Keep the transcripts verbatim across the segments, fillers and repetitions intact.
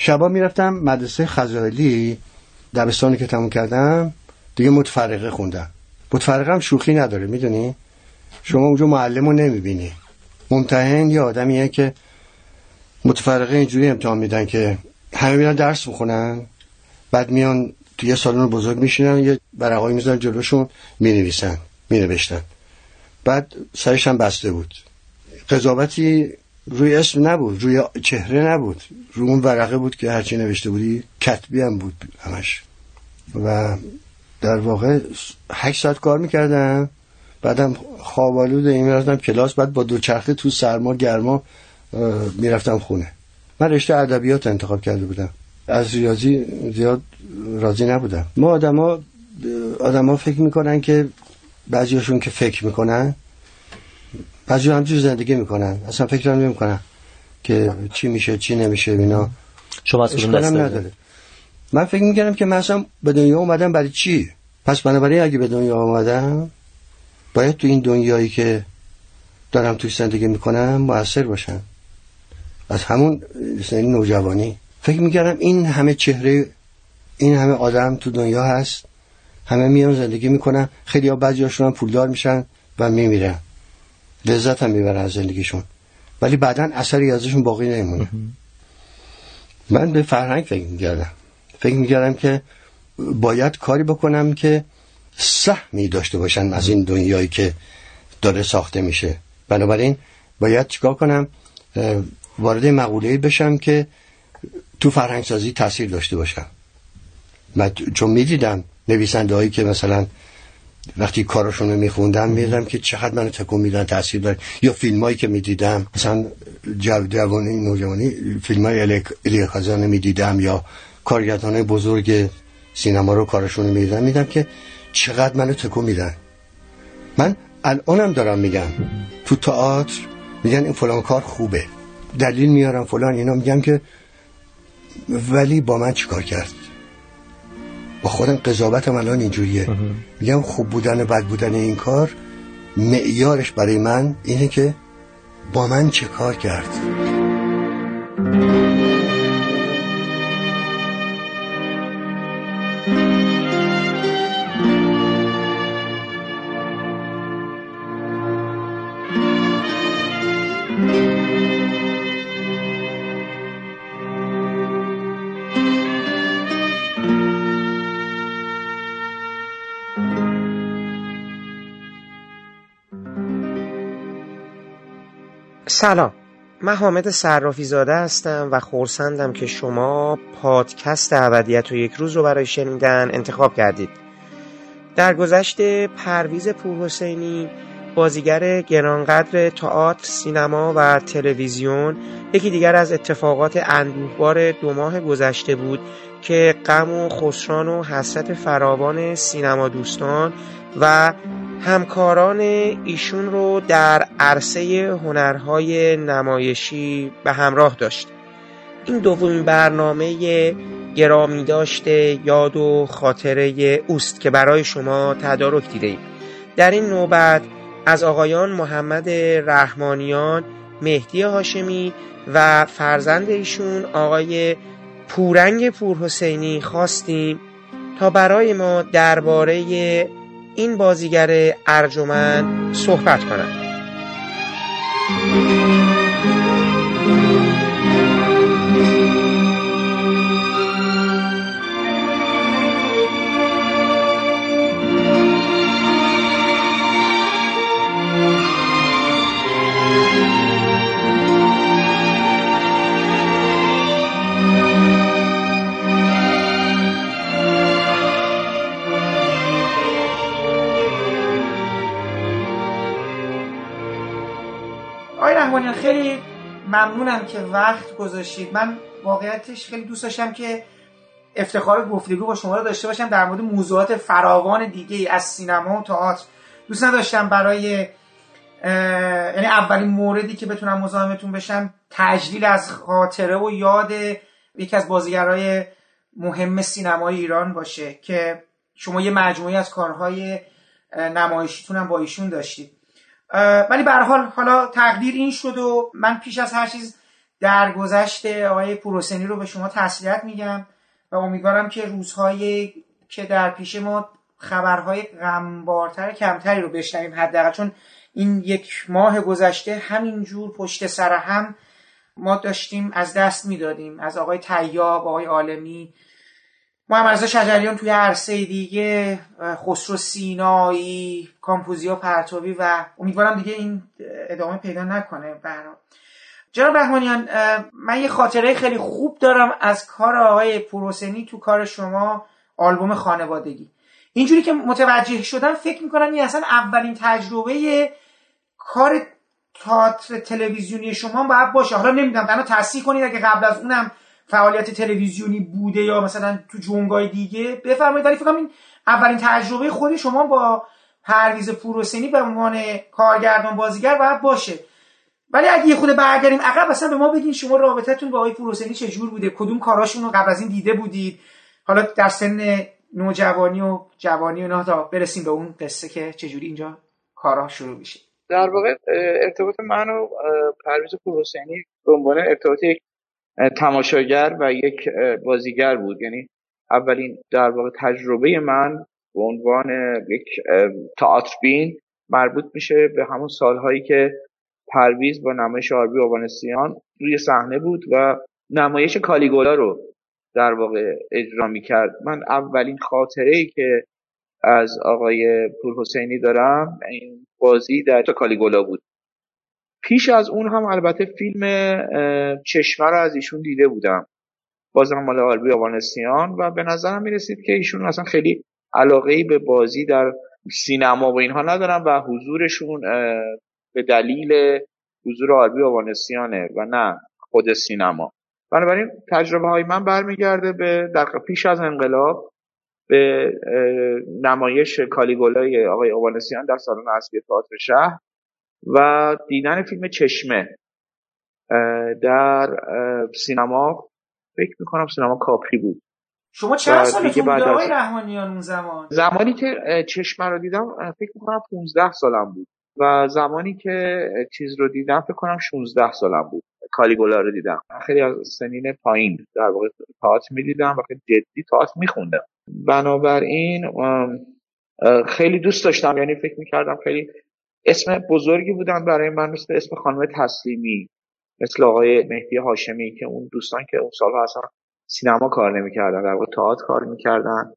شبا میرفتم مدرسه خزائلی، دبستانی که تموم کردم دیگه متفرقه خوندم. متفرقه هم شوخی نداره، میدونی شما اونجا معلمو نمیبینی. ممتحن یه آدمیه که متفرقه اینجوری امتحان میدن که همه میرن درس میخونن، بعد میان تو یه سالن بزرگ میشینن، یه ورقایی میذارن جلوشون، مینویسن مینوشتن، بعد سرش هم بسته بود. قضاوتی روی اسم نبود، روی چهره نبود، روی اون ورقه بود که هرچی نوشته بودی. کتبی هم بود همش. و در واقع هشت ساعت کار میکردم، بعدم خوابالود این میرفتم کلاس، بعد با دوچرخه تو سرما گرما میرفتم خونه. من رشته ادبیات انتخاب کرده بودم، از ریاضی زیاد راضی نبودم. ما آدما آدما فکر میکنن که بعضیاشون که فکر میکنن، بعضی همجور زندگی میکنن، اصلا فکر نمیکنن که چی میشه چی نمیشه اینا. شما از کدوم دسته نداره. من فکر میکردم که من اصلا به دنیا اومدم برای چی؟ پس بنابراین اگه به دنیا اومدم باید تو این دنیایی که دارم توش زندگی میکنم مؤثر باشم. از همون سن نوجوانی فکر میکردم این همه چهره، این همه آدم تو دنیا هست، همه میان زندگی میکنن، خیلی ها بعضی هاشون هم پولدار میشن و میمیرن، لذت هم میبرن از زندگیشون، ولی بعدن اثری ازشون باقی نمیمونه. من به فرهنگ فکر میکردم، فکر میکردم که باید کاری بکنم که سهمی داشته باشن از این دنیایی که داره ساخته میشه. بنابراین باید چیکار کنم؟ وارد مقوله‌ای بشم که تو فرهنگ سازی تاثیر داشته باشم. من چون میدیدم نویسنده هایی که مثلا وقتی کاراشون رو میخوندم میدیدم که چقدر منو تکون میدن، تاثیر داره. یا فیلم هایی که میدیدم، مثلا جوانی نوجوانی فیلم های الیا کازان میدیدم، یا کارگردان بزرگ سینما رو کارشون رو میدیدم، میدیدم که چقدر منو تکون میدن. من الانم دارم میگم تو تئاتر میگن این فلان کار خوبه، دلیل میارم فلان اینا، میگم که ولی با من چیکار کرد؟ با خودم قضاوتم الان اینجوریه، میگم خوب بودن و بد بودن این کار معیارش برای من اینه که با من چه کار کرد. سلام، من حامد صرافی زاده هستم و خرسندم که شما پادکست ابدیت و یک روز رو برای شنیدن انتخاب کردید. در گذشته پرویز پورحسینی، بازیگر گرانقدر تئاتر، سینما و تلویزیون، یکی دیگر از اتفاقات اندوهبار دو ماه گذشته بود که غم و خسران و حسرت فراوان سینما دوستان و همکاران ایشون رو در عرصه هنرهای نمایشی به همراه داشت. این دومین برنامه گرامی داشته یاد و خاطره اوست که برای شما تدارک دیده‌ایم. در این نوبت از آقایان محمد رحمانیان، مهدی هاشمی و فرزند ایشون آقای پورنگ پورحسینی خواستیم تا برای ما درباره این بازیگر ارجمند صحبت کنند. خیلی ممنونم که وقت گذاشتید. من واقعیتش خیلی دوست داشتم که افتخار گفتگو با شما رو داشته باشم در مورد موضوعات فراوان دیگه از سینما و تئاتر. دوست نداشتم برای یعنی اولین موردی که بتونم مزاحمتون بشم تجلیل از خاطره و یاد یکی از بازیگرای مهم سینمای ایران باشه که شما یه مجموعه از کارهای نمایشیتون هم با ایشون داشتید. ولی به هر حال حالا تقدیر این شد و من پیش از هر چیز درگذشت آقای پورحسینی رو به شما تسلیت میگم و امیدوارم که روزهای که در پیش ما خبرهای غمبارتر کمتری رو بشنویم حداقل، چون این یک ماه گذشته همینجور پشت سر هم ما داشتیم از دست میدادیم، از آقای طیاب، آقای عالمی، محمد رضا شجریان توی عرصه دیگه، خسرو سینایی، کامپوزیا پرتوی و امیدوارم دیگه این ادامه پیدا نکنه. برام جناب رحمانیان، من یه خاطره خیلی خوب دارم از کار آقای پورحسینی تو کار شما آلبوم خانوادگی. اینجوری که متوجه شدم فکر میکنم این اصلا اولین تجربه کار تئاتر تلویزیونی شما باید باشه. حالا نمیدونم بنا تصحیح کنید اگه قبل از اونم فعالیت تلویزیونی بوده یا مثلا تو جنگای دیگه بفرمایید، ولی فکر کنم این اولین تجربه خود شما با پرویز پورحسینی به عنوان کارگردان بازیگر باید باشه. ولی اگه یه خود برگردیم عقب، اصلا به ما بگین شما رابطتون با آقای پورحسینی چجور بوده؟ کدوم کاراشون رو قبل از این دیده بودید؟ حالا در سن نوجوانی و جوانی و نه تا برسیم به اون قصه که چجوری اینجا کارا شروع میشه. در واقع ارتباط من و پرویز پورحسینی به عنوان ارتباط یک تماشاگر و یک بازیگر بود. یعنی اولین در واقع تجربه من به عنوان یک تئاتر بین مربوط میشه به همون سالهایی که پرویز با نمایش آربی آوانسیان روی صحنه بود و نمایش کالیگولا رو در واقع اجرا میکرد. من اولین خاطره‌ای که از آقای پورحسینی دارم این بازی در کالیگولا بود. پیش از اون هم البته فیلم چشمه رو از ایشون دیده بودم، بازم مال آربی آوانسیان، و به نظرم میرسید که ایشون اصلا خیلی علاقه‌ای به بازی در سینما و اینها ندارن و حضورشون به دلیل حضور آربی آوانسیانه و نه خود سینما. بنابراین تجربه های من برمیگرده به در پیش از انقلاب به نمایش کالیگولای آقای آوانسیان در سالن اصلی تئاتر شهر و دیدن فیلم چشمه در سینما، فکر میکنم سینما کاپری بود. شما چند سالتون بوده آقای رحمانیان اون زمان؟ زمانی که چشمه رو دیدم فکر میکنم پونزده سالم بود و زمانی که چیز رو دیدم فکر کنم شانزده سالم بود. کالیگولا رو دیدم خیلی از سنین پایین در واقع تئاتر میدیدم و خیلی جدی تئاتر میخوندم. بنابراین خیلی دوست داشتم، یعنی فکر میکردم خیلی اسم بزرگی بودن برای من، مثل اسم خانم تسلیمی، مثل آقای مهدی هاشمی که اون دوستان که اون سالها اصلا سینما کار نمیکردن، در واقع تئاتر کار میکردن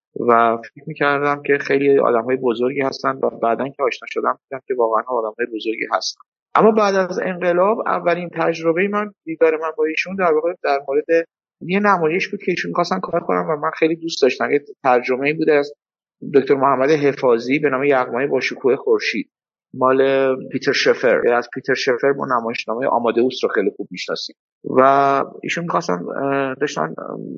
و فکر میکردم که خیلی آدمهای بزرگی هستن و بعدن که آشنا شدم دیدم که واقعا آدمهای بزرگی هستن. اما بعد از انقلاب اولین تجربه من دیدار من با ایشون در واقع در مورد یه نمایش بود که ایشون می‌خواستن کار کنم و من خیلی دوست داشتم. یه ترجمه‌ای بوده از دکتر محمد حفاظی به نام یغمای با شکوه خورشید مال پیتر شفر. از پیتر شفر با نمایشنامه آمادئوس رو خیلی خوب میشناسیم و ایشون می‌خواستن داشتن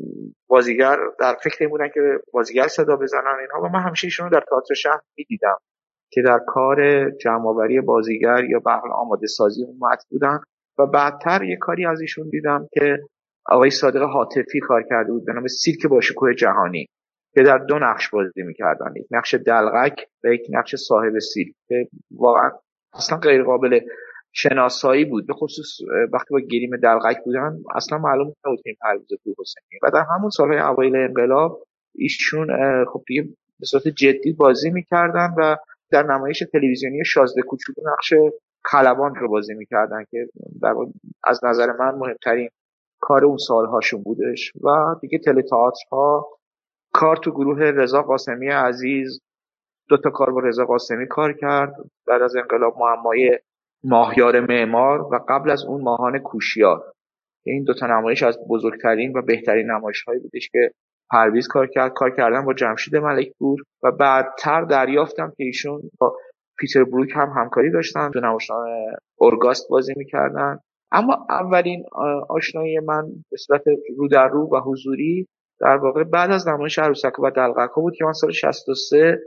بازیگر در فکر این بودن که بازیگر صدا بزنن اینها و من همیشه ایشون رو در تئاتر شهر می‌دیدم که در کار جمع‌آوری بازیگر یا به حال آماده سازی اون متن بودن و بعدتر یه کاری از ایشون دیدم که آقای صادق حاطفی کار کرده بود به نام سیرک با شکوه جهانی که در دو نقش بازی می‌کردن، یک نقش دلقک و یک نقش صاحب سیرک که واقعا اصلا غیر قابل شناسایی بود، به خصوص وقتی با گریم دلقک بودن اصلا معلوم نبود که این پرویز پورحسینی. و در همون سالهای اوایل انقلاب ایشون خب دیگه به صورت جدی بازی می‌کردن و در نمایش تلویزیونی شازده کوچولو نقش خلبان رو بازی می‌کردن که در از نظر من مهمترین کار اون سال‌هاشون بودش. و دیگه تله تئاترها کار تو گروه رضا قاسمی عزیز، دو تا کار با رضا قاسمی کار کرد بعد از انقلاب، معمای ماهیار معمار و قبل از اون ماهان کوشیار. این دو تا نمایش از بزرگترین و بهترین نمایش‌هایی بودش که پرویز کار کرد. کار کردن با جمشید ملکپور و بعدتر دریافتم که ایشون با پیتر بروک هم همکاری داشتن، تو نمایشنامه اورگاست بازی می‌کردن. اما اولین آشنایی من به صورت رو در رو و حضوری در واقع بعد از نمایش عروسک و دلقک‌ها بود که من سال شصت و سه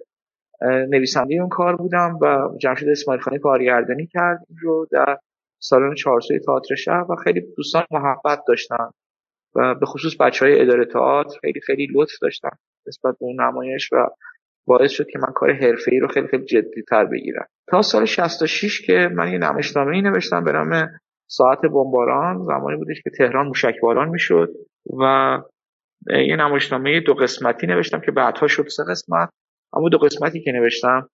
نویسنده اون کار بودم و جمشید اسماعیل خانی کارگردانی کرد رو در سالن چهارسوی تئاتر شهر و خیلی دوستان محبت داشتن و به خصوص بچهای اداره تئاتر خیلی خیلی لطف داشتن نسبت به اون نمایش و باعث شد که من کار حرفه‌ای رو خیلی خیلی جدی‌تر بگیرم. تا سال شصت و شش که من یه نمایشنامه‌ای نوشتم به نام ساعت بمباران زمانی بودش که تهران موشکباران میشد و یه نمایشنامه دو قسمتی نوشتم که بعدها شد سه قسمت. اما دو قسمتی که نوشتم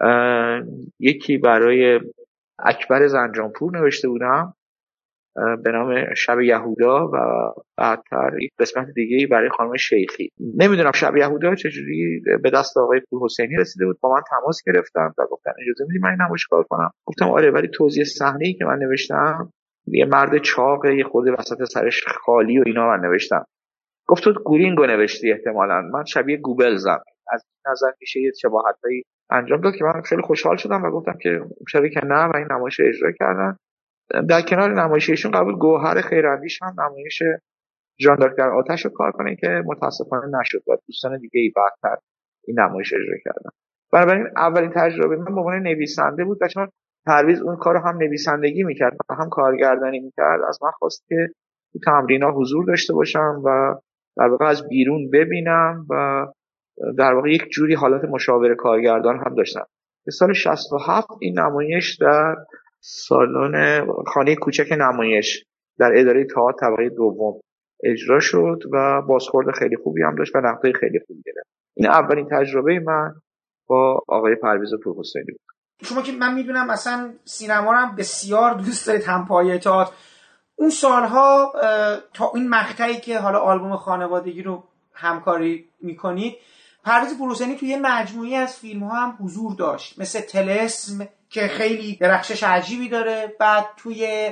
یکی برای اکبر زنجانپور نوشته بودم به نام شب یهودا و بعدتر یک قسمت دیگه برای خانم شیخی. نمیدونم شب یهودا چجوری به دست آقای پورحسینی رسیده بود، با من تماس گرفتن و گفتن اجازه میدی من این نمایش کار کنم. گفتم آره، ولی توضیح صحنه‌ای که من نوشتم یه مرد چاقه، یه خورده وسط سرش خالی و اینا من نوشتم. گفت تو گورینگو نوشتی احتمالاً، من شبیه گوبلزم. از این نظر میشه یه شباهتایی انجام داد که من خیلی خوشحال شدم و گفتم که شبیه که نه و این نمایش اجرا کردن. در کنار نمایش ایشون قبول گوهر خیراندیش هم نمایش ژان دارک در آتش رو کار کنه که متاسفانه نشد و دوستان دیگه ای بعدتر این نمایش اجرا کردن. بنابراین اولین تجربه من به عنوان نویسنده بود و چون پرویز اون کارو هم نویسندگی میکرد و هم کارگردانی میکرد، از من خواست که تو تمرین‌ها حضور داشته باشم و در واقع از بیرون ببینم و در واقع یک جوری حالت مشاور کارگردان هم داشتم. به سال شصت و هفت این نمایش در سالن خانه کوچک نمایش در اداره تئاتر طبقه دوم اجرا شد و بازخورد خیلی خوبی هم داشت و نقدای خیلی خوبی گرفت. این اولین تجربه من با آقای پرویز پورحسینی بود. شما که من میدونم اصلا سینما رو هم بسیار دوست دارید، هم پایه تئاتر. اون سالها تا این مقطعی که حالا آلبوم خانوادگی رو همکاری میکنید، پرویز پورحسینی توی یه مجموعی از فیلم ها هم حضور داشت، مثل طلسم که خیلی درخشش عجیبی داره، بعد توی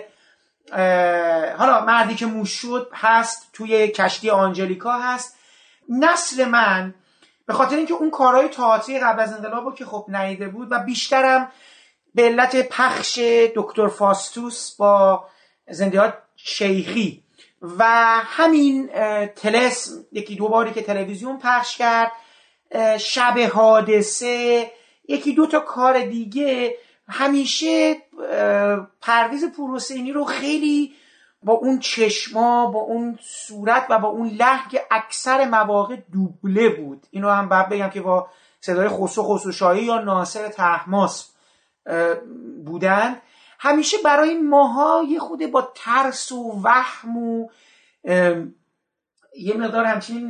حالا مردی که موش شد هست، توی کشتی آنجلیکا هست. نسل من به خاطر اینکه اون کارهای تئاتری قبل از انقلاب رو که خب ندیده بود و بیشترم به علت پخش دکتر فاستوس با زندیات شیخی و همین طلسم یکی دو باری که تلویزیون پخش کرد، شب حادثه، یکی دو تا کار دیگه، همیشه پرویز پورحسینی رو خیلی با اون چشما، با اون صورت و با اون لحن اکثر مواقع دوبله بود. اینو هم باید بگم که با صدای خسرو خسروشاهی یا ناصر طهماسب بودن. همیشه برای ماها یه خود با ترس و وهم و یه مقدار همچین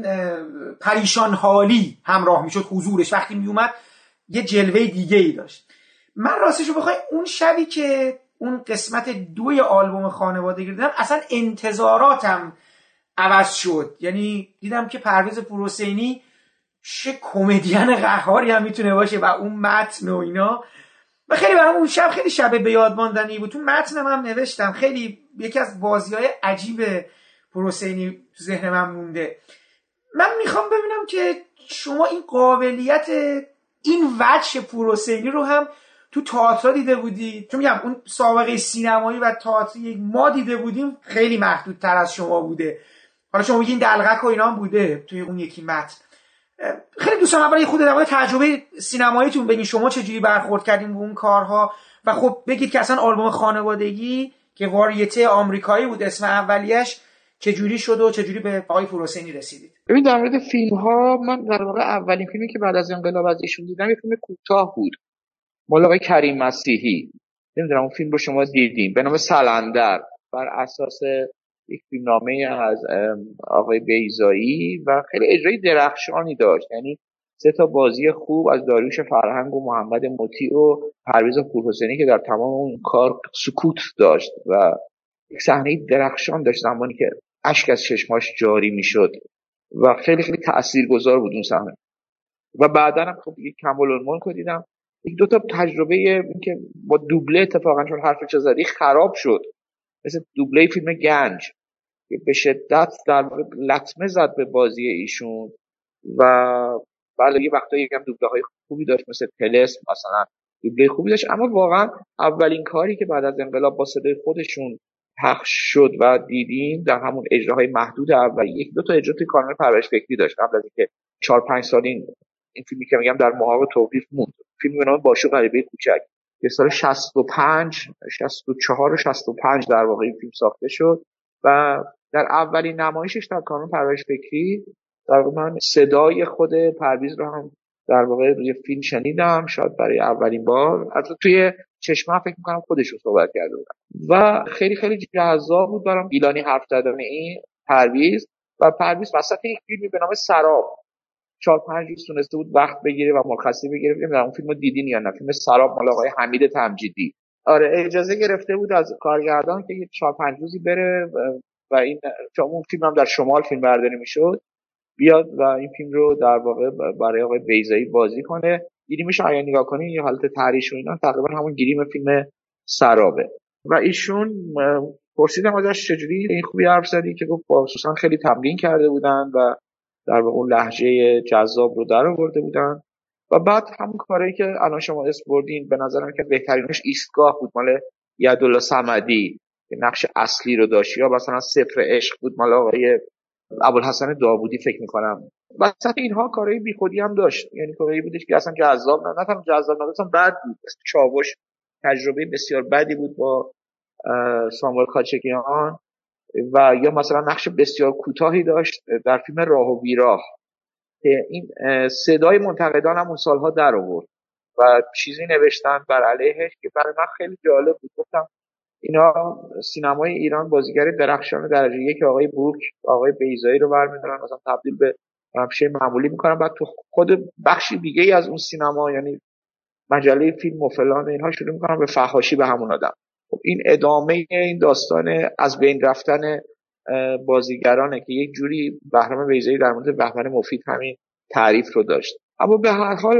پریشان حالی همراه میشد حضورش. وقتی میومد یه جلوه دیگه ای داشت. من راستشو بخوای اون شبی که اون قسمت دوی آلبوم خانوادگی دیدم، اصلا انتظاراتم عوض شد. یعنی دیدم که پرویز پورحسینی چه کمدین قهاری هم میتونه باشه و اون متن و اینا. و خیلی برام اون شب خیلی شب به یاد ماندنی بود. تو متنم هم نوشتم خیلی یکی از بازی‌های عجیب پورحسینی تو ذهن من مونده. من میخوام ببینم که شما این قابلیت، این وجه پورحسینی رو هم تو تئاتر دیده بودی؟ چون میگم اون سابقه سینمایی و تئاتری ما دیده بودیم خیلی محدودتر از شما بوده. حالا شما میگین دلغک و اینا هم بوده توی اون یکی متن. خیلی دوستان اول خود در مورد تجربه سینماییتون بگین، شما چجوری برخورد کردین به اون کارها و خب بگید که اصلا آلبوم خانوادگی که واریته آمریکایی بود اسم اولیش چجوری شد و چجوری به آقای پورحسینی رسیدید؟ ببین در مورد فیلم ها، من در واقع اولین فیلمی که بعد از انقلاب از ایشون دیدم یه فیلم کوتاه بود مال آقای کریم مسیحی. نمیدونم اون فیلم رو شما دیدین، به نام سلندر، بر اساس یک فیلمنامه از آقای بیضایی و خیلی اجرای درخشانی داشت. یعنی سه تا بازی خوب از داریوش فرهنگ و محمد مطیع و پرویز پورحسینی که در تمام اون کار سکوت داشت و یک صحنه درخشان داشت زمانی که اشک از چشماش جاری میشد و خیلی خیلی تاثیرگذار بود اون صحنه. و بعداً هم خب یک کمال الملک رو دیدم. یک دو تا تجربه این که با دوبله اتفاقا چون حرف چه زدی خراب شد، مثل دوبله فیلم گنج که به شدت در لطمه زد به بازی ایشون و بله یه وقتایی یکم دوبله های خوبی داشت مثل طلسم مثلا دوبله خوبی داشت. اما واقعا اولین کاری که بعد از انقلاب با صدای خودشون پخش شد و دیدیم در همون اجراهای محدود اول، یک دو تا اجرا توی کانال پرورش فکری داشت قبل از اینکه چهار پنج سال این این فیلمی که میگم در محاق توقیف موند. فیلم به نام باشو غریبه کوچک که سال شصت و پنج شصت و چهار و شصت و پنج در واقع این فیلم ساخته شد و در اولین نمایشش در کانون پرورش فکری در واقع من صدای خود پرویز رو هم در واقع روی فیلم شنیدم، شاید برای اولین بار. حتی توی چشمه فکر میکنم خودش رو صحبت کرده بودم و خیلی خیلی جذاب بود برام گیلانی حرف زدن این پرویز. و پرویز وسط یک فیلمی به نام سراب چهار پنج روز تونسته بود وقت بگیره و مرخصی بگیره. نمیدونم اون فیلمو دیدین یا نه، فیلم سراب مال آقای حمید تمجیدی. آره اجازه گرفته بود از کارگردان که یه چهار پنج روزی بره و این چون اون فیلم هم در شمال فیلم برداری میشد بیاد و این فیلم رو در واقع برای آقای بیضایی بازی کنه. گیریمش اگه نگاه کنین یه حالت تحریش و اینا تقریبا همون گیریم فیلم سرابه. و ایشون پرسیدم ازش چجوری این خوبی حرف زدی که گفت خصوصا خیلی تمرین کرده بودن و در واقع اون لهجه جذاب رو در آورده بودن. و بعد همون کاری که الان شما اسم بردین به نظرم که بهترینش ایستگاه بود مال یدالله صمدی که نقش اصلی رو داشت، یا مثلا صفر عشق بود مال آقای ابوالحسن داوودی فکر می‌کنم. وسط اینها کارهای بیخودی هم داشت، یعنی کارهایی بودش که اصلا جذاب نه، نه تنها جذاب نه، اصلا بد بود. چاوش تجربه بسیار بدی بود با ساموئل کاچکیان. و یا مثلا نقش بسیار کوتاهی داشت در فیلم راه و بیراه که این صدای منتقدان هم اون سالها در آورد و چیزی نوشتن بر علیهش که برای من خیلی جالب بود. گفتم اینا سینمای ایران بازیگر درخشان درجه یک آقای بروک آقای بیضایی رو برمی‌دارن مثلا تبدیل به همشه معمولی میکنن، بعد تو خود بخشی دیگه ای از اون سینما یعنی مجله فیلم و فلان اینها شروع میکنن به فحاشی به همون آدم. خب این ادامه این داستان از بین رفتن بازیگرانه که یک جوری بهرام بیضایی در مورد بهمن مفید همین تعریف رو داشت. اما به هر حال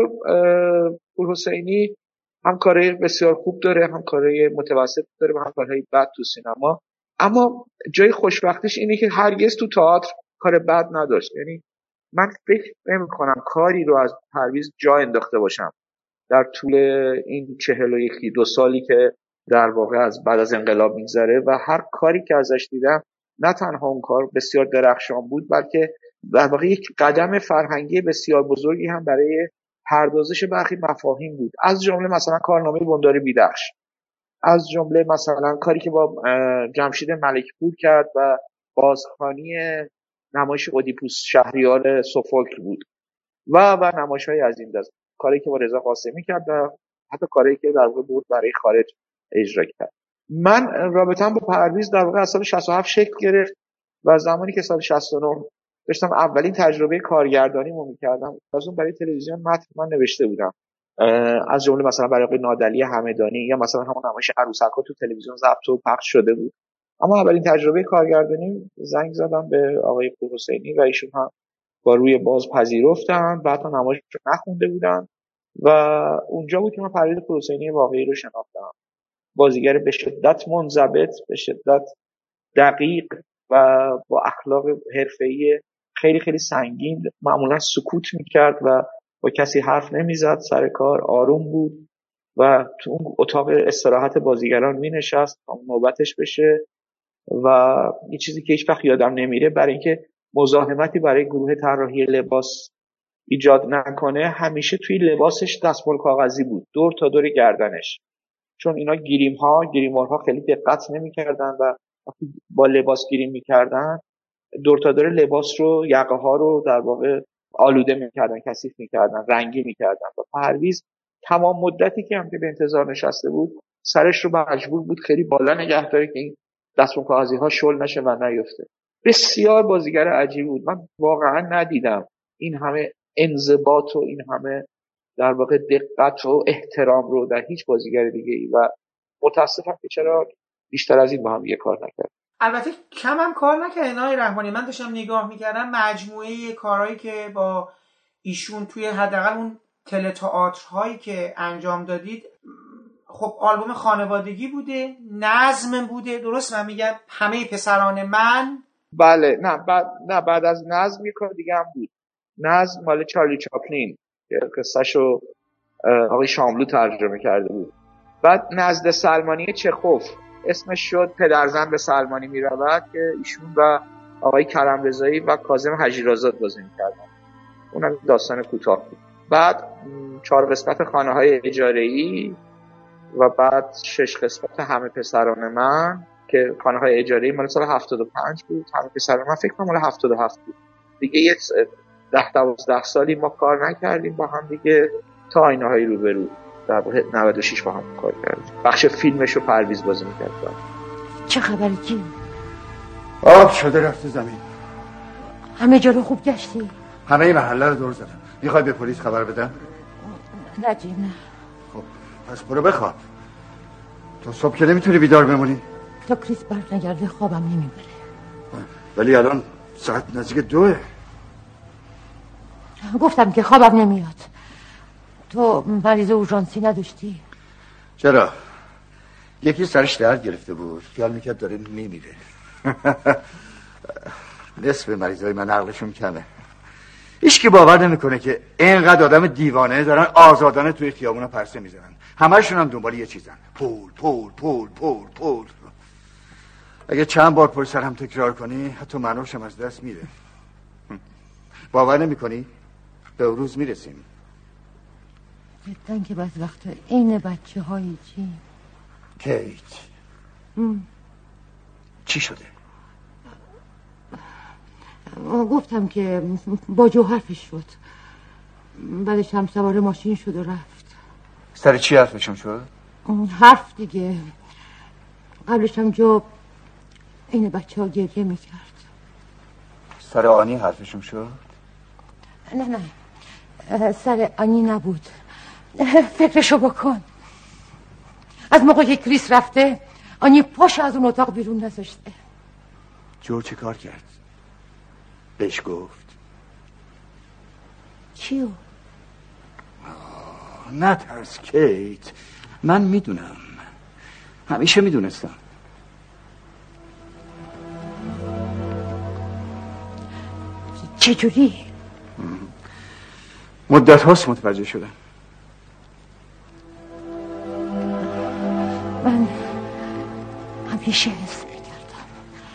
پورحسینی هم کارهای بسیار خوب داره، هم کارهای متوسط داره و هم کارهای بد تو سینما. اما جای خوشبختیش اینه که هرگز تو تئاتر کار بد نداشت. یعنی من فکر نمی‌کنم کاری رو از پرویز جا انداخته باشم در طول این چهل و یکی دو سالی که در واقع از بعد از انقلاب میگذره و هر کاری که ازش دیدم نه تنها اون کار بسیار درخشان بود بلکه در واقع یک قدم فرهنگی بسیار بزرگی هم برای پردازش برخی مفاهیم بود، از جمله مثلا کارنامه بندار بیدخش، از جمله مثلا کاری که با جمشید ملکپور کرد و بازخوانی نمایش اودیپوس شهریار سوفوکل بود و و نمایش‌های از این دست، کاری که با رضا قاسمی کرد و حتی کاری که در واقع بود برای خارج اجرا کرد. من رابطه‌ام با پرویز در واقع از سال شصت و هفت شکل گرفت و زمانی که سال شصت و نه داشتم اولین تجربه کارگردانیمو می‌کردم، از اون برای تلویزیون متن من نوشته بودم، از جمله مثلا برای آقای نادلی همدانی یا مثلا همون نمایش عروسک‌ها تو تلویزیون ضبط و پخش شده بود. اما اولین تجربه کارگردانی زنگ زدم به آقای پورحسینی و ایشون هم با روی باز پذیرفتن، بعد تا نمایش رو نخونده بودن و اونجا بود که من پرویز پورحسینی واقعی رو شناختم. بازیگر به شدت منضبط، به شدت دقیق و با اخلاق حرفه‌ای خیلی خیلی سنگین، معمولا سکوت میکرد و با کسی حرف نمیزد، سر کار آروم بود و تو اون اتاق استراحت بازیگران مینشست تا نوبتش بشه و یه چیزی که هیچ وقت یادم نمیره برای اینکه مزاحمتی برای گروه طراحی لباس ایجاد نکنه همیشه توی لباسش دستمال کاغذی بود دور تا دور گردنش، چون اینا گیریم ها گریمارها خیلی دقت نمی‌کردن و با لباس گیریم می‌کردن دور تا دور لباس رو یقه ها رو در واقع آلوده می‌کردن، کثیف می‌کردن، رنگی می‌کردن و پرویز تمام مدتی که هم که به انتظار نشسته بود سرش رو مجبور بود خیلی بالا نگه داره که این دستمال کاغذی ها شل نشه و نیفته. بسیار بازیگر عجیبی بود، من واقعا ندیدم این همه انضباط و این همه در واقع دقت و احترام رو در هیچ بازیگر دیگه ای و متاسفم که چرا بیشتر از این با هم یه کار نکرد. البته کم هم کار نکردن آقای رحمانی. من داشتم نگاه میکردم مجموعه کارهایی که با ایشون توی حداقل اون تئاترهایی که انجام دادید، خب آلبوم خانوادگی بوده، نظم بوده، درست من میگم؟ همه پسران من. بله نه بعد نه بعد از نظم یه کار دیگه هم بود. نظم مال چارلی چاپلین که قصه‌شو آقای شاملو ترجمه کرده بود. بعد نزد سلمانی چخوف اسمش شد پدرزن به سلمانی میرود که ایشون و آقای کرم رضایی و کاظم هژیرآزاد بازی می‌کردن. اونم داستان کوتاه بود. بعد چهار قسمت خانه‌های اجاره‌ای و بعد شش قسمت همه پسران من که خانه‌های اجاره‌ای مال سال هفتاد و پنج بود، همه پسران من فکر کنم مال هفتاد و هفت بود. دیگه یه ده دوازده سالی ما کار نکردیم با هم دیگه، تا آینه های روبرو در واقع نود و شش با هم کار کردیم. بخش فیلمش رو پرویز بازی میکرد. چه خبری کی؟ آب شده رفته زمین. همه جا رو خوب گشتی؟ همه محله رو دور زدم. میخوای به پلیس خبر بدم؟ نه جی نه. خب پس برو بخواب. تو صبح که نمیتونی بیدار بمونی؟ تا کریس برد نگرده خوابم نمیبره. ولی الان ساعت نزدیک دوه. گفتم که خوابم نمیاد. تو مریض اورژانسی نداشتی؟ چرا؟ یکی سرش درد گرفته بود، خیال میکرد داره میمیره. نصف مریضای من عقلشون کمه. هیچ کی باور نمیکنه که اینقدر آدم دیوانه دارن آزادانه توی خیابونا پرسه میزنن. همه‌شون هم دنبال یه چیزن، پول پول پول پول پول. اگه چند بار پشت سر هم تکرار کنی حتی معناش هم از دست میره. باور نمیکنی؟ به روز میرسیم. جدن که بعض وقتا این بچه هایی چی؟ کیت ام. چی شده؟ گفتم که با جو حرفش شد، بعدش هم سوار ماشین شد و رفت. سر چی حرفشون شد؟ حرف دیگه. قبلش هم جو این بچه ها گریه میکرد. سر آنی حرفشون شد؟ نه نه سر آنی نبود. فکرشو بکن، از موقع که کریس رفته آنی پاش از اون اتاق بیرون نذاشته. جو چه کار کرد؟ بهش گفت چیو؟ نه ترس کیت، من میدونم، همیشه میدونستم. چجوری؟ مدت هاست متوجه شدم. من همیشه حس میکردم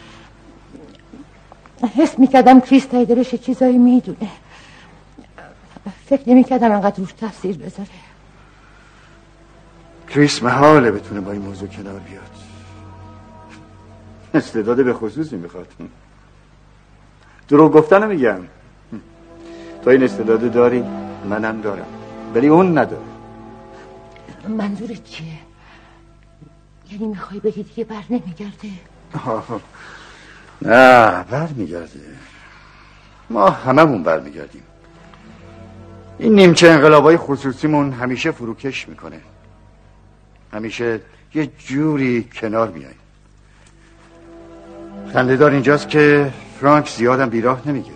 حس میکردم کریس تای دلش چیزایی میدونه. فکر نمیکردم انقدر روش تاثیر بذاره. کریس محاله بتونه با این موضوع کنار بیاد. استعداد به خصوصی میخواد. دروغ گفتن میگم. تو این استعداد داری، منم دارم، ولی اون نداره. منظورت چیه؟ یعنی میخوای بگی دیگه بر نمیگرده؟ نه بر میگرده. ما هممون بر میگردیم. این نیمچه انقلابای خصوصیمون همیشه فروکش میکنه. همیشه یه جوری کنار میای. خنده‌دار اینجاست که فرانک زیادم بیراه نمیگه.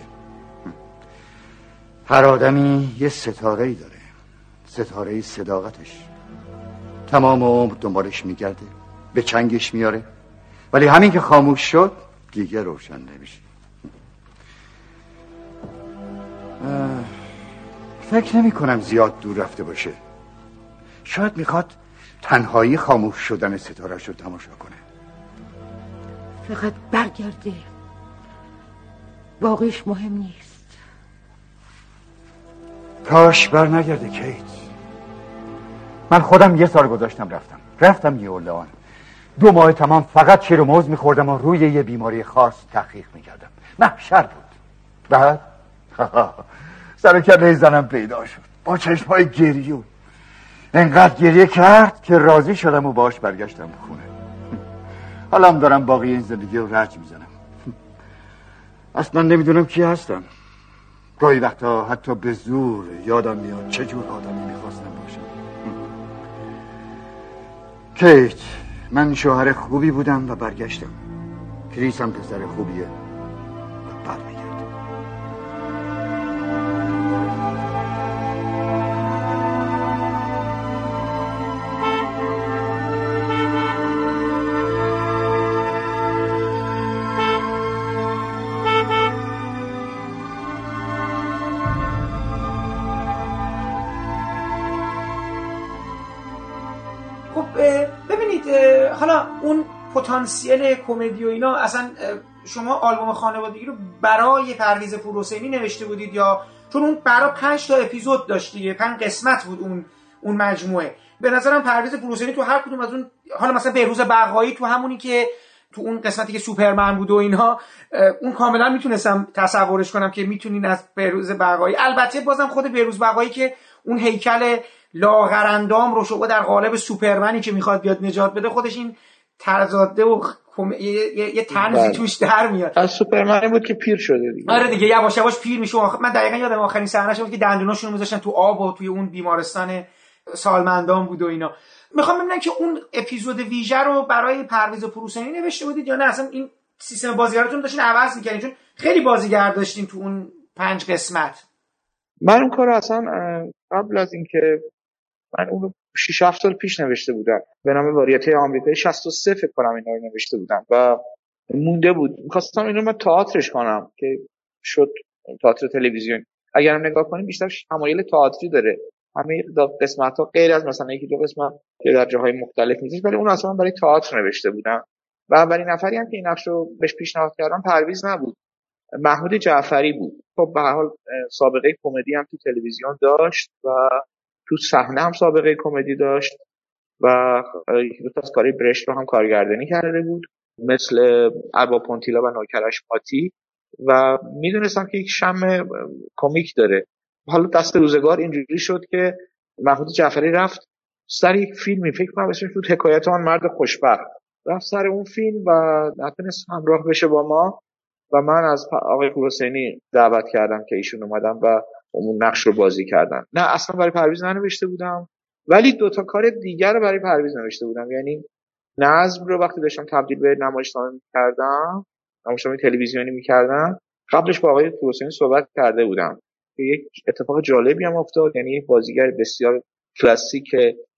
هر آدمی یه ستاره‌ای داره، ستاره صداقتش. تمام عمر دنبالش میگرده، به چنگش میاره، ولی همین که خاموش شد دیگه روشن نمیشه. فکر نمی کنم زیاد دور رفته باشه. شاید میخواد تنهایی خاموش شدن ستاره‌شو تماشا کنه. فقط برگرده، باقیش مهم نیست. کاش بر نگرده کیت. من خودم یه سال گذاشتم رفتم رفتم نیولان. دو ماه تمام فقط شیر و موز میخوردم و روی یه بیماری خاص تحقیق میکردم. محشر بود. بعد سر کله زنم پیدا شد با چشمای گریون. انقدر گریه کرد که راضی شدم و باش برگشتم خونه. حالا هم دارم باقی این زندگی رو رج میزنم. اصلا نمیدونم کی هستم. گاهی وقتا حتی به زور یادم میاد چه جور آدمی میخواستم باشم. کیت، من شوهر خوبی بودم و برگشتم. کریس هم پسر خوبیه و برمیگرد. حالا اون پتانسیل کمدی و اینا، اصلا شما آلبوم خانوادگی رو برای پرویز پورحسینی نوشته بودید یا چون اون برای پنج تا اپیزود داشت دیگه، پنج قسمت بود اون اون مجموعه. به نظرم پرویز پورحسینی تو هر کدوم از اون، حالا مثلا بهروز بقایی تو همونی که تو اون قسمتی که سوپرمن بود و اینها، اون کاملا میتونستم تصورش کنم که میتونین از بهروز بقایی، البته بازم خود بهروز بقایی که اون هیکل لاغرندام رو شما در قالب سوپرمنی که میخواد بیاد نجات بده، خودش این ترزاده و کم... یه, یه, یه طنزی توش در میاد. از سوپرمنی بود که پیر شده دیگه. آره دیگه یواش یواش پیر میشه. آخ... من دقیقاً یادم آخرین صحنه‌اش بود که دندوناشون رو میذاشتن تو آب و توی اون بیمارستان سالمندان بود و اینا. میخوام ببینم که اون اپیزود ویژه رو برای پرویز پروسنی نوشته بودید یا نه اصلا این سیستم بازیگراتون داشتین عوض می‌کردین؟ چون خیلی بازیگر داشتین تو اون پنج قسمت. من اون کارو اصلا قبل از اینکه من اون شش هفت سال پیش نوشته بودم به نام واریته آمریکایی شصت و سه فکر کنم اینا رو نوشته بودم و مونده بود. می‌خواستم اینو من تئاترش کنم که شد تئاتر تلویزیون. اگرم نگاه کنیم بیشتر شمایل تئاتری داره. همه قسمت‌ها غیر از مثلا یکی دو قسمت که در جاهای مختلف می‌ذاشت، ولی اون اصلا برای تئاتر نوشته بودم و اولین نفری هم که این نقش رو بهش پیشنهاد کردم پرویز نبود، محمود جعفری بود. خب به هر حال سابقه کمدی هم تو تلویزیون داشت و تو صحنه هم سابقه کمدی داشت و یکی دو تا از کارهای برشت رو هم کارگردانی کرده بود مثل ارباب پونتیلا و نوکرش پاتی و میدونستم که یک شم کمیک داره. حالا دست روزگار اینجوری شد که محمود جعفری رفت سر یک فیلمی، فکر کنم اسمش بود حکایت آن مرد خوشبخت، رفت سر اون فیلم و نتونست همراه بشه با ما و من از آقای پورحسینی دعوت کردم که ایشون اومدن و اون نقش رو بازی کردن. نه اصلا برای پرویز ننوشته بودم، ولی دو تا کار دیگر رو برای پرویز نوشته بودم. یعنی نظم رو وقتی داشتم تبدیل به نمایشنامه می‌کردم، نمایشنامه تلویزیونی می‌کردم، قبلش با آقای پورحسینی صحبت کرده بودم که یک اتفاق جالبی هم افتاد. یعنی یک بازیگر بسیار کلاسیک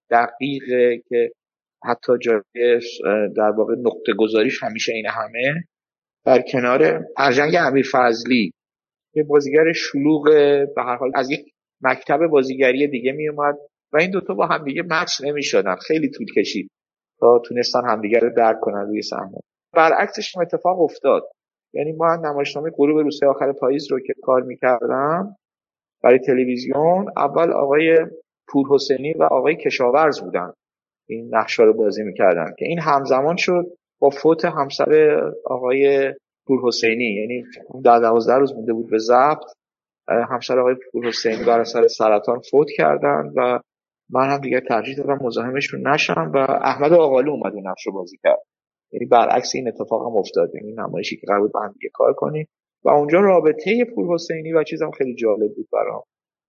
دقیقه که حتی جای در واقع نقطه گذاریش همیشه این همه، در کنار ارجنگ امیرفضلی که بازیگر شلوغ به هر حال از یک مکتب بازیگری دیگه می اومد و این دوتا با هم دیگه مچ نمی‌شدن. خیلی طول کشید تا تونستن همدیگه رو درک کنن روی صحنه. برعکسش هم اتفاق افتاد. یعنی ما نمایشنامه غروب روزهای آخر پاییز رو که کار می‌کردم برای تلویزیون، اول آقای پورحسینی و آقای کشاورز بودن این نقشا رو بازی می‌کردن که این همزمان شد با فوت همسر آقای پورحسینی. یعنی در دوازده روز مونده بود به ضبط، همسر آقای پورحسینی بر اثر سرطان فوت کردن و من هم دیگه ترجیح دادم مزاحمشون نشم و احمد آقالو اومد اون نقش رو بازی کرد. یعنی برعکس این اتفاق هم افتاد. یعنی نمایشی که قرار بود با هم دیگه کار کنیم و اونجا رابطه پورحسینی و چیزام خیلی جالب بود برام.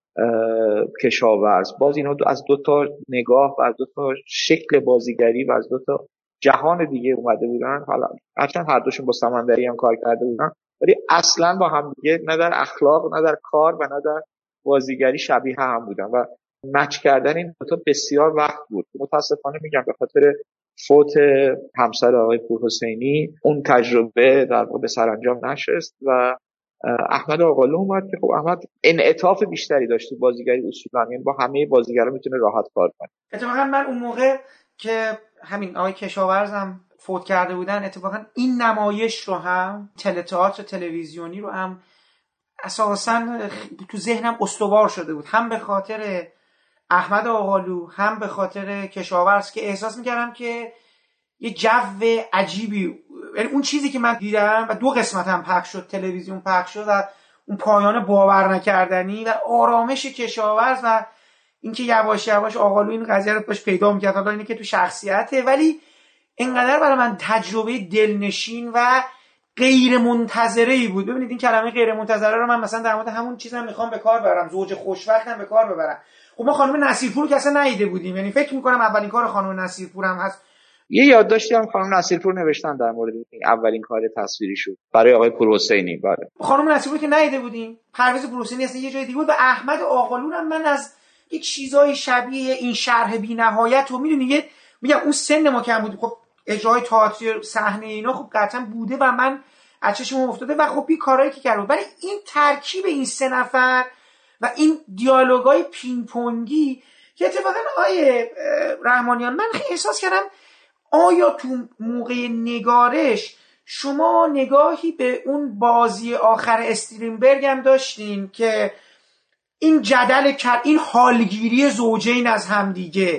کشاورز باز اینا دو از دو تا نگاه و از دو تا شکل بازیگری و از دو تا جهان دیگه اومده بودن. حالا هرچند هر دوشون با سمندری هم کار کرده بودن ولی اصلا با هم دیگه نه در اخلاق نه در کار و نه در بازیگری شبیه هم بودن و مچ کردن این دو تا بسیار وقت بود. متاسفانه میگم به خاطر فوت همسر آقای پورحسینی اون تجربه در واقع به سرانجام نشست و احمد آقالو اومد که خب احمد انعطاف بیشتری داشت تو بازیگری اصولا، یعنی با همه بازیگرا میتونه راحت کار کنه. اتفاقا من اون موقع که همین آقای کشاورزم فوت کرده بودن، اتفاقا این نمایش رو هم تئاتر تلویزیونی رو هم اساسا تو ذهنم استوار شده بود، هم به خاطر احمد آقالو هم به خاطر کشاورز که احساس میکردم که یه جو عجیبی، یعنی اون چیزی که من دیدم و دو قسمت هم پخش شد، تلویزیون پخش شد و اون پایان باور نکردنی و آرامش کشاورز و اینکه یواش یواش آقالو این قضیه رو باش پیدا می‌کرد. حالا اینه که تو شخصیته ولی اینقدر برای من تجربه دلنشین و غیر منتظره‌ای بود. ببینید این کلمه غیر منتظره رو من مثلا در مورد همون چیزام میخوام به کار ببرم، زوج خوشوقتم به کار ببرم. خب ما خانم نصیرپور رو که اصلا ندیده بودیم، یعنی فکر می‌کنم اولین کار خانم نصیرپور هم هست. یه یادداشتی هم خانم نصیرپور نوشتن در مورد این اولین کار تصویری شد برای آقای پورحسینی. بله خانم نصیرپور که ندیده بودیم، پرویز پورحسینی اصلا یه جای دیگه بود و احمد آقالو هم من از یک چیزای شبیه این شرح بی‌نهایت و میدونی میگم اون سن ما کم بود، خب اجرای تئاتر صحنه اینا خب قطعا بوده و من از چشمم افتاده و خب این کارهایی که کرد، ولی این ترکیب این سه نفر و این دیالوگای پینگ پونگی که اتفاقا آیه رحمانیان من خیلی احساس کردم آیا تو موقع نگارش شما نگاهی به اون بازی آخر استرینبرگ هم داشتین که این جدل کرد، این حالگیری زوجین از همدیگه،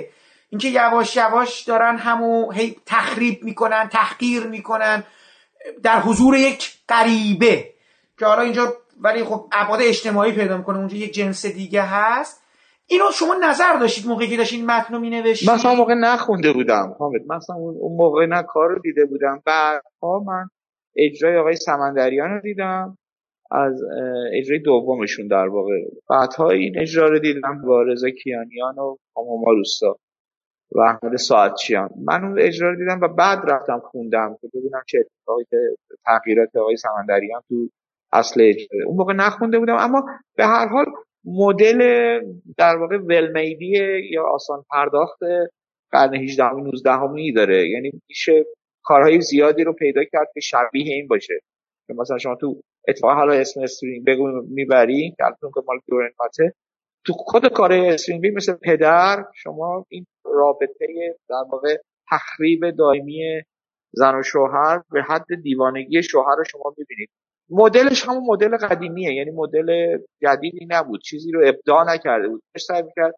اینکه یواش یواش دارن همو هی تخریب میکنن، تحقیر میکنن در حضور یک غریبه که حالا اینجا ولی خب ابعاد اجتماعی پیدا میکنه، اونجا یک جنس دیگه هست. اینو شما نظر داشتید موقعی که داشتین متن رو مینوشتید؟ مثلا اون موقع نخونده بودم حامد، مثلا اون موقع نه کار رو دیده بودم. بعدها من اجرای آقای سمندریان رو دیدم، از اجرای دومشون در واقع. بعدها این اجرا رو دیدم با رضا کیانیان و هما روستا و احمد ساعتچیان. من اون اجرا رو دیدم و بعد رفتم خوندم که ببینم چه اتفاقی، که تغییرات آقای سمندریان تو اصل اجرا. اون موقع نخونده بودم، اما به هر حال مدل در واقع ولمیدی یا آسان پرداخت قرن هجدهم نوزدهمی داره، یعنی میشه کارهای زیادی رو پیدا کرد که شبیه این باشه. که مثلا شما تو اتفاقا حالا اسم استرینگ بگو میبری که البته که مال دورن پاته، تو خود کار استرینگ مثل پدر شما این رابطه در واقع تخریب دائمی زن و شوهر به حد دیوانگی شوهر رو شما میبینید. مدلش همون مدل قدیمیه، یعنی مدل جدیدی نبود، چیزی رو ابداع نکرده بود. سعی می‌کرد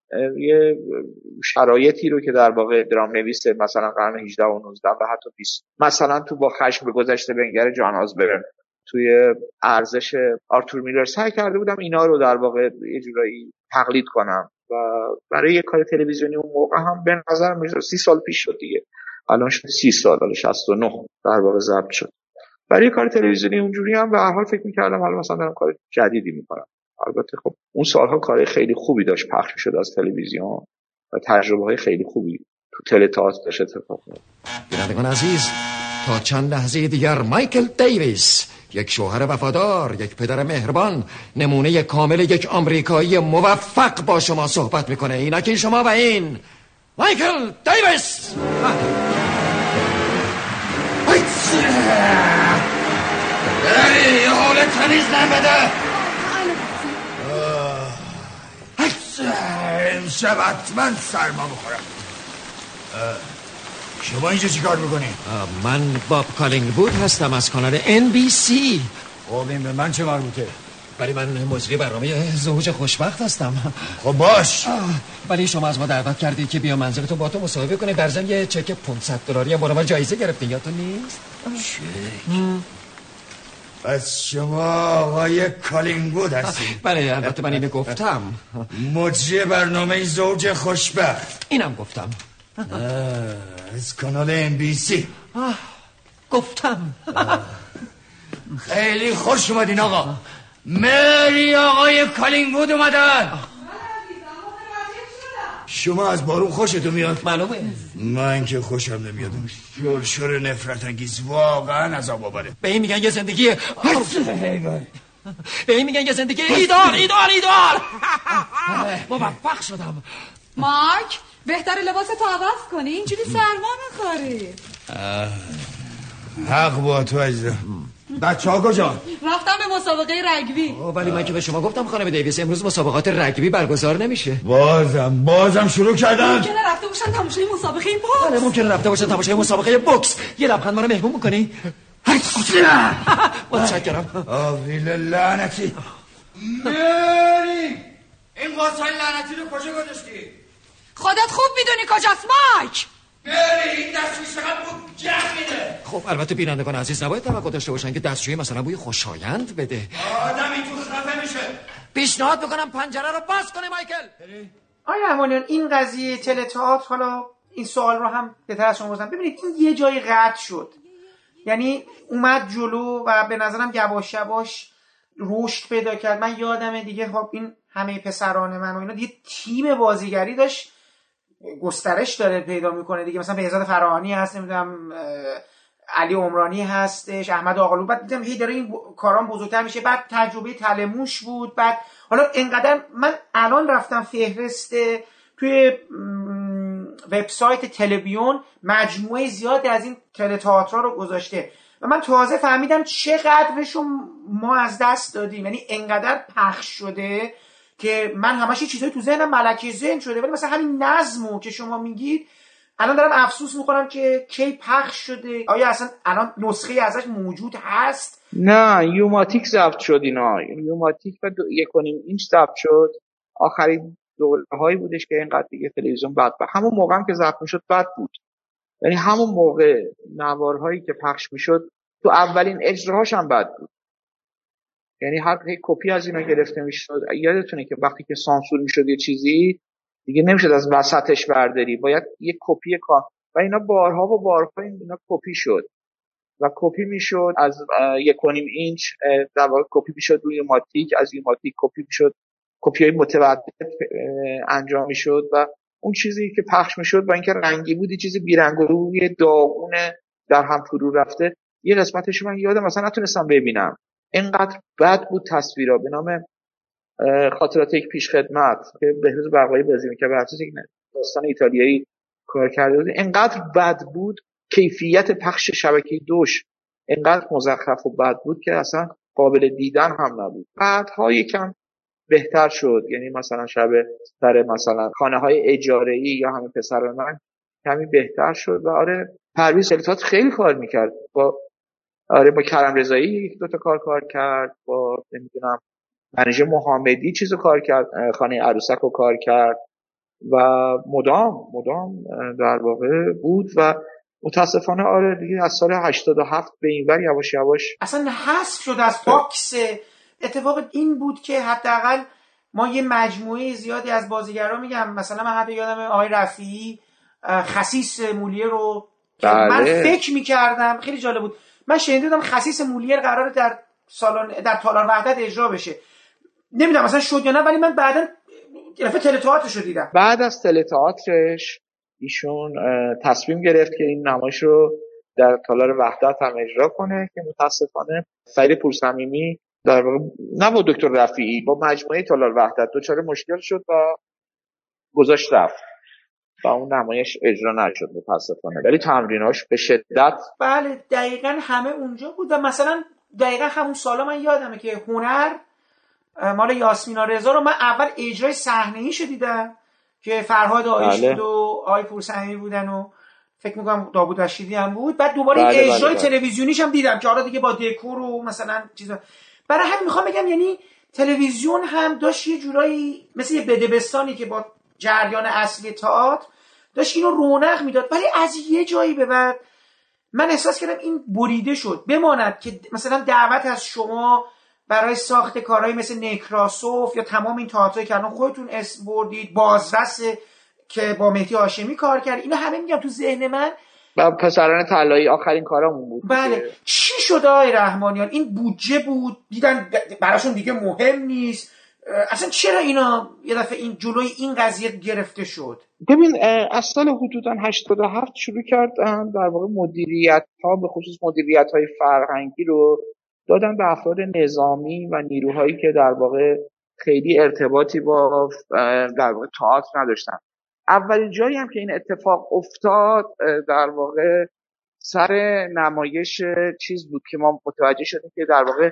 یه شرایطی رو که در واقع درام نویس مثلا قرن هجدهم و نوزدهم و حتی بیست، مثلا تو با خشم به گذشته بنگر جان آسبرن، توی ارزش آرتور میلر، سعی کرده بودم اینا رو در واقع یه جورایی تقلید کنم و برای یه کار تلویزیونی اون موقع هم به نظر میاد سی سال پیش شد دیگه، الان شد سی سال، الان شصت و نه در واقع ضبط شد. برای کار تلویزیونی اونجوری هم به هر حال فکر می‌کردم حالا مثلا دارم کار جدیدی می‌کنم. البته خب اون سالها کار خیلی خوبی داشت پخش شد از تلویزیون و تجربه‌های خیلی خوبی تو تئاتر داشت اتفاق می‌افتاد. بینندگان عزیز، تا چند لحظه دیگر مایکل دیویس، یک شوهر وفادار، یک پدر مهربان، نمونه کامل یک آمریکایی موفق با شما صحبت می‌کنه. اینکه شما و این مایکل دیویس. بری یه حال تمیز نمیده. امشب حتما سرما بخورم. شما اینجا چی کار میکنی؟ من باب کالینگوود هستم از کانال ان بی سی. خب این به من چه مربوطه؟ ولی من مجری برنامه زوج خوشبخت هستم. خب باش. ولی شما از ما دعوت کردید که بیا منزلتون با تو مصاحبه کنه، در ضمن یه چک پانصد دلاری هم برای ما جایزه گرفتین، یادتون نیست؟ چک؟ پس شما آقای کالینگوود هستید؟ بله البته من اینو گفتم. مجری برنامه زوج خوشبخت اینم گفتم. از کانال ام بی سی گفتم. خیلی خوش اومدین آقا. مری آقای کالینگوود اومدن. شما از بارون خوشتون میاد؟ معلومه. من که خوشم نمیاد. شرشر نفرت انگیز، واقعا عذاب آوره. به این میگن یه زندگی به این میگن یه زندگی ایدار ایدار ایدار. موفق شدم. مارک بهتره لباستو عوض کنی، اینجوری سرما میخوری. حق با تو عزیزم. بچه ها کجا؟ رفتم به مسابقه رگبی. ولی من که به شما گفتم خانم دیویس امروز مسابقات رگبی برگزار نمیشه. بازم بازم شروع کردن. ممکنه رفته باشن تماشای مسابقه بوکس. بله ممکنه رفته باشن تماشای مسابقه بوکس. یه لبخند ما رو مهمون میکنی؟ متشکرم. آویل لعنتی. مری این قصای لعنتی رو کجا گذاشتی؟ خودت خوب میدونی کجاست مایک. مری این دستشویی چقدر بود جمع میده. خب البته بینندگان عزیز نباید توقع داشته باشن که دستشویی مثلا بوی خوشایند بده. آدمی تو خفه میشه. پیشنهاد میکنم پنجره رو باز کنه مایکل. آیا همانیان این قضیه تئاتر، حالا این سوال رو هم بهتر از شما بزنم، ببینید این یه جای قطع شد، یعنی اومد جلو و به نظرم یواش یواش رشد پیدا کرد. من یادمه دیگه خب این همه پسران من و اینا دیگه تیم بازیگری داشت گسترش داره پیدا میکنه دیگه، مثلا بهزاد فراهانی هست، نمیدونم علی عمرانی هستش، احمد آقالو، بعد دیدم هی داره این کارام بزرگتر میشه. بعد تجربه تلموش بود. بعد حالا اینقدر من الان رفتم فهرست توی وبسایت تلویزیون مجموعه زیادی از این تئاترها رو گذاشته و من تازه فهمیدم چقدرشو ما از دست دادیم. یعنی اینقدر پخش شده که من همش یه چیزایی تو ذهنم ملکه ذهن شده، ولی مثلا همین نظمو که شما میگید الان دارم افسوس میکنم که کی پخش شده. آیا اصلا الان نسخه ازش موجود هست؟ نه، یوماتیک ضبط شد اینا. یوماتیک و یک و نیم اینچ ضبط شد. آخرین دوره‌هایی بودش که اینقدر دیگه تلویزیون بد بود. همون موقع هم که ضبط میشد بد بود. یعنی همون موقع نوارهایی که پخش میشد تو اولین اجراهاش هم بد بود. یعنی هر یک کپی از اینا گرفته میشد. یادتونه که وقتی که سانسور میشد یه چیزی دیگه نمیشد از وسطش برداری، باید یک کپی کار و اینا بارها و بارها اینا کپی شد و کپی میشد از یک و نیم اینچ در واقع کپی میشد روی ماتیک، از این ماتیک کپی میشد، کپی های متوسط انجام میشد و اون چیزی که پخش میشد با اینکه رنگی بود یه چیزی بیرنگ و روی داغون در هم فرو رفته. یه قسمتش من یادم مثلا نتونستم ببینم، اینقدر بد بود تصویرها. به نام خاطرات یک پیش خدمت که بهروز برقایی بازی میکرد، بر اساس یک داستان ایتالیایی کار کرده بود، اینقدر بد بود، کیفیت پخش شبکه دوش اینقدر مزخرف و بد بود که اصلا قابل دیدن هم نبود. بعدها یکم بهتر شد، یعنی مثلا شب سر مثلا خانه های اجاره‌ای یا همه پسران من کمی بهتر شد و آره پرویز خلیفات خیلی کار میکرد، با آره با کرم رضایی یک دو تا کار کار کرد، با نمیدونم منیژه محمدی چیزو کار کرد، خانه عروسک رو کار کرد و مدام مدام در واقع بود و متاسفانه آره دیگه از سال هشتاد و هفت به این ور یواش یواش اصلا حذف شد از باکس. اتفاق این بود که حداقل ما یه مجموعه زیادی از بازیگرا، میگم مثلا من حتی یادم آقای رفیعی خسیس مولیه رو که بله. من فکر میکردم خیلی جالب بود، من شنیده بودم خسیس مولیه قراره در سالن در تالار وحدت اجرا بشه، نمیدونم مثلا شد یا نه، ولی من بعدا دفعه تله تئاترش رو دیدم. بعد از تله تئاترش ایشون تصمیم گرفت که این نمایش رو در تالار وحدت هم اجرا کنه که متاسفانه فرید پورصمیمی در واقع نه با دکتر رفیعی، با مجموعه تالار وحدت دچار مشکل شد و گذاشت رفت و اون نمایش اجرا نشد متاسفانه، ولی تمریناش به شدت بله دقیقاً همه اونجا بود و مثلا دقیقاً همون سالا من یادمه که هنر مال یاسمینا رضا رو من اول اجرای صحنه‌ای شو دیدم که فرهاد آیش بله. بود و آقای پورصمیمی بودن و فکر می‌کنم داوود رشیدی هم بود. بعد دوباره بله اجرای بله بله. تلویزیونیش هم دیدم که حالا دیگه با دکور و مثلا چیزا. برای همین میخوام بگم یعنی تلویزیون هم داشت یه جورایی مثل یه بدبستانی که با جریان اصلی تئاتر داشت اینو رونق میداد، ولی از یه جایی به بعد من احساس کردم این بریده شد. بماند که مثلا دعوت از شما برای ساخت کارهایی مثل نکراسوف یا تمام این تئاترایی که الان خودتون اسم بردید، بازرس که با مهدی هاشمی کار کرد، اینا همه میگم تو ذهن من با پسران طلایی آخرین کارامون بود. بله که... چی شده آقای رحمانیان؟ این بودجه بود دیدن براشون دیگه مهم نیست، اصلا چرا اینا یه دفعه این جلوی این قضیه گرفته شد؟ ببین از سال حدوداً هشتاد و هفت شروع کردن در واقع مدیریت ها به خصوص مدیریت های فرهنگی رو دادن به افراد نظامی و نیروهایی که در واقع خیلی ارتباطی با در واقع تئاتر نداشتن. اولین جایی هم که این اتفاق افتاد در واقع سر نمایش چیز بود که ما متوجه شدیم که در واقع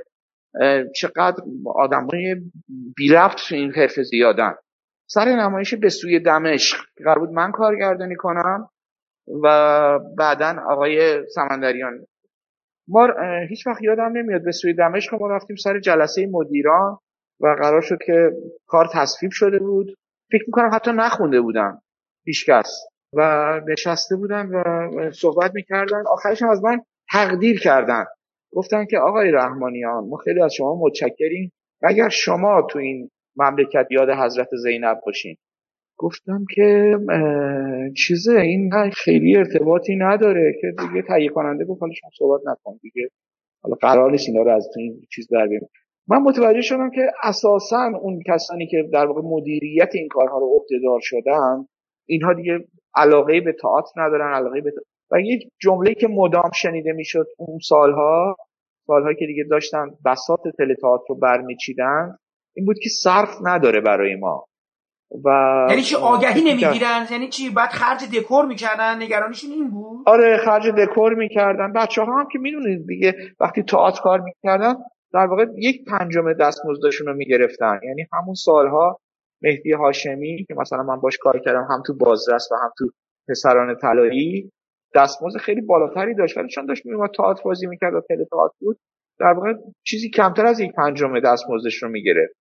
چقدر آدمای بی ربط تو این حرفه زیادن. سر نمایش به سوی دمشق که قرار بود من کارگردانی کنم و بعدن آقای سمندریان. ما هیچ وقت یادم نمیاد به سوی دمشق ما رفتیم سر جلسه مدیران و قرار شد که کار تصویب شده بود، فکر میکنم حتی نخونده بودم هیچکس و نشسته بودن و صحبت میکردن. آخرش هم از من تقدیر کردن، گفتن که آقای رحمانیان ما خیلی از شما متشکریم و اگر شما تو این مملکت یاد حضرت زینب باشین. گفتم که چیزه این خیلی ارتباطی نداره که دیگه تهیه کننده گفت حالا شما صحبت نکن دیگه، حالا قرار نیست اینا رو از تو این چیز در بیاریم. من متوجه شدم که اساساً اون کسانی که در واقع مدیریت این کارها رو عهده‌دار شدن اینها دیگه علاقه به تئاتر ندارن، علاقه به تئاتر. و یک جمله‌ای که مدام شنیده میشد اون سالها سالهایی که دیگه داشتن بساط تله تئاتر رو برمیچیدن این بود که صرف نداره برای ما. و یعنی چی آگهی نمیگیرن؟ یعنی چی بعد خرج دکور میکردن؟ نگرانیشون این بود؟ آره خرج دکور میکردن. بچه‌ها هم که میدونید دیگه وقتی تئاتر کار میکردن در واقع یک پنجم دستمزدشون رو میگرفتن. یعنی همون سالها مهدی هاشمی که مثلا من باش کار کردم هم تو بازرس و هم تو پسران طلایی دستمزد خیلی بالاتری داشت، ولی چون داشت میومد تئاتر بازی میکرد و تله تئاتر بود در واقع چیزی کمتر از یک پنجم دستمزدش رو میگرفت.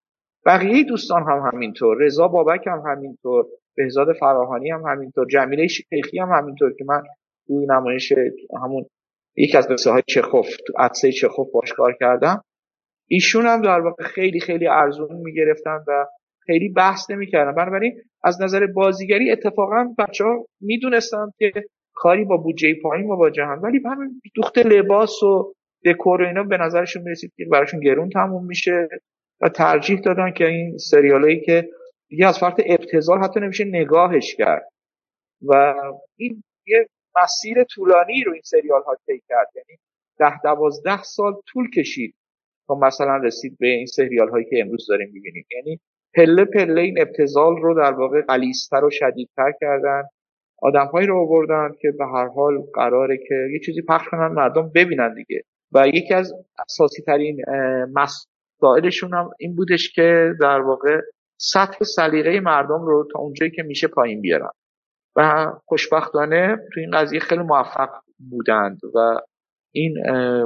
بقیه دوستان هم همینطور، رضا بابک هم همینطور، بهزاد فراهانی هم همینطور، جمیله شیخی هم همینطور که من توی نمایش همون یک از قصه های چخوف تو عطسه چخوف باش کار کردم، ایشون هم در واقع خیلی خیلی ارزون میگرفتن و خیلی بحث نمیکردن. بنابراین از نظر بازیگری اتفاقا بچه‌ها میدونستن که کاری با بودجه پایین مواجهن، ولی همین دوخت لباس و دکور و اینا به نظرشون میرسید که براشون گرون تموم میشه و ترجیح دادن که این سریالایی که دیگه از فرط ابتذال حتی نمیشه نگاهش کرد و این یه مسیر طولانی رو این سریال ها طی کرد، یعنی ده دوازده سال طول کشید تا مثلا رسید به این سریال هایی که امروز داریم میبینیم. یعنی پله پله این ابتذال رو در واقع غلیظتر و شدیدتر کردن، آدم‌هایی رو آوردن که به هر حال قراره که یه چیزی پخش کنن مردم ببینن دیگه. و یکی از اساسی ترین مسائلشون هم این بودش که در واقع سطح سلیقه مردم رو تا اونجایی که میشه پایین بیارن و خوشبختانه تو این قضیه خیلی موفق بودند و این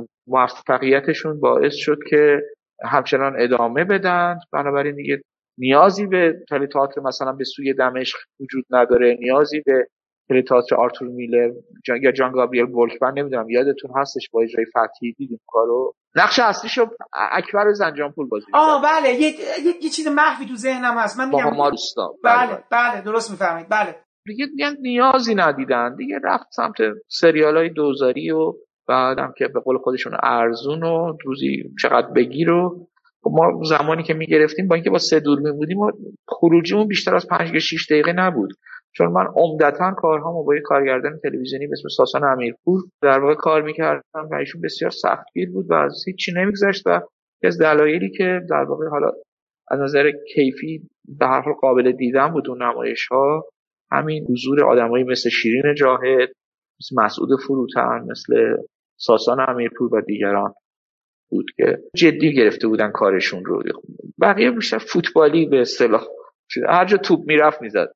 موفقیتشون باعث شد که همچنان ادامه بدن. بنابراین دیگه نیازی به تئاتر مثلا به سوی دمشق وجود نداره، نیازی به تئاتر آرتور میلر جان یا جان گابریل بولکمن، نمیدونم یادتون هستش با اجرای فتحی دیدیم کارو، نقش اصلیشو اکبر زنجانپور بازی کرد. آه بله، یه یه چیز مخفی تو ذهنم هست، من میگم با روستا. بله بله, بله درست میفهمید. بله دیگه دیگه نیازی ندیدن دیگه، رفت سمت سریالای دوزاری و بعدم که به قول خودشون ارزون و روزی چقدر بگیر و ما زمانی که میگرفتیم با اینکه با سه دوربین بودیم و خروجیمون بیشتر از پنج شش دقیقه نبود، چون من عمدتاً کارهامو با یه کارگردان تلویزیونی به اسم ساسان امیرپور در واقع کار میکردم و ایشون بسیار سختگیر بود و از هیچی نمیگذشت و از دلایلی که در واقع حالا از نظر کیفی به هر حال قابل دیدن بود اون نمایش‌ها، همین حضور آدمایی مثل شیرین جاهد، مثل مسعود فروتن، مثل ساسان امیرپور و دیگران بود که جدی گرفته بودن کارشون رو. بقیه بیشتر فوتبالی به اصطلاح هر جا توپ میرفت میزد،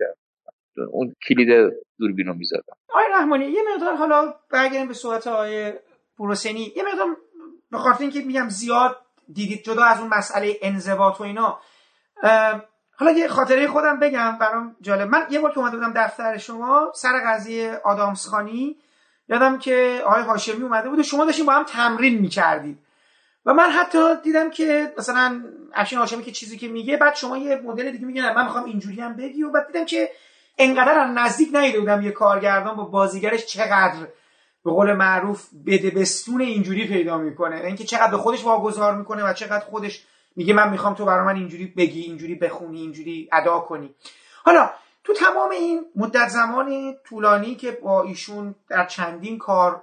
اون کلید دوربین رو میزدن. آقای رحمانی یه مقدار حالا برگردیم به صحبت آقای پروسنی، یه مقدار به خاطر اینکه میگم زیاد دیدید جدا از اون مسئله انضباط و اینا، حالا یه خاطره خودم بگم برام جالب. من یه بار که اومده بودم دفتر شما سر قضیه آدامسخانی، یادم که آقای هاشمی اومده بود و شما داشتین با هم تمرین می‌کردید و من حتی دیدم که مثلا افشین هاشمی که چیزی که میگه بعد شما یه مدل دیگه میگین من می‌خوام اینجوری هم بگی و بعد دیدم که انقدر از نزدیک ندیده بودم یه کارگردان با بازیگرش چقدر به قول معروف بده بستون اینجوری پیدا میکنه، اینکه چقدر به خودش واگذار میکنه و چقدر خودش میگه من میخوام تو برای من اینجوری بگی، اینجوری بخونی، اینجوری ادا کنی. حالا تو تمام این مدت زمان طولانی که با ایشون در چندین کار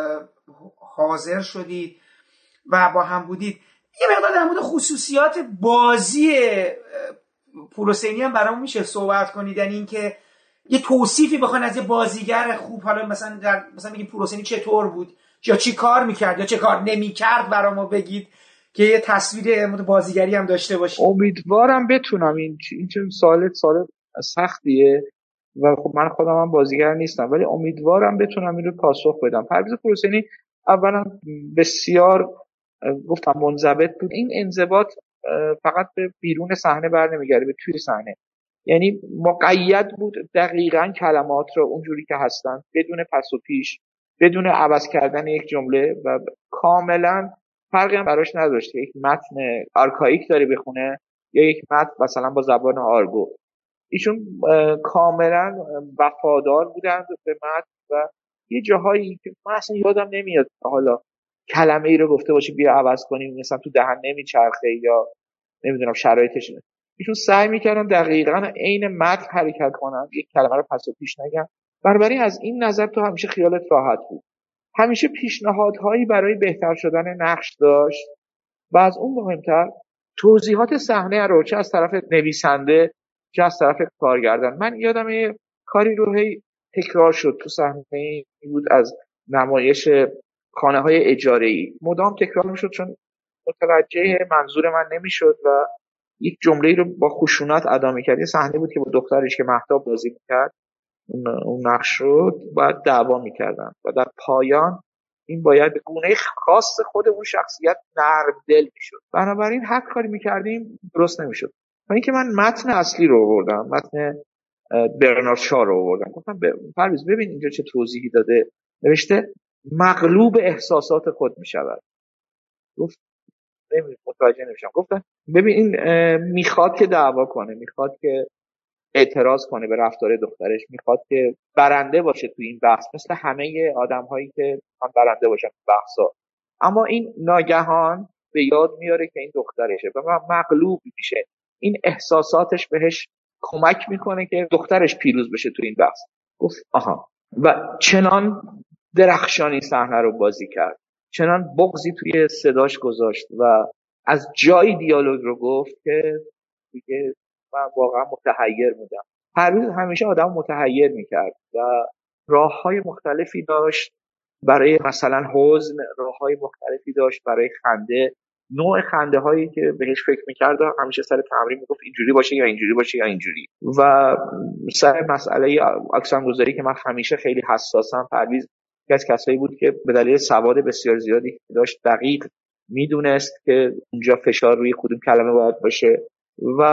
حاضر شدید و با هم بودید، یه مقدار در مورد خصوصیات بازی پروسینی هم برامون میشه صحبت کنید؟ یعنی اینکه یه توصیفی بخواید از یه بازیگر خوب، حالا مثلا در مثلا بگید پروسینی چطور بود یا چی کار میکرد یا چه کار نمیکرد برامو بگید که یه تصویر بازیگری هم داشته باشید. امیدوارم بتونم. این این چه سوال سوال سختیه و خب من خودم هم بازیگر نیستم، ولی امیدوارم بتونم این رو پاسخ بدم. پرویز پروسینی اولا بسیار گفتم منضبط بود. این انضباط فقط به بیرون صحنه بر نمیگرده، به توی صحنه، یعنی مقید بود دقیقاً کلمات رو اونجوری که هستن بدون پس و پیش، بدون عوض کردن یک جمله و کاملا فرقی هم براش نداشت یک متن آرکائیک داره بخونه یا یک متن مثلا با زبان آرگو. ایشون کاملا وفادار بودند به متن و یه جاهایی که من اصلا یادم نمیاد حالا کلمه ای رو گفته باشه بیا عوض کنیم، مثلا تو دهن نمیچرخه یا نمیدونم شرایطش. ایشون سعی میکردن دقیقاً عین متن حرکت کنن، یک کلمه رو پس و پیش نگن. بنابراین از این نظر تو همیشه خیالت راحت بود. همیشه پیشنهادهایی برای بهتر شدن نقش داشت و از اون مهمتر توضیحات صحنه رو چه از طرف نویسنده چه از طرف کارگردان. من یادم یه کاری رو هی تکرار شد تو صحنه بود از نمایش خانه‌های اجاره‌ای، مدام تکرار میشد چون متوجه منظور من نمیشد و یک جمله‌ای رو با خشونت ادا می‌کرد. یه صحنه بود که با دخترش که مهتاب بازی می‌کرد اون نقش رو بعد دعوا می‌کردن و در پایان این باید به گونه خاص خود اون شخصیت نرم دل میشد. بنابراین هر کاری میکردیم درست نمیشد. و اینکه من متن اصلی رو آوردم، متن برنارد شا رو آوردم، گفتم پرویز ببین اینجا چه توضیحی داده، نوشته مغلوب احساسات خود میشود. گفت نمیدونم متوجه نمیشم. گفتم ببین این میخواد که دعوا کنه، میخواد که اعتراض کنه به رفتار دخترش، میخواد که برنده باشه تو این بحث مثل همه آدم‌هایی که هم برنده باشن تو بحثا، اما این ناگهان به یاد میاره که این دخترشه و مغلوب میشه. این احساساتش بهش کمک میکنه که دخترش پیروز بشه تو این بحث. گفت آها. و چنان درخشان این صحنه رو بازی کرد، چنان بغضی توی صداش گذاشت و از جای دیالوگ رو گفت که دیگه من واقعا متحیر بودم. پرویز همیشه آدم متحیر میکرد و راههای مختلفی داشت برای مثلا حزن، راههای مختلفی داشت برای خنده، نوع خنده هایی که بهش فکر میکرد همیشه سر تمرین میگفت اینجوری باشه یا اینجوری باشه یا اینجوری. و سر مسئله اکسان گذاری که من همیشه خیلی حساسم، پرویز یکی از کسایی بود که به دلیل سواد بسیار زیادی داشت دقیق میدونست که اونجا فشار روی کدوم کلمه باید باشه و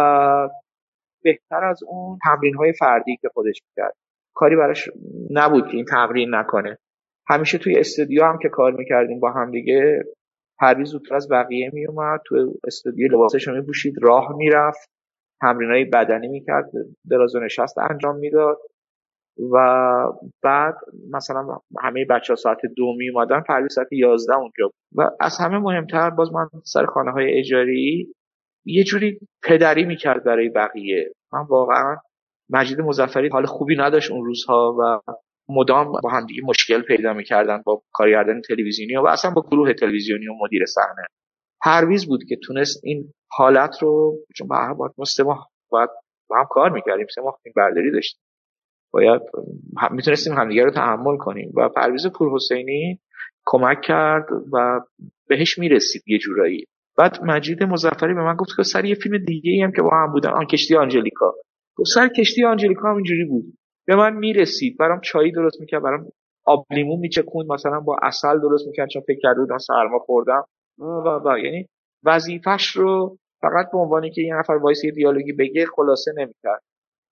بهتر از اون تمرین‌های فردی که خودش می‌کرد کاری براش نبود که این تمرین نکنه. همیشه توی استودیو هم که کار می‌کردیم با هم دیگه، پرویز زودتر از بقیه میومد تو استودیو، لباسش رو می‌پوشید، راه میرفت، تمرین‌های بدنی می‌کرد، دراز و نشست انجام میداد و بعد مثلا همه بچه‌ها ساعت دو میومدن، پرویز ساعت یازده اونجا بود. و از همه مهمتر باز من سر خانه‌های اجاری یه جوری پدری میکرد برای بقیه. من واقعا مجید مظفری حال خوبی نداشت اون روزها و مدام با هم دیگه مشکل پیدا میکردن با کارگردان تلویزیونی و اصلا با گروه تلویزیونی و مدیر صحنه. پرویز بود که تونست این حالت رو، چون به هر حال ما سه ماه باید با هم کار میکردیم، سه ماه این برداری داشتیم، باید میتونستیم همدیگه رو تحمل کنیم و پرویز پورحسینی کمک کرد و بهش میرسید یه جورایی. بعد مجید مظفری به من گفت که سر یه فیلم دیگه‌ای هم که با هم بودن، آن کشتی آنجلیکا، گفت سر کشتی آنجلیکا هم اینجوری بود، به من میرسید، برام چای درست میکرد، برام آب لیمو میچکوند، مثلا با عسل درست میکرد چون فکر کرده بودم سرما خوردم و و یعنی وظیفش رو فقط به عنوانی که یه نفر وایس یه دیالوگی بگه خلاصه نمیکرد،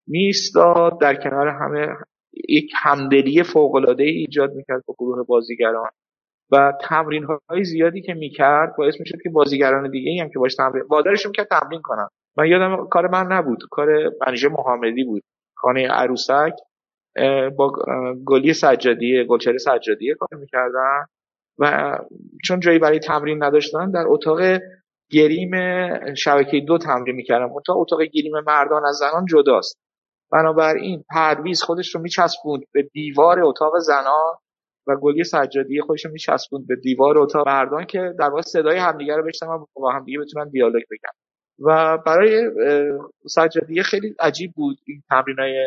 میستاد در کنار همه، یک همدلی فوق‌العاده‌ای ایجاد میکرد با گروه بازیگران و تمرین‌های زیادی که میکرد باعث میشد که بازیگران دیگه‌ای هم که باش تمرین وادارشون کرد تمرین کنن. من یادم کار من نبود، کار منیژه محمدی بود، خانه عروسک با گلی سجادی، گلچهره سجادی کار میکردن و چون جایی برای تمرین نداشتن در اتاق گریم شبکه دو تمرین میکردن. اتاق اتاق گریم مردان از زنان جداست، بنابراین پرویز خودش رو میچسبوند به دیوار اتاق زنان و گلی سجادی خودش رو میچسبوند به دیوار اتاق مردان که در واقع صدای همدیگه رو بشنون و با همدیگه بتونن دیالوگ بگن. و برای سجادی خیلی عجیب بود این تمرینای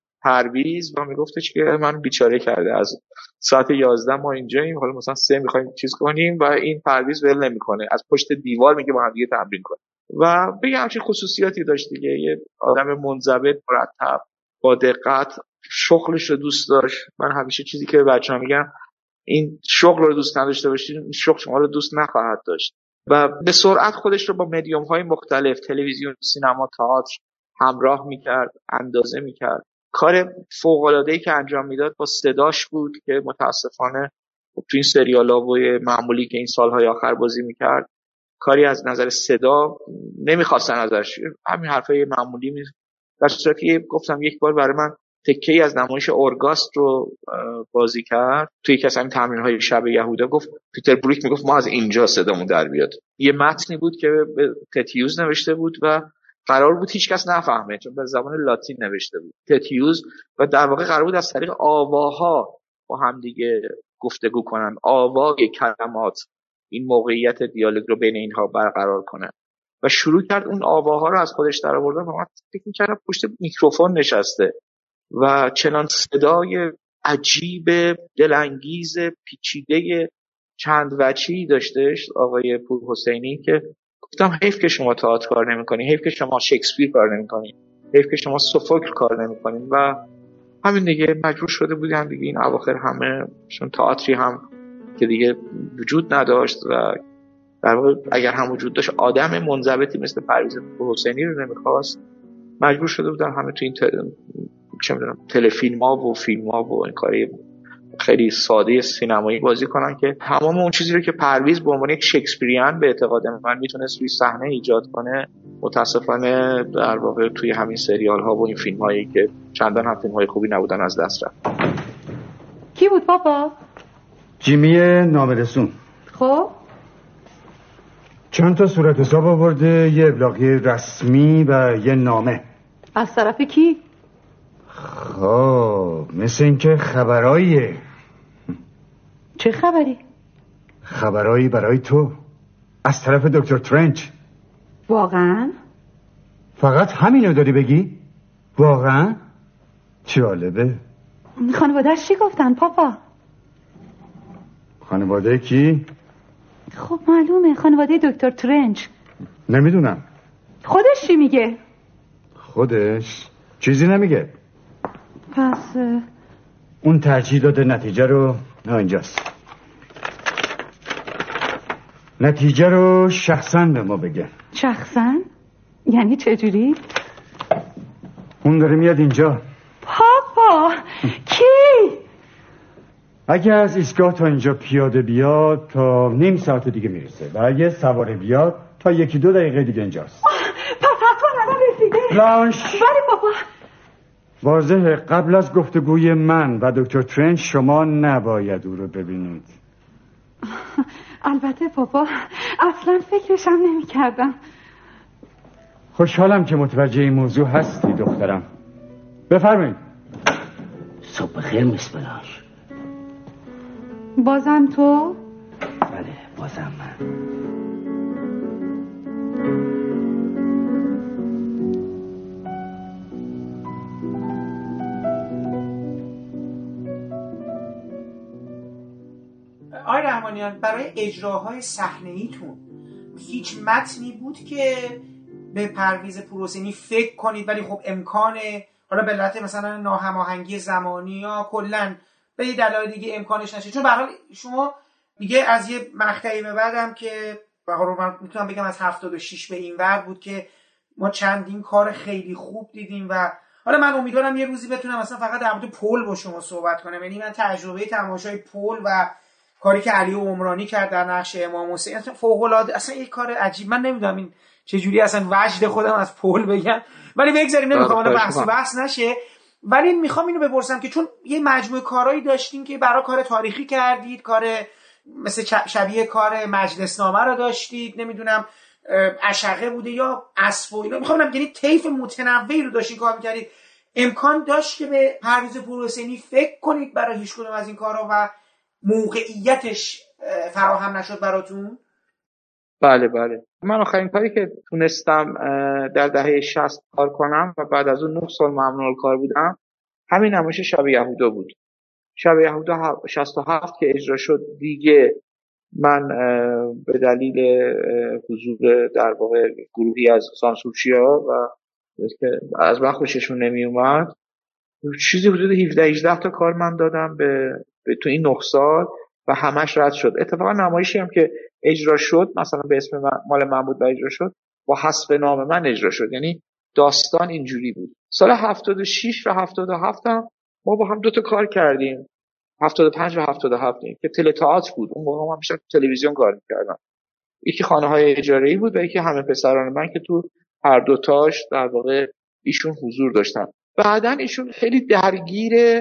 پرویز و میگفتش که من بیچاره کرده، از ساعت یازده ما اینجاییم، حالا مثلا سه میخوایم چیز کنیم و این پرویز ول نمیکنه، از پشت دیوار میگه با هم دیگه تمرین کنیم. و بگم همچین خصوصیاتی داشت دیگه، یه آدم منضبط، مرتب، با دقت، شغلش رو دوست داشت. من همیشه چیزی که به بچه‌ها میگم، این شغل رو دوست نداشته باشید این شغل شما رو دوست نخواهد داشت. و به سرعت خودش رو با مدیوم‌های مختلف، تلویزیون، سینما، تئاتر همراه میکرد، اندازه میکرد. کار فوق‌العاده‌ای که انجام میداد با صداش بود که متاسفانه تو این سریال‌ها و معمولی که این سال‌های آخر بازی میکرد کاری از نظر صدا نمیخواستن ازش، همین حرفای معمولی می در صورتی گفتم یک بار برای من تکه‌ای از نمایش اورگاست رو بازی کرد توی یکی از همین تمرین‌های شب یهودا. گفت پیتر بروک میگفت ما از اینجا صدامون در بیاد. یه متنی بود که به تتیوز نوشته بود و قرار بود هیچ کس نفهمه چون به زبان لاتین نوشته بود تتیوز، و در واقع قرار بود از طریق آواها با هم دیگه گفتگو کنن، آوای کلمات این موقعیت دیالوگ رو بین اینها برقرار کنه و شروع کرد اون آواها رو از خودش در آوردن و من فکر می‌کردم پشت میکروفون نشسته و چنان صدای عجیب، دلانگیز، پیچیده، چند وجهی داشتش آقای پورحسینی که گفتم حیف که شما تئاتر کار نمی‌کنی، حیف که شما شکسپیر کار نمی‌کنی، حیف که شما سوفوکل کار نمی‌کنین. و همین دیگه مجبور شده بودیم دیگه این اواخر همه چون تئاتری هم که دیگه وجود نداشت و در واقع اگر هم وجود داشت آدم منضبطی مثل پرویز حسینی رو نمیخواست. مجبور شده بودن همه تو این تل... چه میدونم تلفیلم ها و فیلم ها و این کاری خیلی ساده سینمایی بازی کنن که تمام اون چیزی رو که پرویز به عنوان یک شکسپیریان به اعتقاد من میتونست روی صحنه ایجاد کنه متاسفانه در واقع توی همین سریال ها و این فیلم هایی که چندان هم فیلم های خوبی نبودن از دست رفت. کی بود بابا؟ جیمی نامرسون. خب چند تا صورت حساب آورده، یه ابلاغی رسمی و یه نامه. از طرف کی؟ خب مثل این که خبراییه. چه خبری؟ خبرایی برای تو از طرف دکتر ترنچ. واقعا؟ فقط همینو داری بگی؟ واقعا؟ جالبه. خانواده‌اش چی گفتن پاپا؟ خانواده کی؟ خب معلومه خانواده دکتر ترنچ. نمیدونم. خودش چی میگه؟ خودش چیزی نمیگه. پس اون ترجیح داده نتیجه رو نه اینجاست. نتیجه رو شخصا به ما بگه. شخصا؟ یعنی چجوری؟ اون داره میاد اینجا. پاپا کی؟ اگه از ایستگاه تا اینجا پیاده بیاد تا نیم ساعت دیگه میرسه و اگه سواره بیاد تا یکی دو دقیقه دیگه اینجاست. پس حتما الان رسیده. بلانش. بله پاپا. واضحه قبل از گفتگوی من و دکتر ترنچ شما نباید او رو ببینید. البته پاپا اصلا فکرشم نمی کردم. خوشحالم که متوجه این موضوع هستی دخترم. بفرمایید. صبح بخیر میس بلانش. بازم تو؟ بله بازم من. آقای رحمانیان برای اجراهای صحنه‌ایتون هیچ متنی بود که به پرویز پورحسینی فکر کنید ولی خب امکان حالا به علت مثلا ناهماهنگی زمانی یا کلا به یه دلایل دیگه امکانش نشه؟ چون به هر حال شما میگه از یه مقطعی به بعدم که به هر حال میتونم بگم از هفتاد و شش به این ور بود که ما چندین کار خیلی خوب دیدیم و حالا من امیدوارم یه روزی بتونم مثلا فقط در مورد پل با شما صحبت کنم. یعنی من تجربه تماشای پل و کاری که علی عمرانی کرد در نقش امام حسین اصلا فوق العاده، اصلا یه کار عجیب. من نمیدونم این چه جوری اصلا وجد خودم از پل بگم، ولی بگذاریم نمیخوام الان بحث بحث نشه. ولی میخوام اینو بپرسم که چون یه مجموعه کارهایی داشتیم که برای کار تاریخی کردید، کار مثل شبیه کار مجلسنامه رو داشتید، نمیدونم عشقه بوده یا اسب و اینا، میخوام بگم یعنی طیف متنوعی رو داشتید کار میکردید. امکان داشت که به پرویز پورحسینی فکر کنید برای هیچ کدوم از این کارها و موقعیتش فراهم نشد براتون؟ بله بله. من آخرین کاری که تونستم در دهه شصت کار کنم و بعد از اون نه سال ممنوع الکار بودم همین نمایش شب یهودا بود. شب یهودا شصت و هفت که اجرا شد دیگه من به دلیل حضور در واقع گروهی از سانسورچیا و از من خوششون نمی اومد چیزی حدود هفده هجده تا کار من دادم به, به تو این نه سال و همش رد شد. اتفاقا نمایشی هم که اجرا شد مثلا به اسم من، مال من بود و اجرا شد با حسب نام من اجرا شد. یعنی داستان اینجوری بود. سال هفتاد و شش و هفتاد و هفت هم ما با هم دو تا کار کردیم، هفتاد و پنج و هفتاد و هفت که تله تئاتر بود. اون موقع من بیشتر تلویزیون کار می‌کردم. یکی خانه‌های اجاره‌ای بود و یکی همه پسران من که تو هر دو تاش در واقع ایشون حضور داشتن. بعدن ایشون خیلی درگیر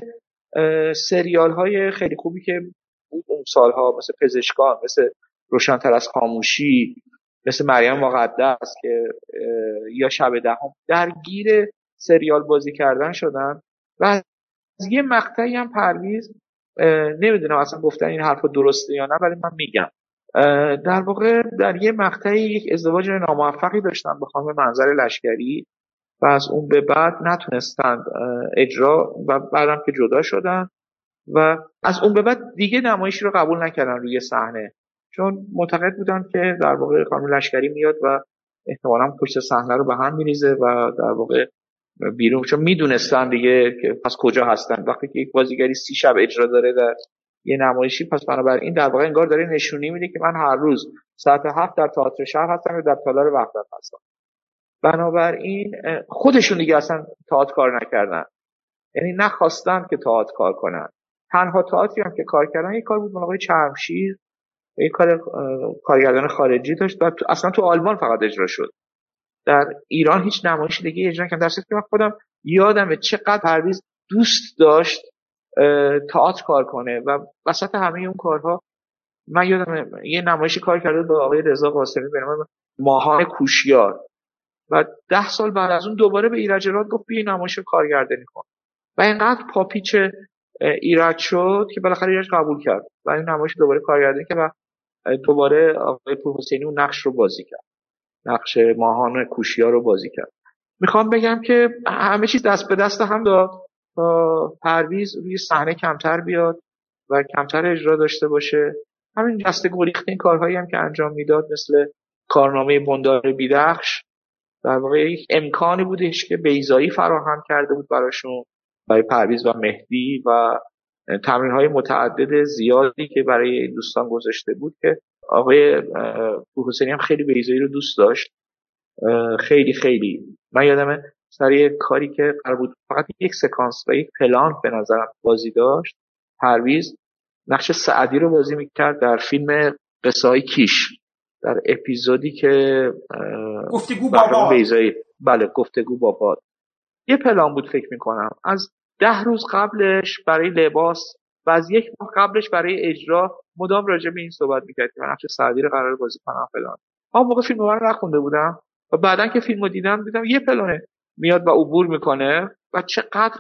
سریال‌های خیلی خوبی که بود اون سالها، مثل پزشکان، مثل روشن‌تر از خاموشی، مثل مریم مقدس که یا شب دهم، درگیر سریال بازی کردن شدن. و از یه مقطعی هم پرویز، نمیدونم اصلا گفتن این حرف درسته یا نه ولی من میگم، در واقع در یه مقطعی یک ازدواج ناموفقی داشتن با خانم منظر لشکری و از اون به بعد نتونستند اجرا و بعدم که جدا شدن و از اون به بعد دیگه نمایشی رو قبول نکردن روی صحنه، چون معتقد بودن که در واقع خانم لشکری میاد و احتمالاً پشت صحنه رو به هم میریزه و در واقع بیرون، چون میدونستن دیگه که پس کجا هستن وقتی که یک بازیگری سی شب اجرا داره در یه نمایشی، پس بنابراین در واقع انگار داره نشونی میده که من هر روز ساعت هفت در تئاتر شهر هستم یا در تالار وحدت هستم. بنابراین خودشون دیگه اصلا تئاتر کار نکردن، یعنی نخواستن که تئاتر کار کنن. تنها تئاتری هم که کار کردن یک کار بود مال آقای چرمشیر، یک کار کارگردان خارجی داشت و اصلا تو آلمان فقط اجرا شد. در ایران هیچ نمایش دیگه اجرا نکردن. در صورتی که من خودم یادمه چقدر پرویز دوست داشت تئاتر کار کنه و وسط همه اون کارها من یادمه یه نمایشی کار کرده با آقای رضا قاسمی به نام ماهان کوشیار و ده سال بعد از اون دوباره به ایرج راد گفت بیا نمایش کارگردانی کن و اینقدر پاپیچ ایرج شد که بالاخره ایرج قبول کرد و این نمایش دوباره کارگردانی کرد و دوباره آقای پورحسینی اون نقش رو بازی کرد، نقش ماهان کوشیار رو بازی کرد. میخوام بگم که همه چیز دست به دست هم داد تا پرویز روی صحنه کمتر بیاد و کمتر اجرا داشته باشه. همین دسته گریخته این کارهایی هم که انجام میداد مثل کارنامه بندار بیدخش در واقع یک امکانی بودش که بیضایی فراهم کرده بود براشون، برای پرویز و مهدی و تمرین‌های متعدد زیادی که برای دوستان گذاشته بود که آقای پورحسینی هم خیلی بیضایی رو دوست داشت. خیلی خیلی من یادمه سر یک کاری که قرار بود فقط یک سکانس و یک پلان به نظرم بازی داشت، پرویز نقش سعدی رو بازی میکرد در فیلم قصه‌های کیش در اپیزودی که گفتگو با باد. بله گفتگو با باد. یه پلان بود فکر میکنم از ده روز قبلش برای لباس و از یک ماه قبلش برای اجرا مدام راجع به این صحبت میکرد که من نقش سعدی رو قرار بازی کنم فلان. اما موقع فیلم رو نخونده بودم و بعدن که فیلمو دیدم دیدم یه پلانه میاد و عبور میکنه و چقدر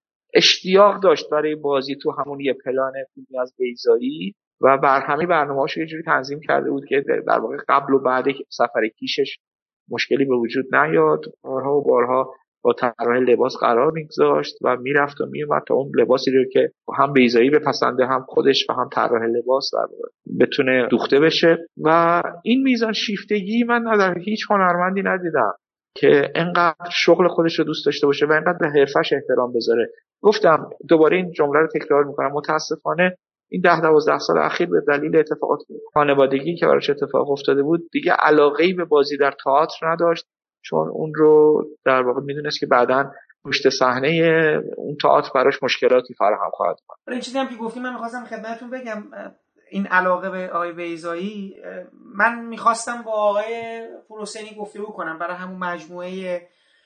اشتیاق داشت برای بازی تو همون یه پلان فیلمی از بیضایی و بر همه برنامه‌هاش یه جوری تنظیم کرده بود که در واقع قبل و بعد سفر کیشش مشکلی به وجود نیاد. بارها و بارها با طراح لباس قرار میگذاشت و میرفت و میومد تا اون لباسی رو که هم بیضایی بپسنده هم خودش و هم طراح لباس در واقع بتونه دوخته بشه. و این میزان شیفتگی من در هیچ هنرمندی ندیدم که اینقدر شغل خودش رو دوست داشته باشه و اینقدر به حرفش احترام بذاره. گفتم دوباره این جمله رو تکرار میکنم، متاسفانه این ده دوازده سال اخیر به دلیل اتفاقات خانوادگی که براش اتفاق افتاده بود دیگه علاقه‌ای به بازی در تئاتر نداشت، چون اون رو در واقع میدونست که بعداً پشت صحنه اون تئاتر براش مشکلاتی فراهم خواهد بود. این چیزی هم که گفتیم من می‌خواستم خدمتتون بگم، این علاقه به آقای بیضایی من می‌خواستم با آقای پورحسینی گفتگو کنم برای همون مجموعه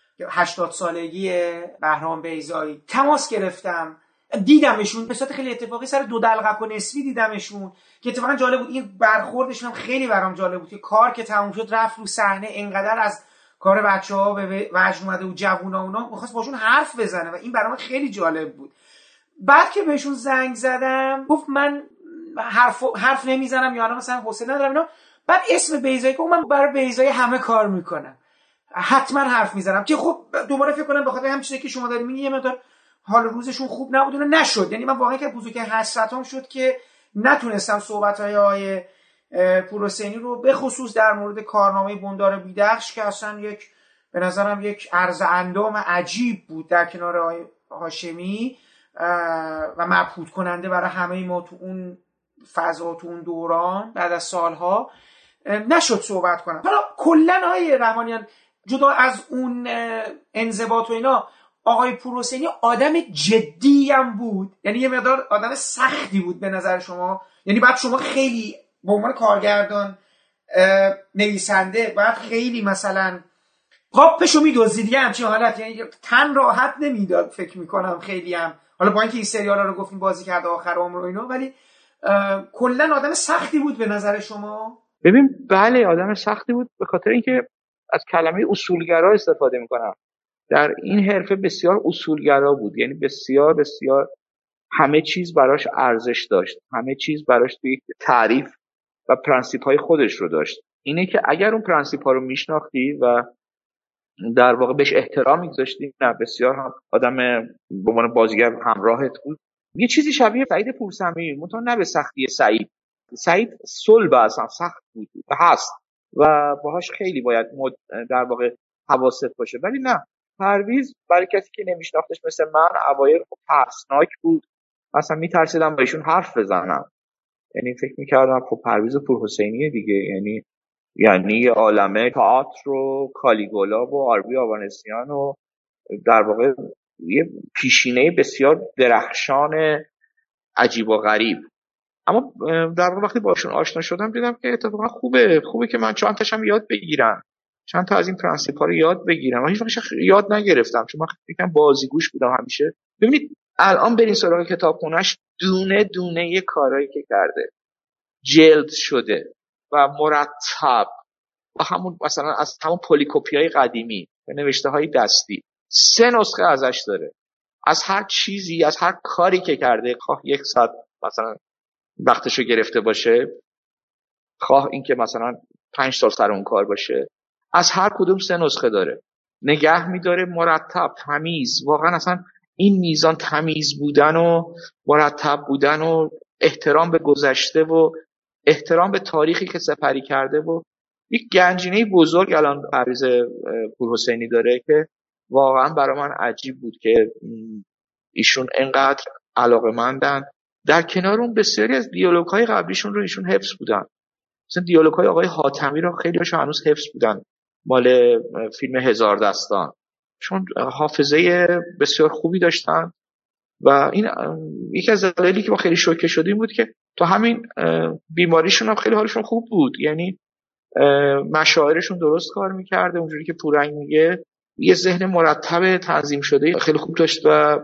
هشتاد سالگی بهرام بیضایی. تماس گرفتم، دیدمشون به صورت خیلی اتفاقی سر دو دلقک و نصفی دیدمشون که اتفاقا جالب بود. این برخوردشون هم خیلی برام جالب بود که کار که تموم شد رفت رو صحنه، اینقدر از کار بچه‌ها به وجد اومده و جوونا اونا می‌خواست باشون حرف بزنه و این برام خیلی جالب بود. بعد که بهشون زنگ زدم گفت من حرف حرف نمیزنم یا مثلا حوصله ندارم اینا. بعد اسم بیضایی که من برای بیضایی همه کار میکنم، حتما حرف میزنم که خب دوباره فکر کنم بخاطر همین چیزی که شما دارید میگید یه مقدار حال روزشون خوب نبود و نشد. یعنی من واقعا که بزرگترین حسرتام شد که نتونستم صحبت‌های آقای پورحسینی رو به خصوص در مورد کارنامه بندار بیدخش که اصلا یک به نظرم یک عرض اندام عجیب بود در کنار آقای هاشمی و مبهوت کننده برای همه ما تو اون فضا تو اون دوران بعد از سالها نشد صحبت کنم. حالا کلا آقای رحمانیان جدا از اون انضباط و اینا، آقای پورحسینی آدم جدی هم بود، یعنی یه مقدار آدم سختی بود به نظر شما؟ یعنی بعد شما خیلی به عنوان کارگردان نویسنده باید خیلی مثلا قاپشو میدوزید یه همچین حالت، یعنی تن راحت نمیداد فکر میکنم خیلی هم. حالا با اینکه این سریالا رو گفتیم بازی کرده آخر عمر و اینا، ولی کلا آدم سختی بود به نظر شما؟ ببین بله آدم سختی بود به خاطر اینکه از کلمه اصولگرا استفاده میکنم. در این حرفه بسیار اصولگرا بود، یعنی بسیار بسیار همه چیز براش ارزش داشت، همه چیز براش توی تعریف و پرنسیپ های خودش رو داشت. اینه که اگر اون پرنسیپ ها رو میشناختی و در واقع بهش احترام میگذاشتی، نه بسیار هم آدم به عنوان بازیگر همراهت بود. یه چیزی شبیه سعید پورسمی، منتها نه به سختی سعید. سعید صلب اصلا سخت بود و هست و باهاش خیلی باید در واقع حواست باشه، ولی نه پرویز برای کسی که نمیشناختش مثل من اوایل ترسناک بود اصلا میترسیدم با ایشون حرف بزنم. یعنی فکر میکردم خب پرویز پورحسینی دیگه، یعنی یعنی یه عالمه تئاتر و کالیگولا و آربی آوانسیان و در واقع یه پیشینه بسیار درخشان عجیب و غریب. اما در واقع وقتی باشون آشنا شدم دیدم که اتفاقا خوبه خوبه که من چند تاشم یاد بگیرم، چند تا از این پرنسیپ‌ها رو یاد بگیرم. من هیچ وقت یاد نگرفتم چون من یکم بازیگوش بودم همیشه. ببینید الان برین سراغ کتابخونه‌اش، دونه دونه یه کارایی که کرده، جلد شده و مرتب و همون مثلا از همون پلیکوپیای قدیمی و نوشته‌های دستی سه نسخه ازش داره. از هر چیزی، از هر کاری که کرده، خواه یک ساعت مثلا وقتشو گرفته باشه، خواه این که مثلا پنج سال سر اون کار باشه، از هر کدوم سه نسخه داره، نگه میداره، مرتب، تمیز. واقعا اصلا این میزان تمیز بودن و مرتب بودن و احترام به گذشته و احترام به تاریخی که سپری کرده و یک گنجینه بزرگ الان پرویز پورحسینی داره که واقعا برای من عجیب بود که ایشون انقدر علاقه‌مندن. در کنار اون بسیاری از دیالوگ‌های قبلیشون رو ایشون حفظ بودن. مثلا دیالوگ‌های آقای حاتمی رو خیلی‌هاش هنوز حفظ بودن، مال فیلم هزار دستان، چون حافظه بسیار خوبی داشتن. و این یکی از دلایلی که ما خیلی شوکه شدیم بود که تو همین بیماریشون هم خیلی حالشون خوب بود، یعنی مشاعرشون درست کار می‌کرده، اونجوری که پورنگ میگه یه ذهن مرتب تنظیم شده خیلی خوب داشت. و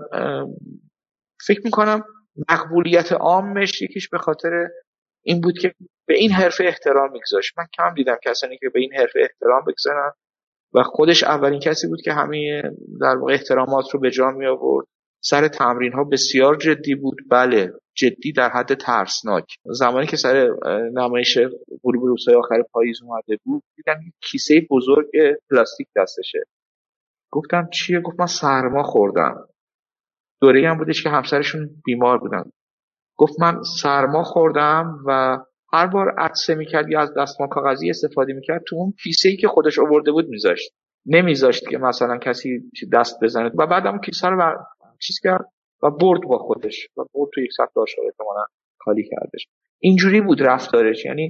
فکر می‌کنم مقبولیت عامش یکیش به خاطر این بود که به این حرفه احترام می‌گذاشت. من کم دیدم کسانی که به این حرفه احترام بگذارن و خودش اولین کسی بود که همه در واقع احترامات رو به جا می آورد. سر تمرین‌ها بسیار جدی بود، بله جدی در حد ترسناک. زمانی که سر نمایش غروب روزهای آخر پاییز اومده بود دیدم یک کیسه بزرگ پلاستیک دستشه. گفتم چیه؟ گفت من سرما خوردم. دوره‌ای هم بودش که همسرشون بیمار بودن. گفت من سرما خوردم و هر بار عطسه میکرد یا از دستمال کاغذی استفاده میکرد تو اون کیسه‌ای که خودش آورده بود میذاشت، نمیذاشت که مثلا کسی دست بزنه. و بعدم کیسه رو بر... چیز کرد و برد با خودش و برد تو یک سطل آشغال احتمالاً خالی کردش. اینجوری بود رفتارش، یعنی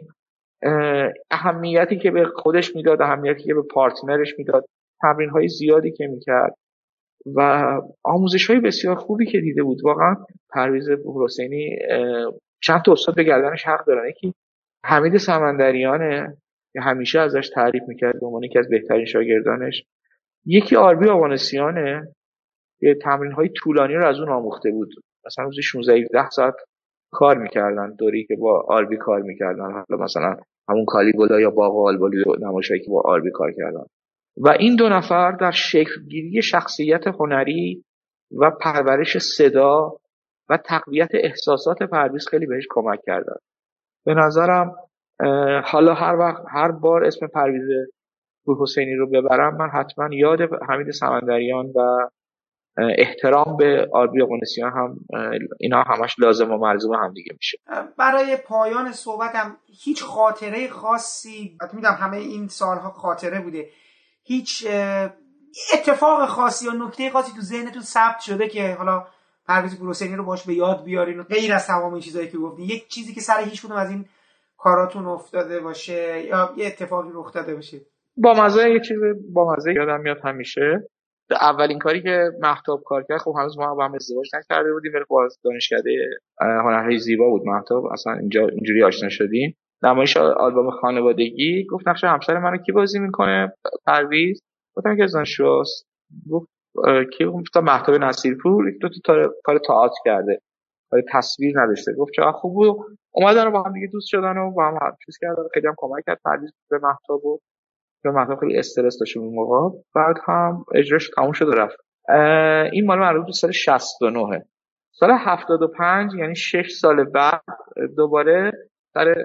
اهمیتی که به خودش میداد، اهمیتی که به پارتنرش میداد، تمرین‌های زیادی که میکرد و آموزش‌های بسیار خوبی که دیده بود. واقعا پرویز پورحسینی چند تا استاد به گردنش حق دارن. یکی حمید سمندریانه که همیشه ازش تعریف میکرد به عنوان یکی از بهترین شاگردانش. یکی آربی آوانسیانه که تمرین‌های طولانی رو از اون آموخته بود، مثلا روزی شانزده هفده ساعت کار میکردن، دوری که با آربی کار میکردن، حالا مثلا همون کالیگولا یا باغ آلبالی نمایشایی که با آربی کار کردن. و این دو نفر در شکلگیری شخصیت هنری و پرورش صدا و تقویت احساسات پرویز خیلی بهش کمک کردن. به نظرم حالا هر وقت هر بار اسم پرویز پورحسینی رو ببرم من حتما یاد حمید سمندریان و احترام به آربی آوانسیان هم، اینا همش لازم و ملزوم هم دیگه میشه. برای پایان صحبتم هیچ خاطره خاصی، میدونم همه این سالها خاطره بوده، هیچ اتفاق خاصی یا نکته خاصی تو ذهنتون ثبت شده که حالا پرویز پورحسینی رو باش به یاد بیارین غیر از تمام این چیزایی که گفتین؟ یک چیزی که سر هیچ کدوم از این کاراتون افتاده باشه یا یه اتفاقی رخ داده باشه؟ با مزه یه چیز با مزه یادم میاد همیشه اولین کاری که مهتاب کار کرد، خب هنوز ما با هم ازدواج نکرده بودیم ولی خب از دانشکده هنرهای زیبا بود مهتاب، اصلا اینجا اینجوری آشنا شدیم. نمایش آلبوم خانوادگی گفت نقش همسر منو کی بازی میکنه؟ پرویز. گفتم که زنشوست. گفت کی؟ گفت مهتاب نصیرپور، یک دو تا کار تئاتر کرده ولی تصویر نداشته. گفت چقدر خوب بود. اومدن با هم دیگه دوست شدن و با هم چیز کردن، خیلی هم کمک کرد پرویز به مهتاب و به مهتاب خیلی استرس داشت اون موقع. بعد هم اجراش تموم شد و رفت. این مال مربوط به سال شصت و نه. سال هفتاد و پنج یعنی شش سال بعد دوباره در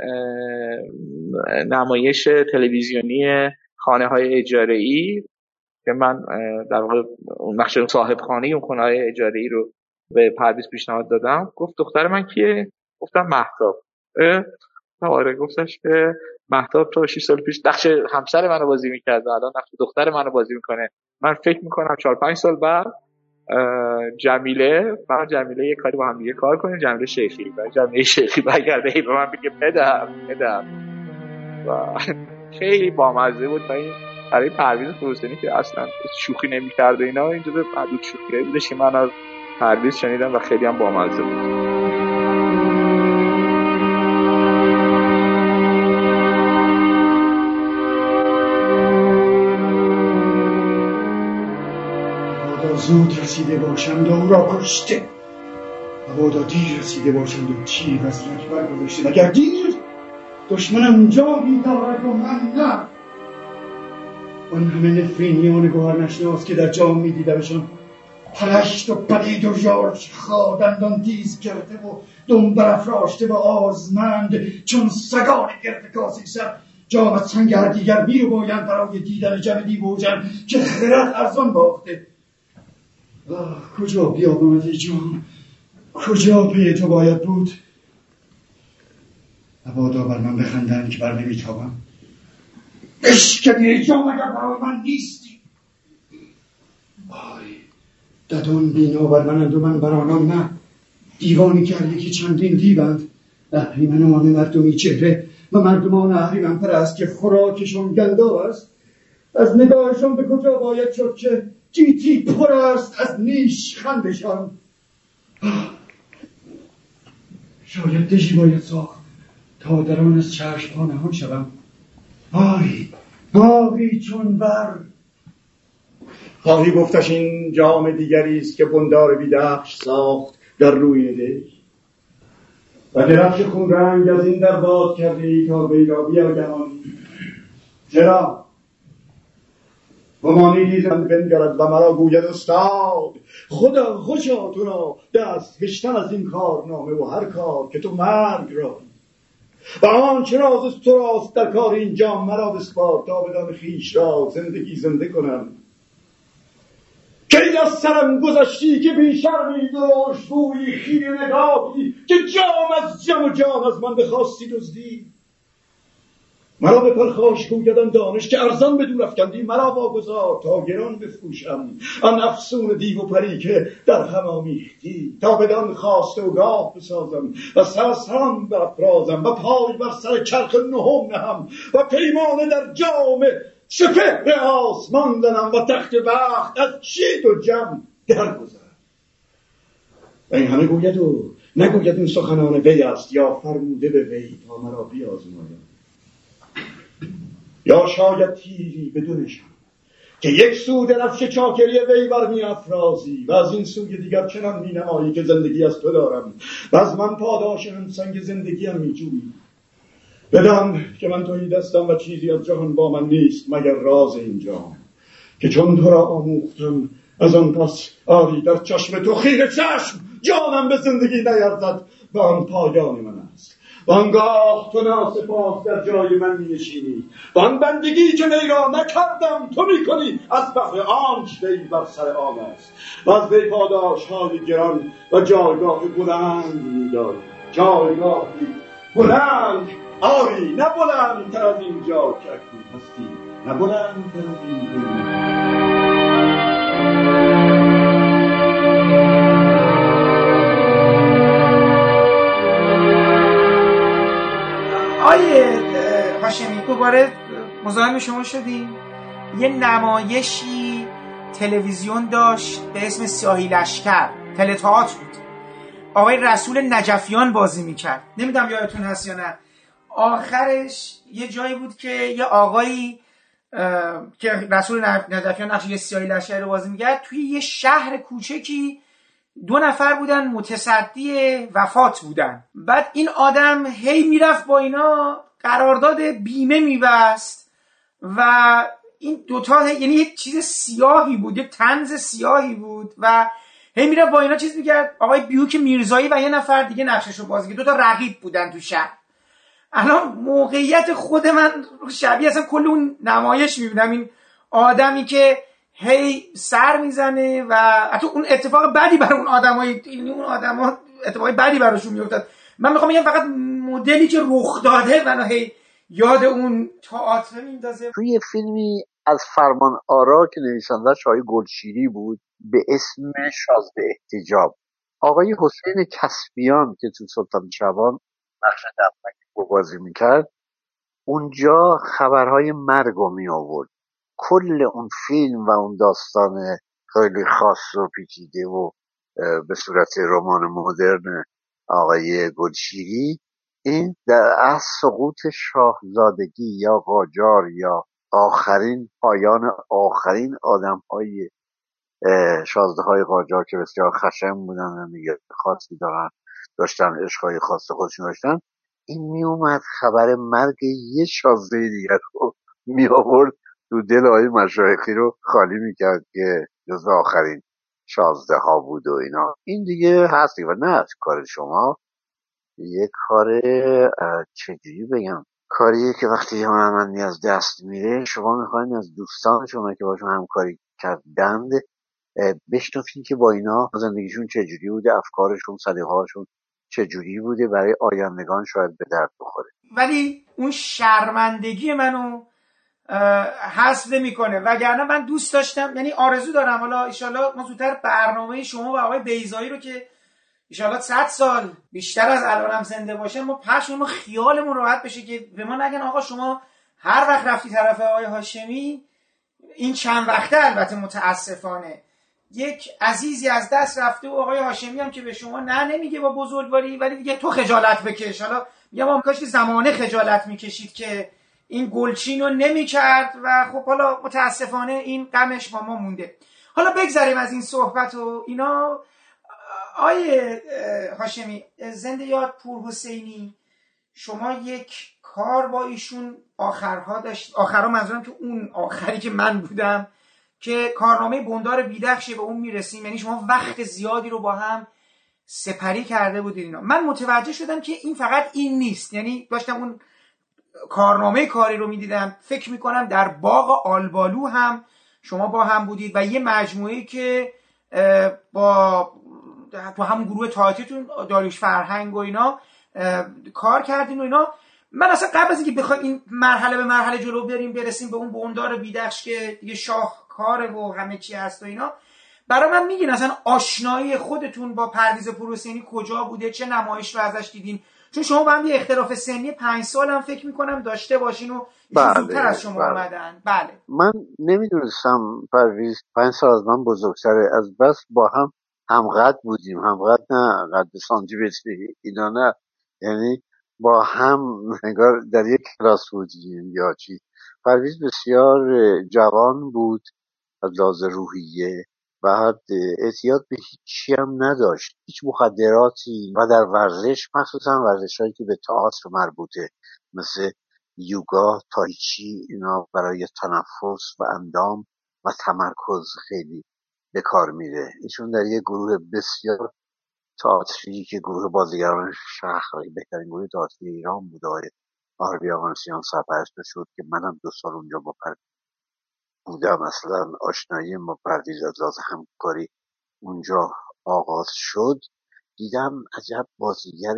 نمایش تلویزیونی خانه‌های اجاره‌ای که من در واقع نقش صاحب خانه اون خانه‌های اجاره‌ای رو به پرویز پیشنهاد دادم. گفت دختر من کیه؟ گفتم مهتاب. آره. گفتش که مهتاب تو شش سال پیش نقش همسر منو بازی می‌کرد، الان نقش دختر منو بازی می‌کنه. من فکر می‌کنم چهار پنج سال بعد جمیله من جمیله یه کاری با هم دیگه کار کنیم، جمیله شیخی و جمیله شیخی برگرده به من بگه پدر پدر و خیلی بامزه بود. و این برای پرویز فروزانی که اصلا شوخی نمی‌کرد و اینا، اینجا به معدود شوخی بودش که من از پرویز شنیدم و خیلی هم بامزه بود. زود رسیده باشند و او را کشته، مبادا دیر رسیده باشند و تیر از رکبر گذاشته. اگر دیر دشمنم جایی دارد و من نه. آن همه نفرینیان گوهر نشناس که در جام می دیدمشان پلشت و پلید و ژارژ خادندان تیز کرده و دم برافراشته و آزمند چون سگان گرد کاسه سر جام از سنگ هر دیگر می رو باید برای دیدن جمع دیووجن که خرد ارزان باخته. آه کجا بیابمت ای جان، کجا پی تو باید بود؟ مبادا بر من بخندن که بر نمیتابم. اشکنی ای جان اگر برای من نیستی. آی ددان بینا بر منند و من بر آنان نه. دیوانی که هر یکی چندین دیوند، اهریمنان مردمی چهره و مردمان اهریمن پرست که خوراکشون گنداب است. از نگاهشون به کجا باید شد که جیتی پر است از نیش خندشان. شاید دژی باید ساخت تا در آن از چشم ها نهان شوم. آی باقی چون بر خواهی گفتش این جام دیگری است که بندار بیدخش ساخت در روی دژ و درفش خون رنگ از این در باد کرده ای تا بیرابی آگهانی. چرا گمانی دیدن بنگرد و مرا گوید استاد خدا خوشا تو را دست کشتن از این کارنامه و هر کار که تو مرگ را و آنچه راز تو راست در کار این جام مرا بسپار تا بدان خویش را زندگی زنده کنم. کی از سرم گذشتی که بی شرمی داشت بویی خیلی نگاهی که جام از جم و جام از من بخواستی دزدی. مرا به پرخاش گویدن دانش که ارزان به دور افکندی مرا واگذار تا گران بفروشم آن افسون دیو و پری که در هم آمیختی تا بدان خواسته و گاه بسازم و سر سرم برافرازم و پای بر سر چرخ نهم نهم و پیمانه در جام سپهر آسمان زنم و تخت بخت از چید و جم درگذرم. و این همه گوید و نگوید این سخنان وی است یا فرموده به وی تا مرا بیازماید، یا شاید تیری بدونشم که یک سو درفش چاکری وی بر می افرازی و از این سوی دیگر چنان می نمایی که زندگی از تو دارم و از من پاداش همسنگ زندگی هم می جویی. بدان که من تویی دستم و چیزی از جهان با من نیست مگر راز این جام که چون تو را آموختم از آن پس آری در چشم تو خیره چشم جانم به زندگی نیرزد و آن پایان من است. وانگاه تو ناسپاس در جای من می نشینی و آن بندگی که وی را نکردم تو می کنی از بحر آنچ وی بر سر آن است و از وی پاداش های گران و جایگاه بلند می داری. جایگاهی بلند آری نه بلند تر از این جا که اکنون هستی، نه بلند تر از این دنیا. آیه هاشمی دوباره مزاحم شما شدیم. یه نمایشی تلویزیون داشت به اسم سیاهی لشکر، تلتئاتر بود. آقای رسول نجفیان بازی میکرد، نمیدونم یادتون هست یا نه. آخرش یه جایی بود که یه آقایی که رسول نجفیان نقش یه سیاهی لشکر رو بازی میکرد توی یه شهر کوچکی دو نفر بودن متصدی وفات بودن. بعد این آدم هی میرفت با اینا قرارداد بیمه میبست و این دوتا یعنی یک چیز سیاهی بود، یک طنز سیاهی بود و هی میرفت با اینا چیز میکرد. آقای بیوک میرزایی و یه نفر دیگه نقشش رو بازی کرد. دوتا رقیب بودن تو شهر. الان موقعیت خود من شبیه اصلا کل اون نمایش میبینم، این آدمی که هی سر میزنه و حتی اون اتفاق بدی برای اون آدمای اون آدما اتفاق بدی براشون میافتاد. من میخوام بگم فقط مدلی که رخ داده منو هی یاد اون تئاتر میندازه. توی فیلمی از فرمان آرا که نویسنده‌اش آقای گلشیری بود به اسم شازده احتجاب. آقای حسین کسبیان که تو سلطان شعبان نقش دفعه رو بازی میکرد اونجا خبرهای مرگ رو می آورد. کل اون فیلم و اون داستان خیلی خاص و پیچیده و به صورت رمان مدرن آقای گلشیری این در از سقوط شاهزادگی یا قاجار یا آخرین پایان آخرین آدم های شازده های قاجار که بسیار خشن بودن و نگاه خاصی دارن داشتن عشقای خاص خودشون داشتن، این می اومد خبر مرگ یه شازده دیگر رو می آورد تو دل آقای مشایخی رو خالی می کرد که جزو آخرین شازده ها بود و اینا. این دیگه هستی و نه کار شما یه کار چجوری بگم کاریه که وقتی هنرمندی از دست میره شما میخواین از دوستان شما که باشون همکاری کردند بشنفین که با اینا زندگیشون چجوری بوده، افکارشون، سلیقه‌هاشون چجوری بوده، برای آیندگان شاید به درد بخوره. ولی اون شرمندگی منو حذف نمیکنه، وگرنه من دوست داشتم، یعنی آرزو دارم حالا ایشالا ما زودتر برنامه شما و آقای بیضایی رو که ایشالا صد سال بیشتر از الانم زنده باشه ما پشممون خیالمون راحت بشه که به ما نگن آقا شما هر وقت رفتی طرف آقای هاشمی، این چند وقته البته متاسفانه یک عزیزی از دست رفته و آقای هاشمی هم که به شما نه نمیگه با بزرگواری، ولی دیگه تو خجالت بکش. حالا میگم ما کاش که زمانه خجالت میکشید که این گلچین رو نمیکرد و خب حالا متاسفانه این غمش با ما مونده. حالا بگذاریم از این صحبت و اینا. آیه هاشمی زنده یاد پور حسینی، شما یک کار با ایشون آخرها داشت، آخرها منظورم که اون آخری که من بودم که کارنامه بندار بیدخشه به اون میرسیم، یعنی شما وقت زیادی رو با هم سپری کرده بودید اینا. من متوجه شدم که این فقط این نیست، یعنی داشتم اون کارنامه کاری رو میدیدم فکر میکنم در باغ آلبالو هم شما با هم بودید و یه مجموعه‌ای که با تو همون گروه تئاترتون داریوش فرهنگ و اینا کار کردین و اینا. من اصلا قبل از اینکه بخوایم این مرحله به مرحله جلو بریم برسیم به اون بندار بیدخش که دیگه شاهکاره و همه چی هست و اینا، برای من میگین اصلا آشنایی خودتون با پرویز پور حسینی کجا بوده، چه نمایش رو ازش دیدین؟ چون شما با هم یه اختلاف سنی پنج سال هم فکر میکنم داشته باشین و بله، زودتر از شما بله. اومدن. بله من نمیدونستم پرویز پنج سال از من بزرگتره، از بس با هم همقد بودیم، همقد نه قد سانتی متری اینا نه، یعنی با هم انگار در یک کلاس بودیم یا چی. پرویز بسیار جوان بود از لحاظ روحیه و حد اعتیاد به هیچی هم نداشت، هیچ مخدراتی، و در ورزش مخصوصا ورزش هایی که به تئاتر مربوطه مثل یوگا، تایچی، اینا برای تنفس و اندام و تمرکز خیلی به کار میره. ایشون در یک گروه بسیار تئاتری که گروه بازیگران شهر بهترین گروه تئاتری ایران بود آقای آربی آقانسیان سرپرست شد که منم دو سال اونجا با پرویز بودم. اصلا آشنایی ما پرویز از لحاظ همکاری اونجا آغاز شد. دیدم عجب بازیگر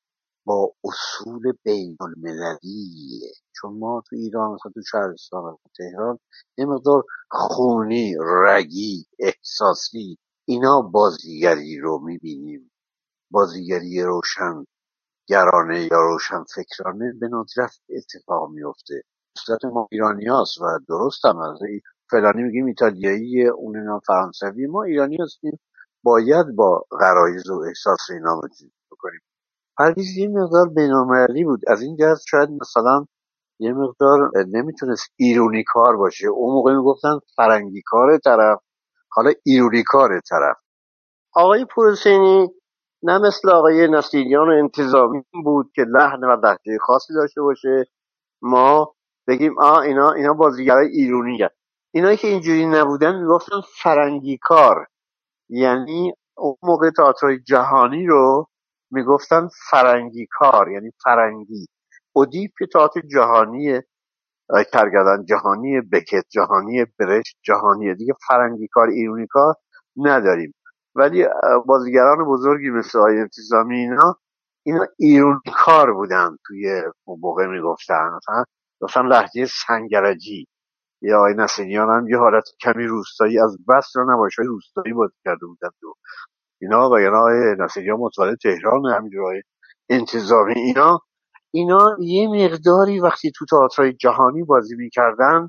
با اصول بین المللیه، چون ما تو ایران مثلا تو شهرستان و تهران یه مقدار خونی، رگی، احساسی اینا بازیگری رو میبینیم. بازیگری روشن گرانه یا روشن فکرانه به ندرت اتفاق میفته. صورت ما ایرانی هست و درست هم از فلانی میگیم ایتالیایی اون اینا فرانسوی، ما ایرانی هستیم باید با غرایز و احساس اینا بکنیم. پرویز یه مقدار بین‌المللی بود، از این جهت شاید مثلا یه مقدار نمیتونست ایرونی کار باشه. اون موقع میگفتن فرنگی کار طرف، حالا ایرونی کار طرف. آقای پورحسینی نه مثل آقای نصیریان و انتظامی بود که لحن و لهجه خاصی داشته باشه ما بگیم آه اینا اینا بازیگرای ایرونی هستند. اینایی که اینجوری نبودن میگفتن فرنگی کار، یعنی اون موقع تئاتر جهانی رو میگفتن فرنگی کار، یعنی فرنگی. ادیپ تئاتر جهانی کارگردان جهانی بکت، جهانی برشت، جهانی دیگه، فرنگی کار ایرونی کار نداریم. ولی بازیگران بزرگی مثل آقای انتظامی اینا اینا ایرونی کار بودن توی اون موقع میگفتن، مثلا مثلا لهجه سنگرجی یا آقای نصیریان هم یه حالت کمی روستایی از بس را نمایش‌های روستایی بازی کرده بودند و اینا و یعنی آقای نصیریان متولد تهران، همینجور آقای انتظامی، اینا اینا یه مقداری وقتی تو تئاترهای جهانی بازی میکردن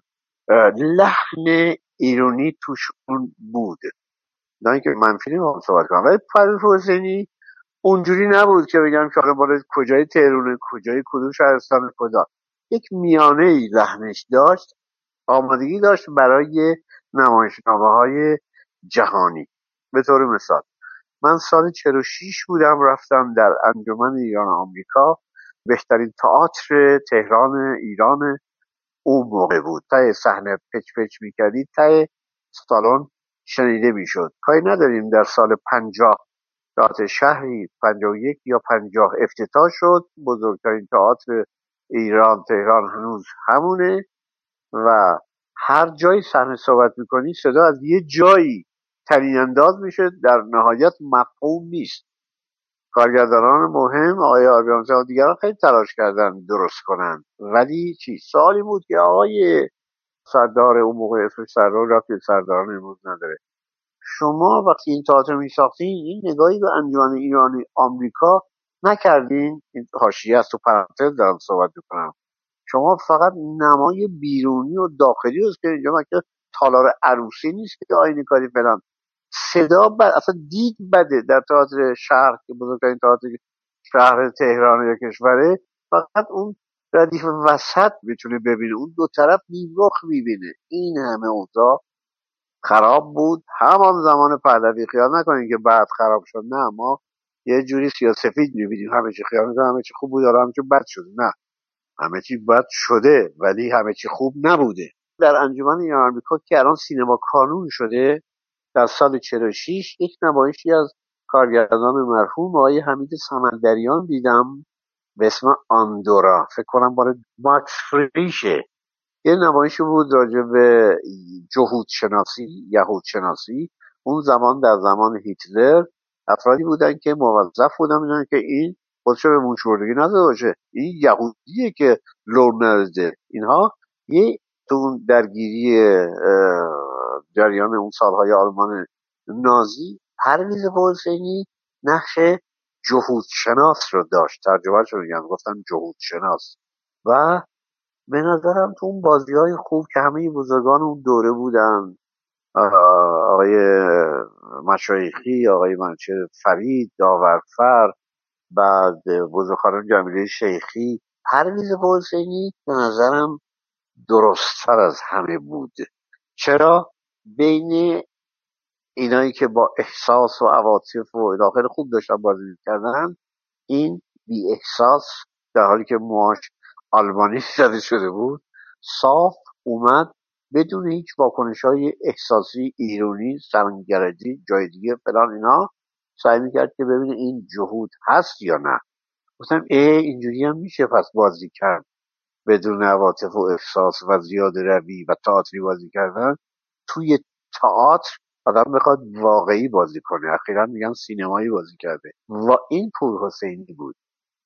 لحن ایرونی توشون بود، نه اینکه منفی نمیخوام صحبت کنم، ولی فرید حسینی اونجوری نبود که بگم که آقا مال کجای تهران، کجای کدوم شهرستان، کجا. یک میانه ای لحنش داشت، آمادگی داشت برای نمایشنامه های جهانی. به طور مثال من سال چهل و شش بودم، رفتم در انجمن ایران آمریکا، بهترین تئاتر تهران ایران اون موقع بود، ته صحنه پچ پچ میکردی، ته سالن شنیده میشد. کاری نداریم در سال پنجاه تئاتر شهری پنجاه و یک یا پنجاه افتتاح شد، بزرگترین تئاتر ایران تهران هنوز همونه و هر جایی صحنه صحبت میکنی صدا از یه جایی ترین انداز میشه، در نهایت مفهوم نیست. کارگردانان مهم آقای آربیامزه و دیگران خیلی تلاش کردن درست کنن، ولی چی سالی بود که آقای سردار اون موقع اسمش سردار رفت که سرداران امروز نداره. شما وقتی این تئاتر میساختین این نگاهی به انجمن ایرانی آمریکا نکردین، این حاشیه است و پرانتز دارم صحبت میکنم، شما فقط نمای بیرونی و داخلی است که اینجا مگه تالار عروسی نیست که آینه کاری فلان. صدا بد، اصلا دید بده در تئاتر شهر که بزرگترین تئاتر شهر تهران یا کشوره، فقط اون ردیف وسط میتونه ببینه، اون دو طرف بیرخ میبینه. این همه اوضاع خراب بود همان زمان پهلوی. خیال نکنین که بعد خراب شد، نه، ما یه جوری سیاه‌سفید میبینیم، همه چی خیال میکنم همه چی خوب بود، حالا همه چی بد شده. نه، همه چی بد شده ولی همه چی خوب نبوده. در انجمن ایران آمریکا که الان سینما کانون شده، در سال چهل و شش یک نمایشی از کارگردان مرحوم آقای حمید سمندریان دیدم به اسم آندورا، فکر کنم باره ماکس فریشه. یه نمایشی بود راجع به جهود شناسی، یهود شناسی. اون زمان در زمان هیتلر افرادی بودن که موظف بودن میدونن که این خودشو به موشوردگی نزده باشه، این یهودیه که لور نرده. اینها یه تو اون درگیری جریان اون سالهای آلمان نازی پرویز حسینی نقش جهود شناس رو داشت، ترجمهش رو میگن گفتن جهود شناس. و به نظرم تو اون بازی های خوب که همه بزرگان اون دوره بودن، آقای مشایخی، آقای منچه فرید، داورفر، بعد بزرگخانم جمیله شیخی، پرویز حسینی به نظرم درست‌تر از همه بود. چرا؟ بین اینایی که با احساس و عواطف و الاخر خوب داشتن بازی می‌کردن، این بی احساس در حالی که موهاش آلمانی زده شده بود صاف اومد بدون هیچ واکنش‌های احساسی، ایرونی، سرمایه‌گرایی، جای دیگه فلان، اینا سعی می‌کرد که ببینه این جهود هست یا نه. گفتم ای اینجوری هم میشه پس بازی کرد بدون عواطف و احساس و زیاده روی و تئاتری بازی کردن. توی تئاتر آدم میخواد واقعی بازی کنه، اخیراً میگن سینمایی بازی کرده و این پور حسینی بود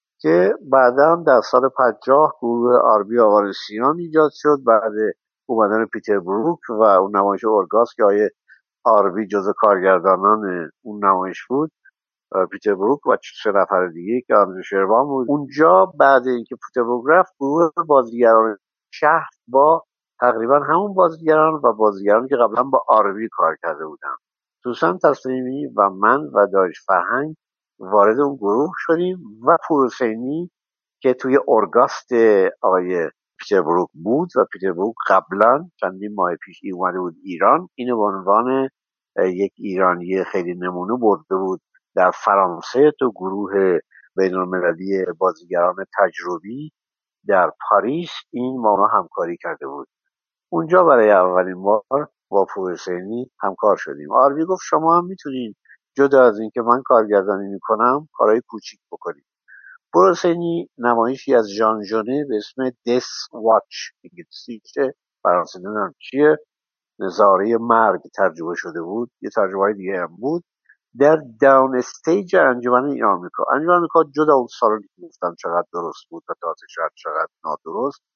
که بعدا در سال پنجاه گروه آربی آوارسیان ایجاد شد بعد اومدن پیتر بروک و اون نمایش اورگاس که آیه آربی جزو کارگردانان اون نمایش بود، پیتر بروک و سه نفر دیگه که آندرو شروان بود. اونجا بعد اینکه پیتر بروک رفت گروه بازیگران شهر با تقریبا همون بازیگران و بازیگرانی که قبلا با آربی کار کرده بودن، سوسن تسلیمی و من و داریوش فرهنگ وارد اون گروه شدیم و پور حسینی که توی اورگاست آقای پیتر بروک بود و پیتر بروک قبلا چندین ماه پیش اومده بود ایران، اینو به عنوان یک ایرانی خیلی نمونه برده بود در فرانسه تو گروه بین‌المللی بازیگران تجربی در پاریس. این ما همکاری کرده بود. اونجا برای اولین بار با پور حسینی همکار شدیم. آربی گفت شما هم میتونین جدا از این که من کارگردانی میکنم کارهای کوچیک بکنید. پور حسینی نمایشی از ژان ژونه به اسم دس واچ، انگلیسیشه، فرانسه نمیدونم چیه، نظاره مرگ ترجمه شده بود، یه ترجمه دیگه هم بود، در داون استیج انجمن ایران آمریکا. انجمن آمریکا جدا اون سالن که گفتم چقدر درست بود و تئاتر شاید چقدر نادرست،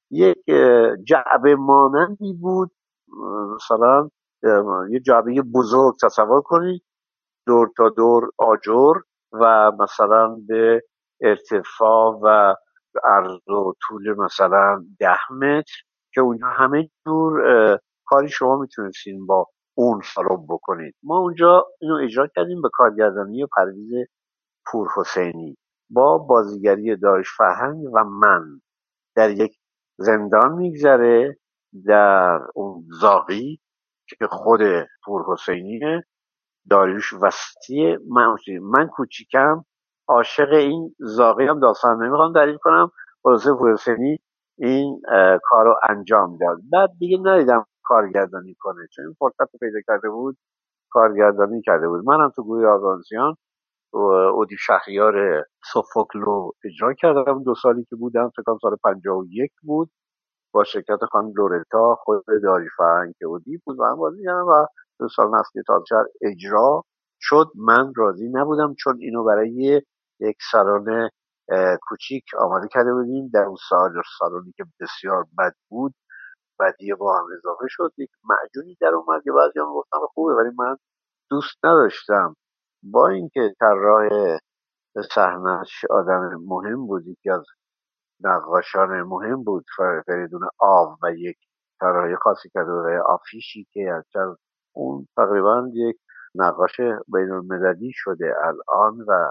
یک جعبه مانندی بود، مثلا یه جعبه بزرگ تصور کنید، دور تا دور آجر و مثلا به ارتفاع و عرض و طول مثلا ده متر که اونجا همه جور کاری شما میتونستین با اون سالن بکنید. ما اونجا اینو اجرا کردیم به کارگردانی پرویز پورحسینی با بازیگری داریوش فرهنگ و من. در یک زندان میگذره، در اون زاغی که خود پورحسینیه، داریوش وسطیه، من, من کوچیکم، عاشق این زاغی هم داستان نمیخوام تعریف کنم. خلاصه پورحسینی این کار رو انجام داد. بعد دیگه ندیدم کارگردانی کنه، چون این فرصت رو پیدا کرده بود کارگردانی کرده بود. منم تو گوی آزانسیان اودی شهریار سوفوکل رو اجرا کردم دو سالی که بودم، فکر کنم سال پنجاه و یک بود، با شرکت خانم لورتا، خود داریوش فرهنگ که اودی بود و هم بازی کردم و دو سال نسلی تازشهر اجرا شد. من راضی نبودم چون اینو برای یک سالن کوچیک آماده کرده بودیم در اون سال سالونی که بسیار بد بود، بدی با هم اضافه شد، یک معجونی در اومد که بعضی هم گفتم خوبه ولی من دوست نداشتم. با اینکه طراح صحنه‌اش آدم مهم بود، یکی از نقاشان مهم بود، فریدون آو، و یک طراحی خاصی کرده بود آفیشی که از اون تقریبا یک نقاش بین‌المللی شده الان و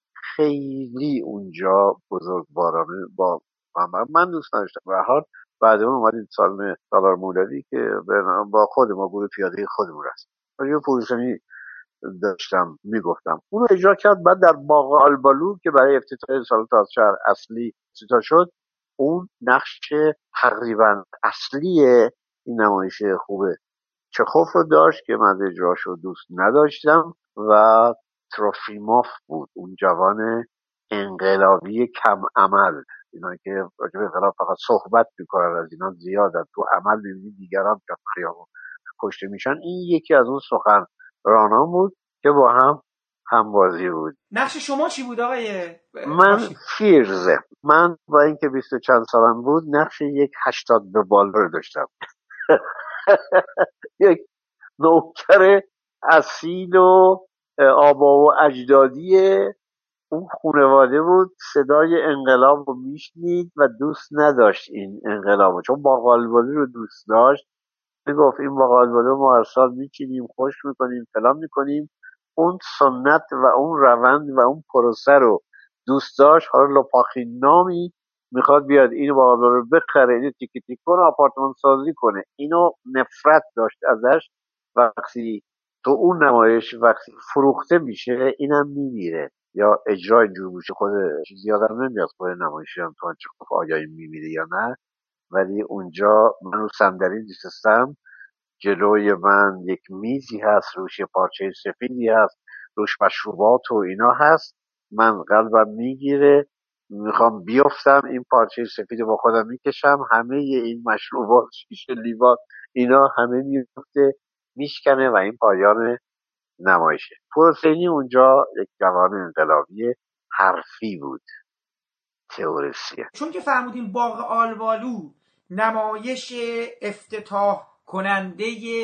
خیلی اونجا بزرگوارانه با من, من دوست نداشتم. به هر حال بعد اون اومدیم سالن سالار مولوی که با خود ما گروه پیاده خودمون رسیم یه پوزیشنی داشتم میگفتم اون رو اجرا کرد. بعد در باغ آلبالو که برای افتتاح سالن تئاتر اصلی افتتاح شد، اون نقش تقریبا اصلی این نمایش خوبه چخوف رو داشت که من اجراش رو دوست نداشتم و تروفیموف بود، اون جوان انقلابی کم عمل، اینا که راجع به انقلاب فقط صحبت میکنن، از اینا زیادن، تو عمل میبینی دیگران که خیابون کشته میشن. این یکی از اون سخن رانان بود که با هم همبازی بود. نقش شما چی بود آقای من فیرزه، من با اینکه بیست و چند سالم بود نقش یک هشتاد به بالا رو داشتم. یک نوکر اصیل و آبا و اجدادی اون خانواده بود، صدای انقلاب رو میشنید و دوست نداشت این انقلاب رو، چون باقالبالی رو دوست داشت. میگفت این باقالبالی رو ما هر سال میچینیم، خوش میکنیم، فلان میکنیم. اون سنت و اون روند و اون پروسه رو دوست داشت. حالا لپاخی نامی میخواد بیاد اینو باقالبالی رو بخره، اینو تیکی تیک کنه، آپارتمان سازی کنه. اینو نفرت داشت ازش. وقتی تو اون نمایش وقتی فروخته میشه اینم میمیره یا اجرا اینجور میشه، خود چیزی یادم نمیاد خود نمایشی هم تو آنچه خب آیا میمیره یا نه، ولی اونجا من رو صندلی نشستم، جلوی من یک میزی هست، روش یه پارچه سفیدی هست، روش مشروبات و اینا هست. من قلبم میگیره، میخوام بیفتم، این پارچه سفید با خودم میکشم، همه این مشروبات، شیشه لیوان، اینا همه میفته میشکنه و این پایان نمایشه. پورحسینی اونجا یک جوان انقلابی حرفی بود، تئوریسیه. چون که فرمودیم باغ آلبالو نمایش افتتاح کننده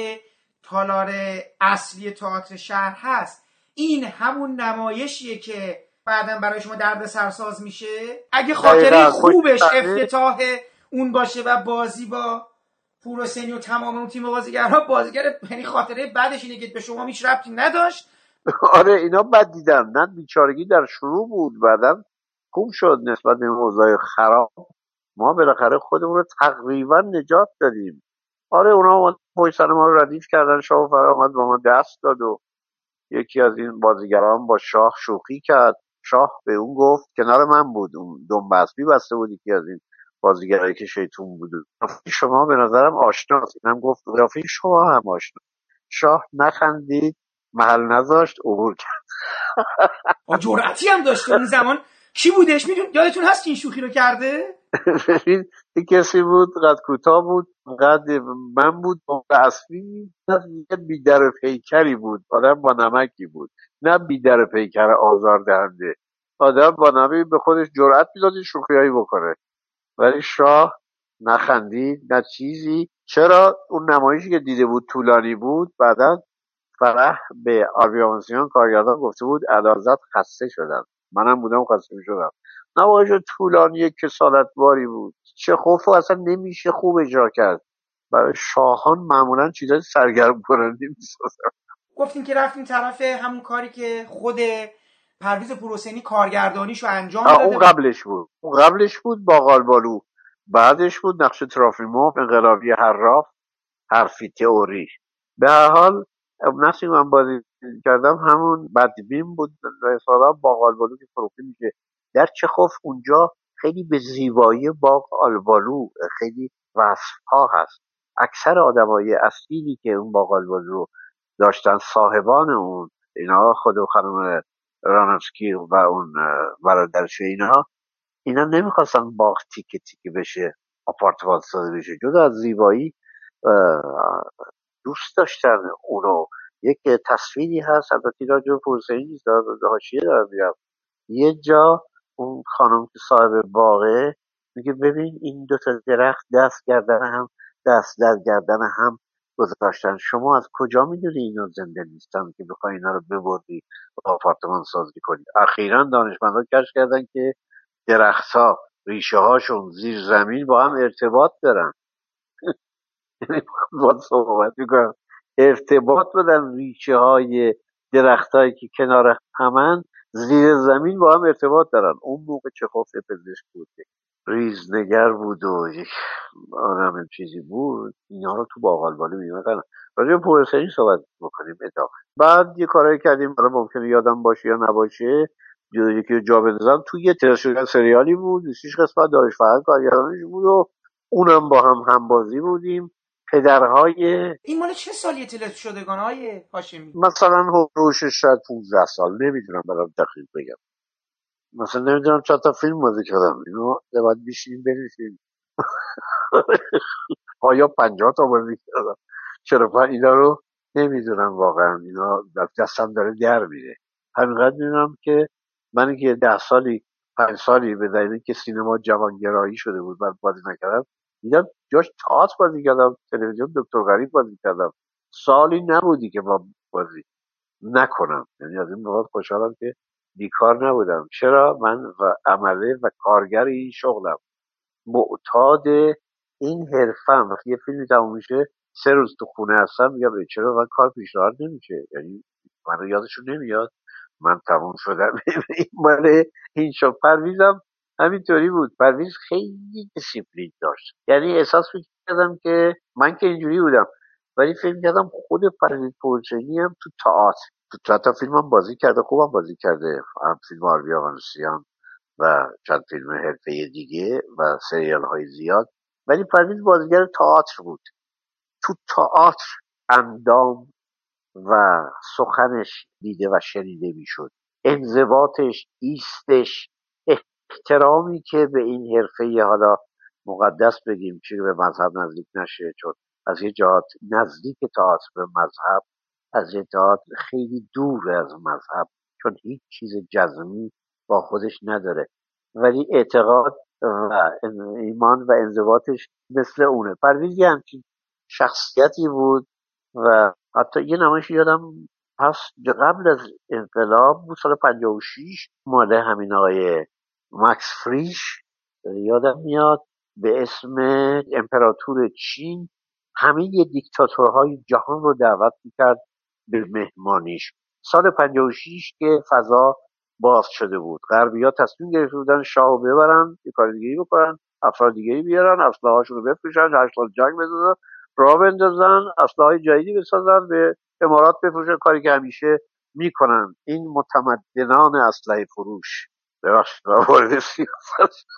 تالار اصلی تئاتر شهر هست، این همون نمایشیه که بعداً برای شما درد سرساز میشه؟ اگه خاطره خوبش افتتاح اون باشه و بازی با پورحسینی و تمام اون تیم بازیگرها، بازیگر یعنی خاطره بعدش اینه که به شما هیچ ربطی نداشت. آره اینا بد دیدن، نه بیچارگی در شروع بود، بعداً خوب شد نسبت به اوضاع خراب. ما بالاخره خودمون رو تقریبا نجات دادیم. آره اونا پشت سر ما رو ردیف کردن، شاه فرا آمد با ما دست داد و یکی از این بازیگران با شاه شوخی کرد. شاه به اون گفت، کنار من بود، اون دنبسبی بسته بود، یکی از این بازیگرایی که شیطون بود، شما به نظرم آشناست. اینم گفت رفیق شما هم آشنا. شاه نخندید، محل نذاشت، عبور کرد. آ جرأتی هم داشته اون زمان. کی بودش؟ میدون یادتون هست که این شوخی رو کرده؟ این کسی بود قد کوتاه بود، قد من بود، اصلی نه بیدر پیکری بود، آدم با نمکی بود، نه بیدر پیکر آزار دهنده، آدم با نمکی به خودش جرأت میداد شوخیایی بکنه. ولی شاه نخندید نه چیزی. چرا؟ اون نمایشی که دیده بود طولانی بود. بعدا فرح به آریامسیان کارگردان گفته بود علازت خسته شدن، منم بودم خسته شدم. نمایش طولانی کسالتباری بود. چخوف اصلا نمیشه خوب اجرا کرد. برای شاهان معمولا چیزای سرگرم کننده میسازن. گفتیم که رفتیم طرف همون کاری که خود پرویز پورحسینی کارگردانیشو انجام داده. اون قبلش بود اون قبلش بود باقال بالو. بعدش بود نقش ترافیموف، انقلابی حراف، حرفی تئوری. به هر حال نقشی من بازی کردم همون بدبین بود. رسالا باقال بالو که فروخته میشه در چخوف. اونجا خیلی به زیبایی باغ آلبالو خیلی وصفها هست. اکثر آدمای اصیلی که اون باغ آلبالو داشتن، صاحبان اون، اینا خود خانم رانفسکی و اون برادرش، اینا اینا نمیخواستن باغ تیکه تیکه بشه، آپارتمان سازی بشه. جدا از زیبایی دوست داشتن اونو. یک تصویری هست، البته راجع به پورحسینی نیست، در حاشیه دارم میگم. یه جا اون خانم که صاحب باغه میگه ببین این دو تا درخت دست گردن هم دست در گردن هم گذاشتن، شما از کجا میدونی اینا زنده نیستن که بخوای اینا رو ببری و آپارتمان سازی کنی؟ اخیراً دانشمندان کشف کردن که درختها ریشه هاشون زیر زمین با هم ارتباط دارن. با صحبت میکنم ارتباط بدن ریشه های درخت هایی که کنار همن زیر زمین با هم ارتباط دارن. اون موقع چخوف پزشک بود، ریزنگر بود و یک آدم چیزی بود. اینا رو تو باقالبالی میمدن. راجع به پورحسینی صحبت بکنیم ادامه. بعد یه کارایی کردیم حالا ممکنه یادم باشه یا نباشه. یکی جا بندازم توی یه تلویزیون سریالی بود، بیست قسمت، داریوش فرهنگ کارگردانش بود و اونم با هم همبازی بودیم. پدرهای این مال چه سالیه تلت شدگان های هاشمی؟ مثلا هوروش شاید پونزده سال، نمیدونم برام دقیق بگم. مثلا نمیدونم چند تا فیلم بازی کردم. اینو باید بیشیم بریسیم آیا پنجاه تا بازی کردم. چرا من اینا رو نمیدونم واقعا. اینا دستم داره در میره. همینقدر میدونم که من که ده سالی پنج سالی به دلیل که سینما جوانگرایی شده بود من بازی نکردم، دیدم جاش تئاتر بازی کردم، تلویزیون دکتر غریب بازی کردم. سالی نبودی که با بازی نکنم. یعنی از این بابت خوشحالم که بیکار نبودم. چرا؟ من و عمله و کارگر این شغلم، معتاد این حرفم. وقتی یه فیلمی تموم میشه سه روز تو خونه هستم میگم چرا من کار پیشنهاد نمیشه؟ یعنی من رو یادشون نمیاد من تموم شدم. این مال این شو. پرویزم همینطوری بود. پرویز خیلی دیسیپلین داشت. یعنی احساس میکردم که من که اینجوری بودم، ولی فیلم کردم خود پرویز پورحسینی هم تو تئاتر تو تئاتر فیلم هم بازی کرده، خوبم بازی کرده. هم فیلم آربی آقانوسیان و چند فیلم حرفه‌ای دیگه و سریال های زیاد. ولی پرویز بازیگر تئاتر بود. تو تئاتر اندام و سخنش دیده و شنیده میشد. انضباطش، ایستش، احترامی که به این حرفه حالا مقدس بگیم چون به مذهب نزدیک نشه، چون از یه جهات نزدیک تئاتر به مذهب، از یه جهات خیلی دور از مذهب چون هیچ چیز جزمی با خودش نداره، ولی اعتقاد و ایمان و انضباطش مثل اونه. پرویز یه همچین شخصیتی بود. و حتی یه نمایش یادم هست قبل از انقلاب بود، سال پنجاه و شش، مال همین آقای مکس فریش یادم میاد، به اسم امپراتور چین. همه دیکتاتورهای جهان رو دعوت میکرد به مهمانیش. سال پنجاه و شش که فضا باز شده بود، غربی‌ها تصمیم گرفته بودن شاهو ببرن، یه کار دیگه‌ای بکنن، افراد دیگه‌ای بیارن، اسلحه‌هاشون رو بفروشن، هشت سال جنگ بزنن، راه بندازن، اسلحه‌های جدیدی بسازن، به امارات بفروشن، کاری که همیشه میکنن این متمدنان اسلحه فروش. ببخشید وارد سیاست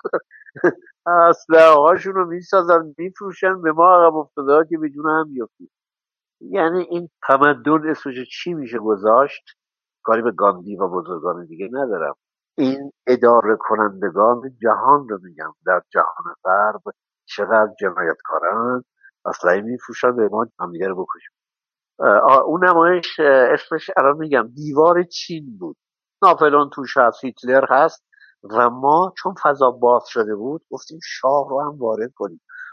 اسلحه هاشون رو میسازن میفروشن، به ما عقب افتاده ها که به جون هم بیفتیم. یعنی این تمدن اسمش چی میشه گذاشت؟ کاری به گاندی و بزرگان دیگه ندارم. این اداره کنندگان جهان رو میگم، در جهان غرب چقدر جنایتکارن، اسلحه میفروشن به ما همدیگه رو بکشیم. اون نمایش اسمش الان میگم دیوار چین بود. ناپلئون توش هست، هیتلر هست و ما چون فضا باز شده بود گفتیم شاه رو هم وارد کنیم.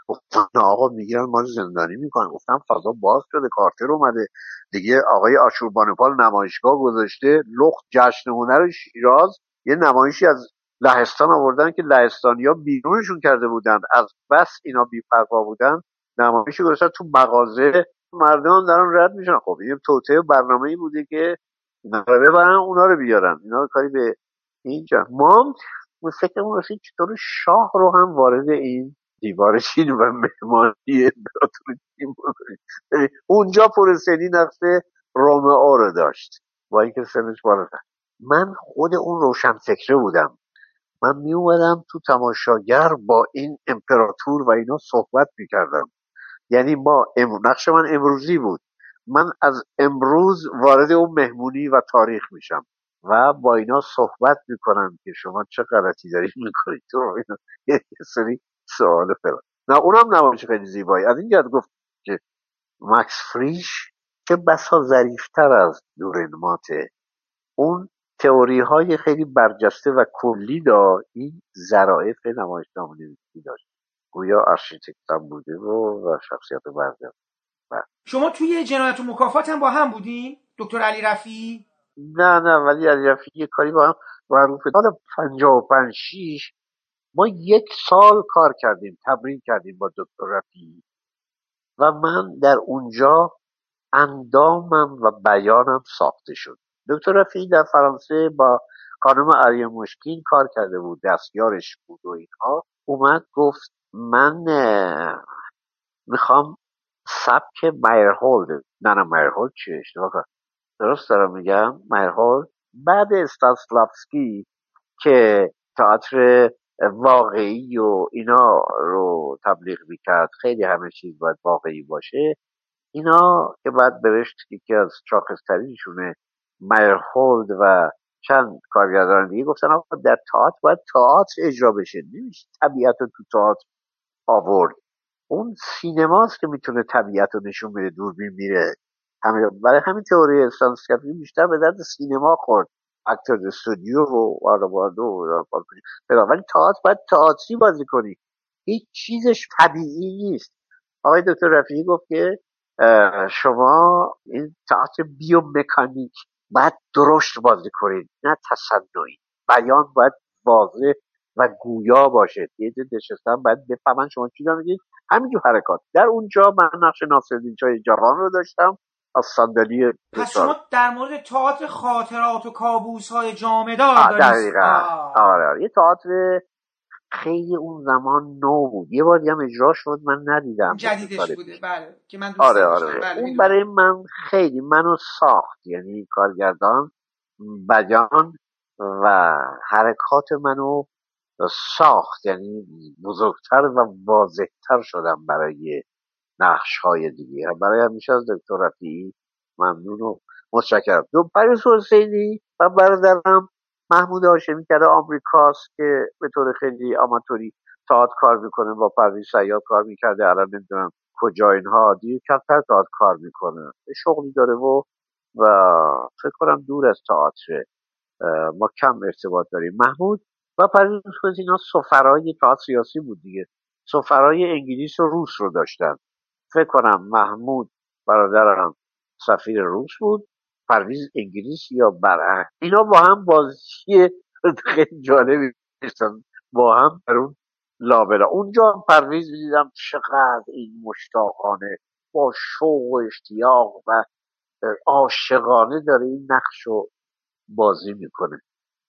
گفتن آقا میگیرن ما رو زندانی میکنن. گفتم فضا باز شده، کارتر اومده دیگه، آقای آشوربانپال نمایشگاه گذاشته، لخت جشن هنر شیراز یه نمایشی از لهستان آوردن که لهستانیا بیرونشون کرده بودن، از بس اینا بی‌پروا بودن نمایشی گذاشتن تو مغازه، مردم دارن رد میشن. خب این توطئه برنامه‌ای بوده که اینا رو ببرن اونا رو بیارن، اینا رو کاری به اینجا. ما فکرمون رسید چطور شاه رو هم وارد این دیوار چین و مهمانی امپراتوری چین بکنیم. اونجا پرسنی نقص رومئو رو داشت با اینکه سنش بالاتر. من خود اون روشن فکره بودم، من می اومدم تو تماشاگر با این امپراتور و اینا صحبت میکردم. یعنی ما ام... نقش من امروزی بود، من از امروز وارد اون مهمونی و تاریخ میشم و با اینا صحبت میکنم که شما چه غلطی دارید میکنید تو اینا یه سری سوال فلان. نه اونم نمایش خیلی زیبایی از این جهت گفت که مکس فریش که بسا ظریفتر از دورنماته، اون تئوری های خیلی برجسته و کلی داشت، این ظرافت نمایشنامه‌نویسی داشت، گویا آرشیتکت هم بوده و, و شخصیت برجسته. شما توی جنایت و مکافات هم با هم بودین دکتر علی رفیعی؟ نه نه ولی علی رفیعی یه کاری با هم معروفه. سال پنجاه و پنج شیش ما یک سال کار کردیم، تمرین کردیم با دکتر رفیعی و من در اونجا اندامم و بیانم ساخته شد. دکتر رفیعی در فرانسه با خانم آریه مشکین کار کرده بود، دستیارش بود و اینها. اومد گفت من میخوام سبک مایرهولد، نه نه مایرهولد چیه اشتباه کنم، درست دارم میگم، مایرهولد بعد استانسلافسکی که تئاتر واقعی و اینا رو تبلیغ میکرد، خیلی همه چیز باید واقعی باشه، اینا که بعد برشت یکی از شاخصترینشونه مایرهولد و چند کارگردان دیگه گفتن آقا در تئاتر باید تئاتر اجرا بشه، نمیشه طبیعت رو تو تئاتر آورد. اون سینماست که میتونه طبیعت رو نشون بده، دوربین میره همه. برای همین تئوری استانسلافسکی بیشتر به درد سینما خورد، اکتور استودیو و آرواردو و بالکنی، ولی تئاتر باید تئاتری بازی کنی، هیچ چیزش طبیعی نیست. آقای دکتر رفیعی گفت که شما این تئاتر بیومکانیک باید درشت بازی کنید، نه تصنعی. بیان باید واضح و گویا باشه، یه جد نشستن باید بفهمن شما چی دارید میگید، همینجور حرکات. در اونجا من نقش ناصرالدین شاه جوان رو داشتم از صندلی. پس شما در مورد تئاتر خاطرات و کابوس‌های جامدار دارید؟ دقیقاً. آره یه تئاتر خیلی اون زمان نو بود، یه بار هم اجرا شد من ندیدم، جدیدش بوده بله که من دوست آره داشتم. آره. بله اون برای من خیلی منو ساخت، یعنی کارگردان بیان و حرکات منو ساخت، یعنی بزرگتر و واضحتر شدم برای نقش های دیگه. برای همیشه از دکتر رفیعی ممنون و متشکرم. دو پرویز حسینی و برادرم محمود هاشمی که آمریکاست که به طور خیلی آماتوری تئاتر کار میکنه، با پرویز صیاد کار میکرده، الان نمیدونم کجا اینها، دیگه کمتر تئاتر کار میکنه، شغلی داره و و فکر کنم دور از تئاتر، ما کم ارتباط داریم. محمود و پرویز حسینی اینا سفرای تئاتر سیاسی بود دیگه، سفرای انگلیس و روس رو داشتن. فکر کنم محمود برادرم سفیر روس بود، پرویز انگلیس یا برعکس. اینا با هم بازی خیلی جالبی داشتن با هم در اون لابلا. اونجا پرویز دیدم چقدر این مشتاقانه با شوق و اشتیاق و عاشقانه داره این نقش رو بازی میکنه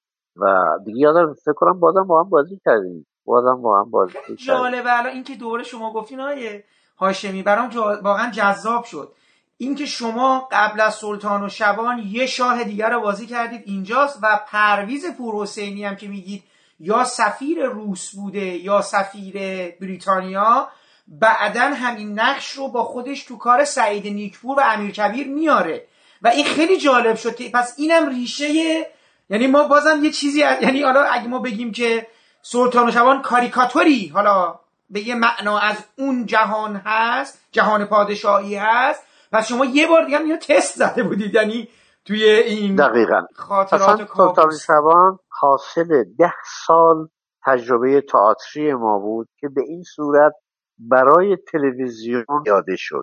و دیگه یادم فکر کنم بازم با هم بازی کردیم بازم با هم بازی کردیم. جالبه الان این که دوره شما گفتین آقای هاشمی برام جا... واقعا جذاب شد، اینکه شما قبل از سلطان و شبان یه شاه دیگر رو بازی کردید اینجاست و پرویز پورحسینی هم که میگید یا سفیر روس بوده یا سفیر بریتانیا، بعدن همین نقش رو با خودش تو کار سعید نیکپور و امیرکبیر میاره و این خیلی جالب شد. پس اینم ریشه، یعنی ما بازم یه چیزی، یعنی حالا اگه ما بگیم که سلطان و شبان کاریکاتوری حالا به یه معنا از اون جهان هست، جهان پادشاهی هست، پس شما یه بار دیگه اینو تست زده بودید، یعنی توی این دقیقاً خاطرات کابوس. سلطان شبان حاصل ده سال تجربه تئاتری ما بود که به این صورت برای تلویزیون یاده شد،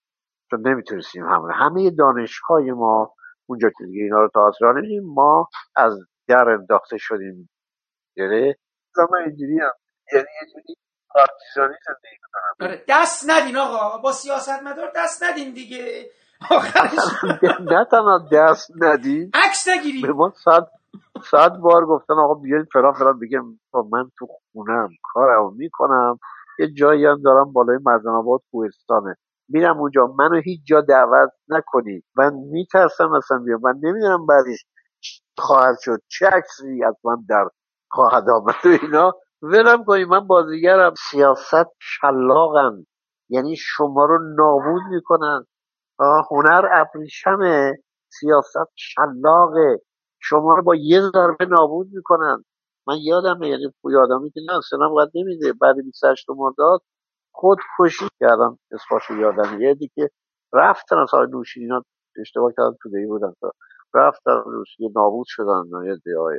چون نمیتونستیم همه همه دانشهای ما اونجا که دیگه اینا رو تئاتر نمیدیم، ما از در انداخته شدیم گره. من اینجوری هم یعنی یه جوری پارتیزانی زندگی کنم. آره دست ندین آقا، با سیاستمدار دست ندین دیگه. آخرش نه تنها دست ندین، عکس نگیری. به ما صد صد بار گفتن آقا بیاین فلان فلان، بگم من تو خونم کارمو میکنم، یه جایی هم دارم بالای مردان آباد کوهستانه، میرم اونجا، منو هیچ جا دعوت نکنید، من میترسم اصلا بیام، من نمیدونم بعدش چی خواهد شد، چه عکسی از من در خواهد آمد و اینا. ولم کنید، من بازیگرم. سیاست شلاقن، یعنی شما رو نابود میکنن. هنر ابریشمه، سیاست شلاقه، شما رو با یه ضربه نابود میکنن. من یادمه، یعنی پوی آدمی که نه سنم قد نمیده، بعد بیست و هشت مرداد خود کشی کردن، اسمشو یادمه، یه دیگه رفتن از های نوشین اینا اشتباه کردن تو دیگه بودن، رفتن نوشین نابود شدن. یه دیگه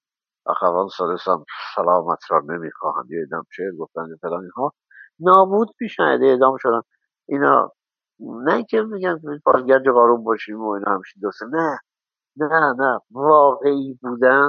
اخوان سالسان سلامت را نمیخواهند، یه ادام چه گفتن فلان، اینها نابود پیشن، اعدام شدن اینا. نه که میگن پاسگرد قارون باشیم و اینا همشی دوسته، نه نه نه واقعی بودن.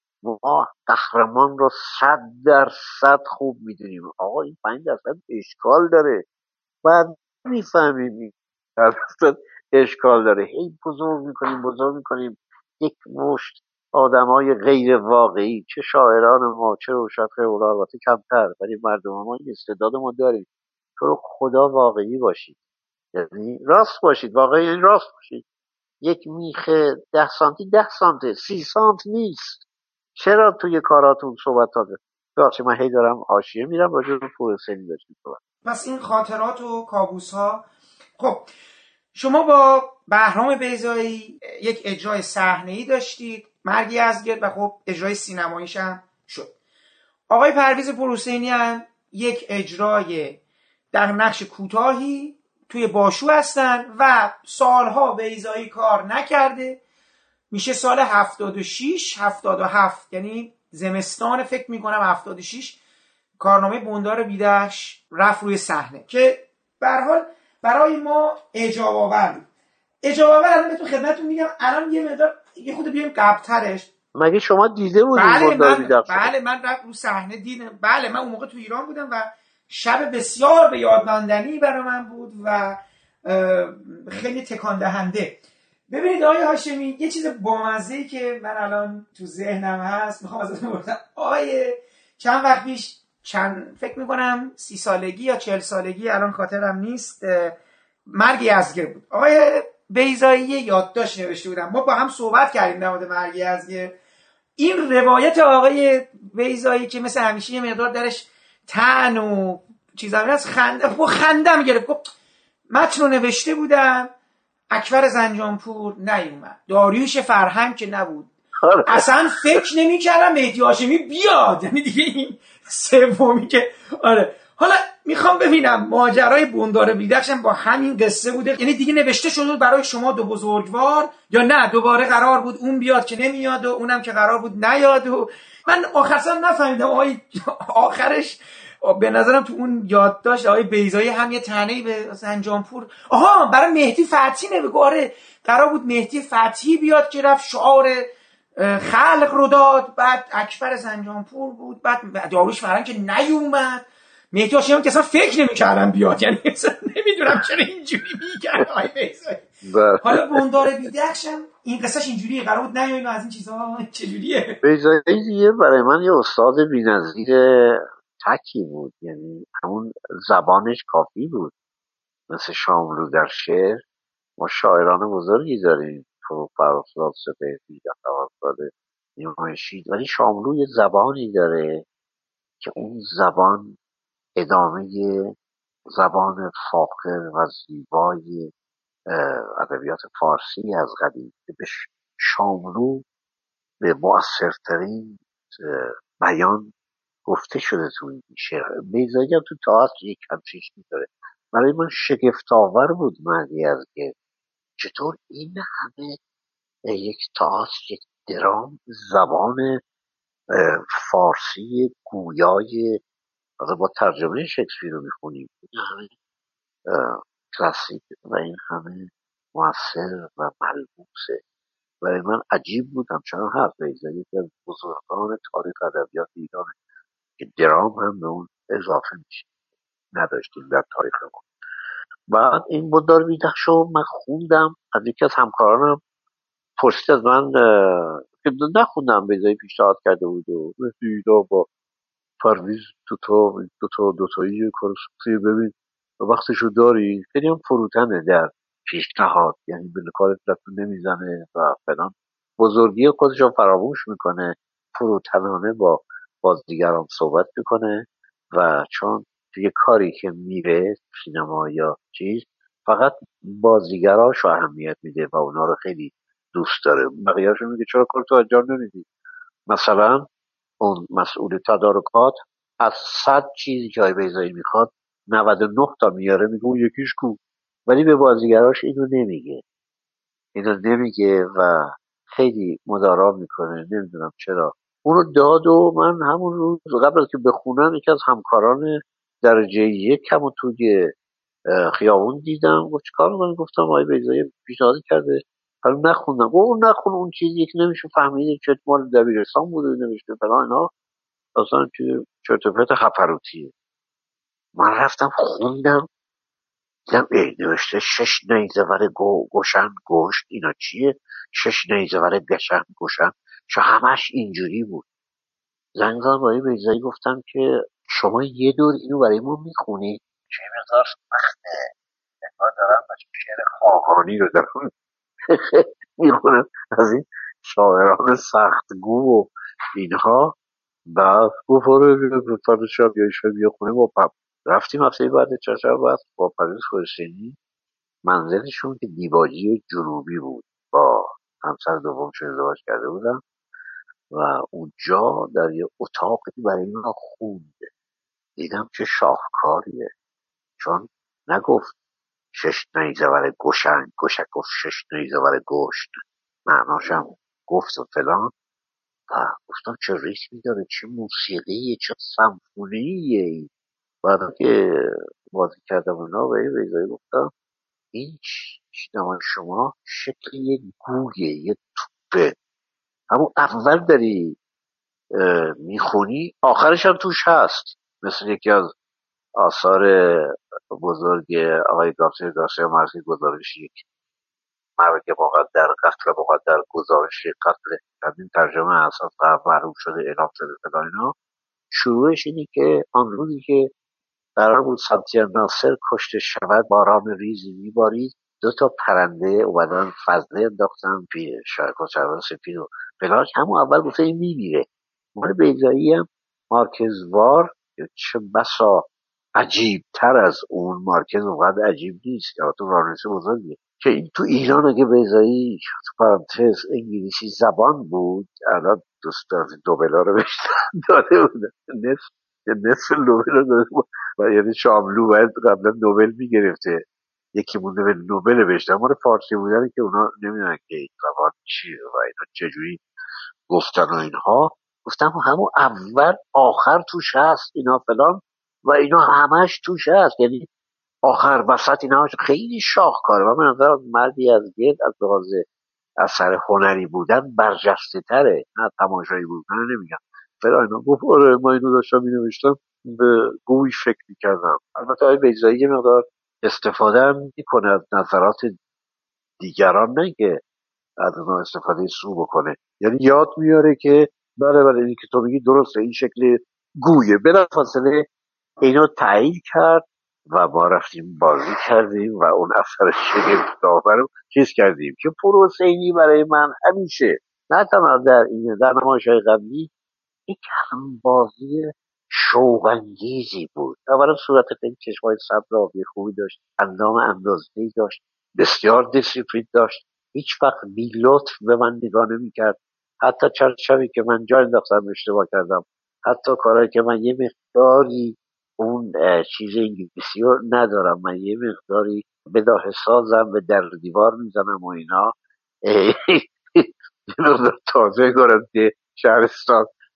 ما قهرمان رو صد درصد خوب میدونیم، آقا این پنج درصد اشکال داره، بعد میفهمیم این درصد اشکال داره، هی بزرگ میکنیم بزرگ میکنیم یک مشت آدمای غیر واقعی، چه شاعران ما چه روشنفکر، اونا البته کمتر، ولی مردم ما این استعداد ما داریم. تو رو خدا واقعی باشید، یعنی راست باشید، واقعی یعنی راست باشید. یک میخ ده سانتی ده سانته، سی سانت نیست. چرا توی کاراتون صحبت داده؟ بخشی من هی دارم حاشیه میرم راجع به پور سنی داشتیم صحبت. پس این خاطرات و کابوس ها. خب شما با بهرام بیضایی یک اجرای صحنه‌ای داشتید، مرگ یزدگرد، و خب اجرای سینماییش هم شد. آقای پرویز پورحسینی هم یک اجرای در نقش کوتاهی توی باشو هستن و سالها بیضایی کار نکرده، میشه سال هفتاد و شش هفتاد و هفت، یعنی زمستان فکر میکنم هفتاد و شش، کارنامه بندار بیدش رفت روی صحنه که به هر حال برای ما اعجاب آور بود. اعجاب آور الان بهتون خدمتتون میگم، الان یه مقدار یه خود بیایم قبل‌ترش. مگه شما دیده بودید بله بندار من بیدش؟ بله من رفت رو صحنه دیدم. بله من اون موقع تو ایران بودم و شب بسیار به یاد ماندنی برای من بود و خیلی تکان دهنده. ببینید آقای هاشمی، یه چیز بامزه‌ای که من الان تو ذهنم هست میخوام ازتون بپرسم. آقای چند وقت پیش، چند فکر میکنم سی سالگی یا چهل سالگی، الان خاطرم نیست، مرگ یزدگرد بود. آقای بیضایی یادداشت نوشته بودم، ما با هم صحبت کردیم در مورد مرگ یزدگرد. این روایت آقای بیضایی که مثل همیشه یه مقدار درش طعن و چیزا هست، خنده با خندم گرفت. گفت متن رو نوشته بودم، اکبر زنجانپور نیومد، داریوش فرهنگ که نبود، اصلا فکر نمی‌کردم مهدی هاشمی بیاد، یعنی دیگه این سومی که آره. حالا میخوام ببینم ماجرای بندار بیدخش هم با همین قصه بوده، یعنی دیگه نوشته شده برای شما دو بزرگوار، یا نه دوباره قرار بود اون بیاد که نمیاد و اونم که قرار بود نیاد؟ و من آخرش نفهمیدم آقای آخرش به نظرم تو اون یادداشت آقای بیضایی هم یه طعنه‌ای به زنجانپور، آها برای مهدی فتحی نمیگه، قرار بود مهدی فتحی بیاد که رفت شعار خلق رو داد، بعد اکبر زنجانپور بود، بعد داریوش فرهنگ که نیومد، مهدی هاشمی که اصلا فکر نمی‌کردم بیاد، یعنی اصلا نمیدونم چرا اینجوری میگن آقای بیضایی. حالا بندار بیدخش هم این قصهش اینجوریه، قرار بود نیاین از این چیزا، چجوریه؟ بیضایی دیگه برای من یه استاد بی‌نظیر تکی بود، یعنی همون زبانش کافی بود، مثل شاملو در شعر. ما شاعران بزرگی داریم، تو فرخزاد سپهری، فرخزاد نیمایشی، ولی شاملو یه زبانی داره که اون زبان ادامه زبان فاخر و زیبای ادبیات فارسی از قدیم که به شاملو به مؤثرترین بیان گفته شده تو این شعر. بیضایی هم تو تئاتر یک همچین چیزی داره. برای من شگفت‌آور بود مرگ یزدگرد، چطور این همه یک تئاتر، یک درام، زبان فارسی گویای آخه با ترجمه شکسپیر رو میخونیم، این همه کلاسیک و این همه موثر و ملموسه. برای من عجیب بودم چرا حرف بیزایی یکی از بزرگان تاریخ ادبیات ایرانه که درام هم به اون اضافه میشه، نداشتیم در تاریخ ما. بعد این بودار بیدخشو من خوندم، از یکی از همکارانم پرسید از من که نخوندم بیزایی پیشنهاد کرده بود و دیدا با پرویز تو تا دو تا دوتایی کار سوختی ببین وقتشو داری. خیلی هم فروتنه در پیشنهاد، یعنی به کارت لطفو نمیزنه و فلان، بزرگی خودشو فراموش میکنه، فروتنانه با بازیگران صحبت میکنه و چون توی کاری که میره سینما یا چیز فقط بازیگراشو اهمیت میده و اونا رو خیلی دوست داره. بقیه‌اشو میگه چرا کار تو انجام نمیدی. مثلا اون مسئول تدارکات از صد چیزی که آقای بیضایی میخواد نود و نه تا میاره، میگه اون یکیش کو، ولی به بازیگراش اینو نمیگه اینو نمیگه و خیلی مدارا میکنه. نمیدونم چرا اونو داد و من همون روز قبل از که بخونم یکی از همکاران درجه یکم و توی خیابون دیدم، گفت چیکار می‌کنی؟ گفتم آقای بیضایی پیشنهاد کرده، حالا نخوندم. گفت نخون، اون چیزی که نمیشه فهمیده چه مال دبیرستان بوده نوشته فلان اینا، اصلا چه چرت و پرت خفروتیه. من رفتم خوندم دیدم ای نوشته شش نیزه ور گو گوشن گوشت، اینا چیه؟ شش نیزه ور گشن گوشن، چه همش اینجوری بود. زنگ زدم آقای بیضایی گفتم که شما یه دور اینو برای ما میخونی؟ چه مقدار سخته، انگار دارم شعر خاقانی رو دارم میخونم، از این شاعران سختگو و اینها. بعد گفت آره فردا شب یا شب بیا خونه با پپ. رفتیم هفته بعد چهارشنبه بعد با پرویز حسینی، منزلشون که دیباجی جنوبی بود، با همسر دومشون ازدواج کرده بودم و اونجا در یه اتاقی برای من خوند. دیدم که شاهکاریه، چون نگفت شش نیزه ور گوشن گوشک، گفت شش نیزه ور گوشت، معناشم گفت و فلان. و گفتم چه ریتمی داره، چه موسیقیه، چه سمفونیه این. بعدا که بازی کردم اونا و یه بیضایی گفتم این شنوان شما شکل یه گویه، یه توپه، همون اول داری میخونی آخرش هم توش هست، مثل یکی از آثار بزرگ آقای گارسیا گارسیا مارکز گزارش یک مرگ مقدر، قتل مقدر، گزارش قتل، همین ترجمه اساس معروف شده اعلام شده فلان اینا. شروعش اینه که آن روزی که قرار بود سانتیاگو ناصر کشته شود باران ریزی میبارید، دو تا پرنده اومدن فضله انداختن توی شاهکار سپید و فلان، همون اول گفته این میمیره. مال بیضایی هم مارکزوار چه بسا عجیب تر از اون، مارکز اونقدر عجیب نیست یا تو رانویس بزرگیه که این تو ایران اگه بیضایی تو پرانتز انگلیسی زبان بود الان دوست از دوبلا رو بهش داده بودن، نصف نصف نوبل رو داده بود و یعنی شاملو باید قبلا نوبل میگرفته، یکی مونده به نوبل بشتن. مال فارسی بودن که اونا نمیدونن که این زبان چیه و اینا چجوری گفتن و اینها. گفتم همون اول آخر توش هست اینا فلان و اینا همش توش هست، یعنی آخر وسط اینا خیلی شاهکاره و من نظر مردی از گرد از لحاظ اثر هنری بودن برجسته تره، نه تماشایی بودن نمیگم فلان اینا. گفت آره ما اینو داشتم مینوشتم به گوی فکر میکردم. البته آقای بیضایی یه مقدار استفاده هم میکنه از نظرات دیگران، نه که از اونها استفاده سو بکنه، یعنی یاد میاره که بله بله این که تو میگی درسته، این شکل گویه. بلافاصله اینو تایید کرد و ما رفتیم بازی کردیم و اون اثر شگفت‌آور رو چیز کردیم که پروسینی برای من همیشه نه تنها در این در نمایش‌های قبلی یک همبازی شوق‌انگیزی بود. اولا صورت خیلی چشمای سبز آبی خوبی داشت، اندام اندازه‌ای داشت، بسیار دیسیپلین داشت، هیچ وقت بی لطف به من نگاه نمی‌کرد. حتی چند شبی که من جا انداختم اشتباه کردم، حتی کارهایی که من یه مقداری اون چیز انگلیسی رو ندارم، من یه مقداری بداهه سازم، به در دیوار میزنم و اینا یه مقدار تازه کنم که شهرستان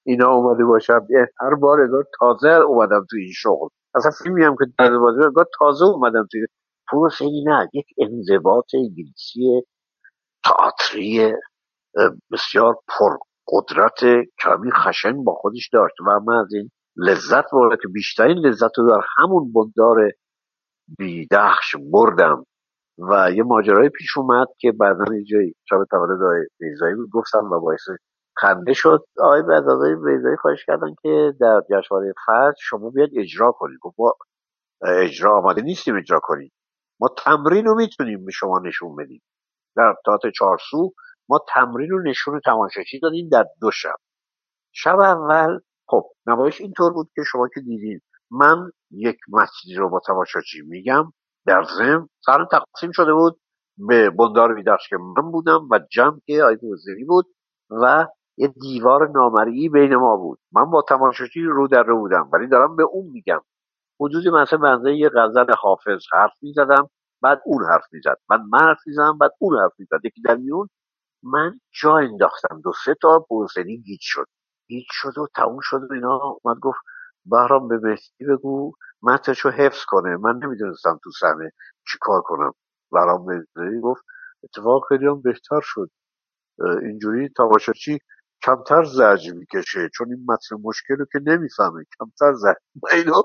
اینا اومده باشم. هر بار انگار تازه اومدم تو این شغل. اصلا فیلمی هم که در بازی انگار تازه اومدم توی پروسه. نه، یک انضباط انگلیسی تئاتری بسیار پرقدرت کمی خشن با خودش داشت و من از این لذت بردم که بیشترین لذت رو در همون بندار بیدخش بردم. و یه ماجرای پیش اومد که بعدا یه جایی شب تولد آقای بیضایی بود گفتم و باعث خنده شد. آقای بعد آقای بیضایی خواهش کردن که در جشنواره فجر شما بیاد اجرا کنید. گفت ما اجرا آماده نیستیم اجرا کنیم، ما تمرین رو میتونیم به شما نشون بدیم. در تئاتر چارسو ما تمرین رو نشون تماشاچی دادیم در دو شب. شب اول خب نمایش اینطور بود که شما که دیدین من یک متنی رو با تماشاچی میگم، در ضمن سر تقسیم شده بود به بندار بیدخش که من بودم و جمع که آقای وزیری بود و یه دیوار نامرئی بین ما بود. من با تماشاچی رو در رو بودم ولی دارم به اون میگم. حدود مثلا بنده یه غزل حافظ حرف میزدم بعد اون حرف میزد، بعد من حرف میزدم بعد اون حرف میزد، یکی در میون من جا انداختم. دو سه تا پرسنی گیج شد گیج شد و تموم شد و اینا. اومد گفت بهرام به مهدی بگو متنشو حفظ کنه. من نمیدونستم تو صحنه چی کار کنم. بهرام مهدی گفت اتفاق خیلی هم بهتر شد، اینجوری تماشاچی کمتر زجر میکشه چون این متن مشکل رو که نمیفهمه، کمتر زجر. من اینو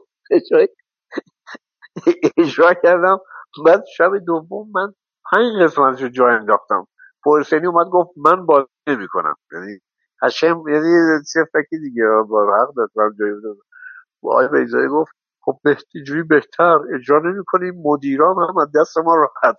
اجرا کردم. بعد شب دوم من پنج قسمتشو جا انداختم. پرسنی اومد گفت من بازی نمی کنم. یعنی هشم یعنی صفکی دیگه با حق داشتم جایی بودم. آقای بیضایی گفت خب بهتی جوری بهتر اجرا نمی کنیم، مدیران هم از دست ما راحت.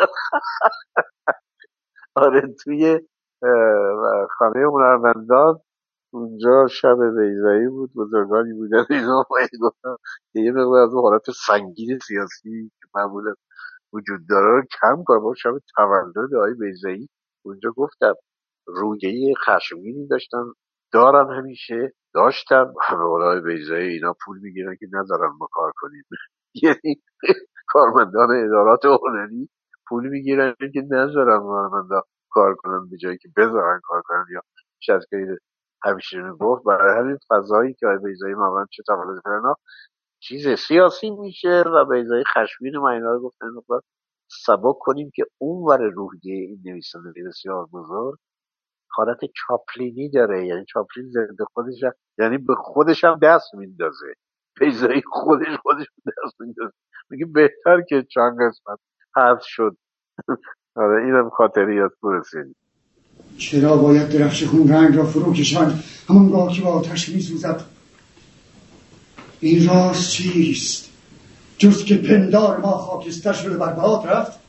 آره توی خانه هنرمندان اونجا شب بیضایی بود، بزرگانی بودن اینا. گفتم یه مقدار از حالت سنگین سیاسی که معمولا وجود داره رو کم کنم. با شب تولد آقای بیضایی اونجا گفتم رویه خشمگینی داشتن دارن همیشه داشتن. همه آقای بیضایی اینا پول میگیرن که نذارن ما کار کنیم. یعنی کارمندان ادارات هنری پول میگیرن که نذارن کارمندا کار کنن به جایی که بذارن کار کنن. یا شازکری همیشه میگفت برای همین فضایی که آقای بیضایی معمولا چه تولد فرنا چیز سیاسی میشه و بیضایی خشمگین ما اینا رو گفتن نقدر سبک کنیم که اون ور روحیه این نویسنده بسیار بزرگ حالت چاپلینی داره. یعنی چاپلین زنده خودش هم، یعنی به خودش هم دست میندازه. بیضایی خودش خودش دست میندازه میگه بهتر که چند قسمت حذف شد. آره اینم خاطری از پرسید. چرا باید درخش خون رنگ را فرو کشند همانگاه که با آتش میسوزد؟ این راست چیست جز که پندار ما خاکستر شده بر باد رفت؟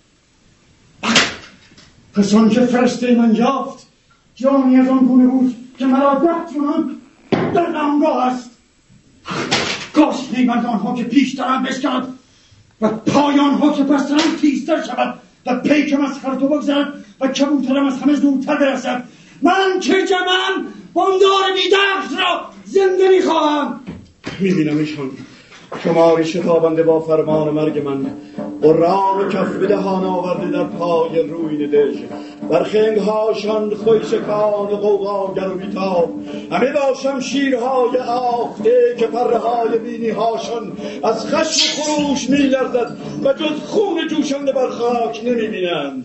پس آن که فرسته من یافت جانی از آن گونه بود که مرا ده چنان در نامگاه است. کاش نیمندان ها که پیش دارم بشکند و پایان ها که پس دارم تیزتر شود و پیکم از خرطو بگذرد و کبوترم از همه زودتر برسد. من که جمعم بندار بیدخش را زنده میخواهم. میبینمشان شماری شتابنده با فرمان مرگ من قرآن کف به دهان آورده در پای روین دژ بر خنگهاشان خوی شکان و غوغاگر و بیتاب همه با شمشیرهای آخته که پره های بینی هاشان از خشم و خروش می لرزد و جز خون جوشنده بر خاک نمی بینند.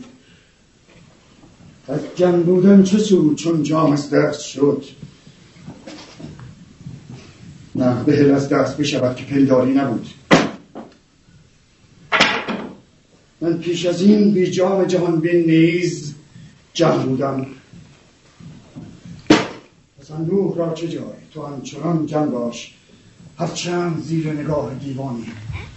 از جنگ بودن چه سود چون جام از دست شد؟ نه بهل از دست بشود که پنداری نبود. من پیش از این بی جام جهان بین نیز جمع بودم. از اندوه را چه جای تو همچنان جمع باش هرچند زیر نگاه دیوانی.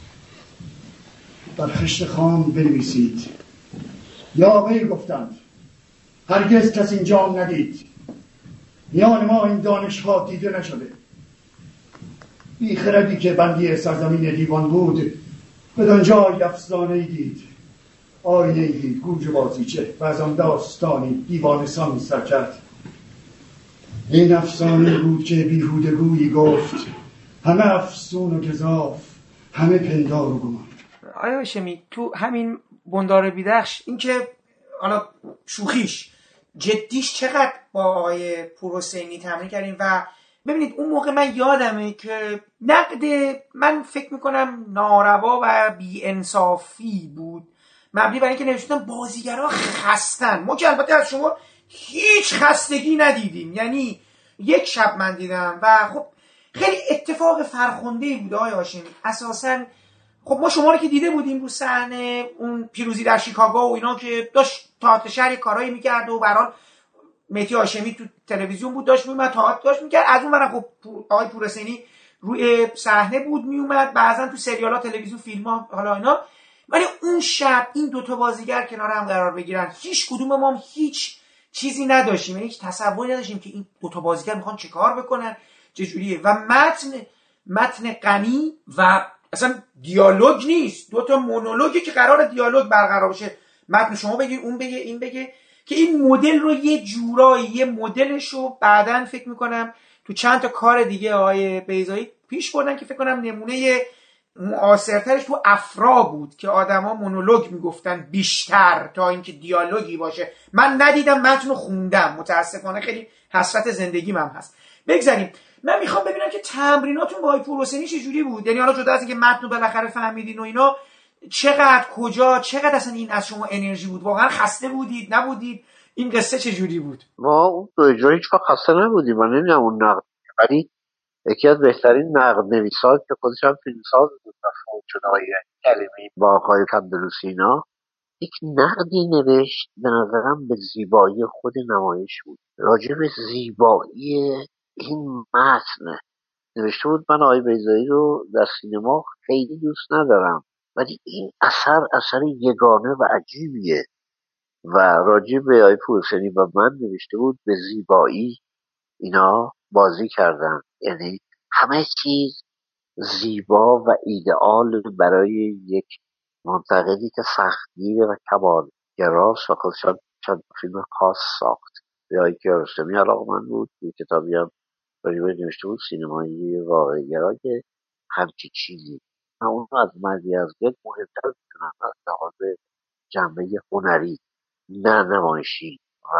بر خشت خام بنویسید یا غیر گفتند هرگز کس این جام ندید. میان ما این دانش ها دیده نشده. بی خردی که بندی سرزمین دیوان بود بدان جای افسانه ای دید، آینه ای دید، گوج بازیچه و از آن داستانی دیوانه سان سر کرد. این افسانه بود که بیهودگویی گفت همه افسون و گزاف، همه پندار و گمان. آیا هاشمی تو همین بندار بیدخش این که حالا شوخیش جدیش چقدر با آقای پور حسینی تمرین کردیم و ببینید اون موقع من یادمه که نقد من فکر میکنم ناروا و بی‌انصافی بود، مبنی بر اینکه نوشتن بازیگرها خستن. ما که البته از شما هیچ خستگی ندیدیم، یعنی یک شب من دیدم و خب خیلی اتفاق فرخنده‌ای بود آقای هاشمی. اساساً خب ما شما رو که دیده بودیم رو صحنه اون پیروزی در شیکاگو و اینا که داشت تئاتر شهر کارایی میکرد و به هر حال مهدی هاشمی تو تلویزیون بود داشت میومد تئاتر داشت میکرد، از اون ورا خب آقای پورحسینی روی صحنه بود میومد، بعضا تو سریالا تلویزیون فیلم‌ها حالا اینا. ولی اون شب این دوتا بازیگر کنار هم قرار بگیرن، هیچ کدوم ما هم هیچ چیزی نداشتیم، یعنی هیچ تصوری نداشتیم که این دوتا بازیگر میخوان چیکار بکنن چجوریه. و متن متن غنی و اصلا دیالوگ نیست، دوتا مونولوگی که قرار دیالوگ برقرار بشه، متن شما بگی اون بگه این بگه، که این مدل رو یه جورایی یه مدلش رو بعداً فکر میکنم تو چند تا کار دیگه آقای بیضایی پیش بردن که فکر کنم نمونه معاصرترش تو افرا بود که آدما مونولوگ میگفتن بیشتر تا اینکه دیالوگی باشه. من ندیدم، متن رو خوندم، متاسفانه خیلی حسرت زندگیم هم هست. بگذاریم. من میخوام ببینم که تمریناتون با آقای پورحسینی چجوری بود، یعنی حالا جدا از اینکه متن رو بالاخره فهمیدین و اینا، چقدر کجا چقدر اصلا این از شما انرژی بود، واقعا خسته بودید نبودید، این قصه چجوری بود؟ ما اون دو اجرا هیچ وقت خسته نبودیم. من نمیدونم اون نقد، ولی یکی از بهترین نقد نویسا که خودش هم فیلمساز بود و فوت شد آقای کریمی با آقای عبدالحسینا، یک نقدی نوشت به نظرم به زیبایی خود نمایش بود، راجع به زیبایی این متن نوشته بود. من آقای بیضایی رو در سینما خیلی دوست ندارم، ولی این اثر اثر یگانه و عجیبیه و راجع به آقای پورحسینی و من نوشته بود به زیبایی اینا بازی کردن، یعنی همه چیز زیبا و ایدئال برای یک منتقدی که سختگیر و کمالگراست و خودشان چند فیلم خاص ساخت. یا کیارستمی علاقمند بود، یک کتابی هم راجع به نوشته بود سینمایی واقعی‌گرا که همچی چیزی. من اون از مردی از گل مهمتر میتونم از لحاظ جنبه هنری نه نمایشی و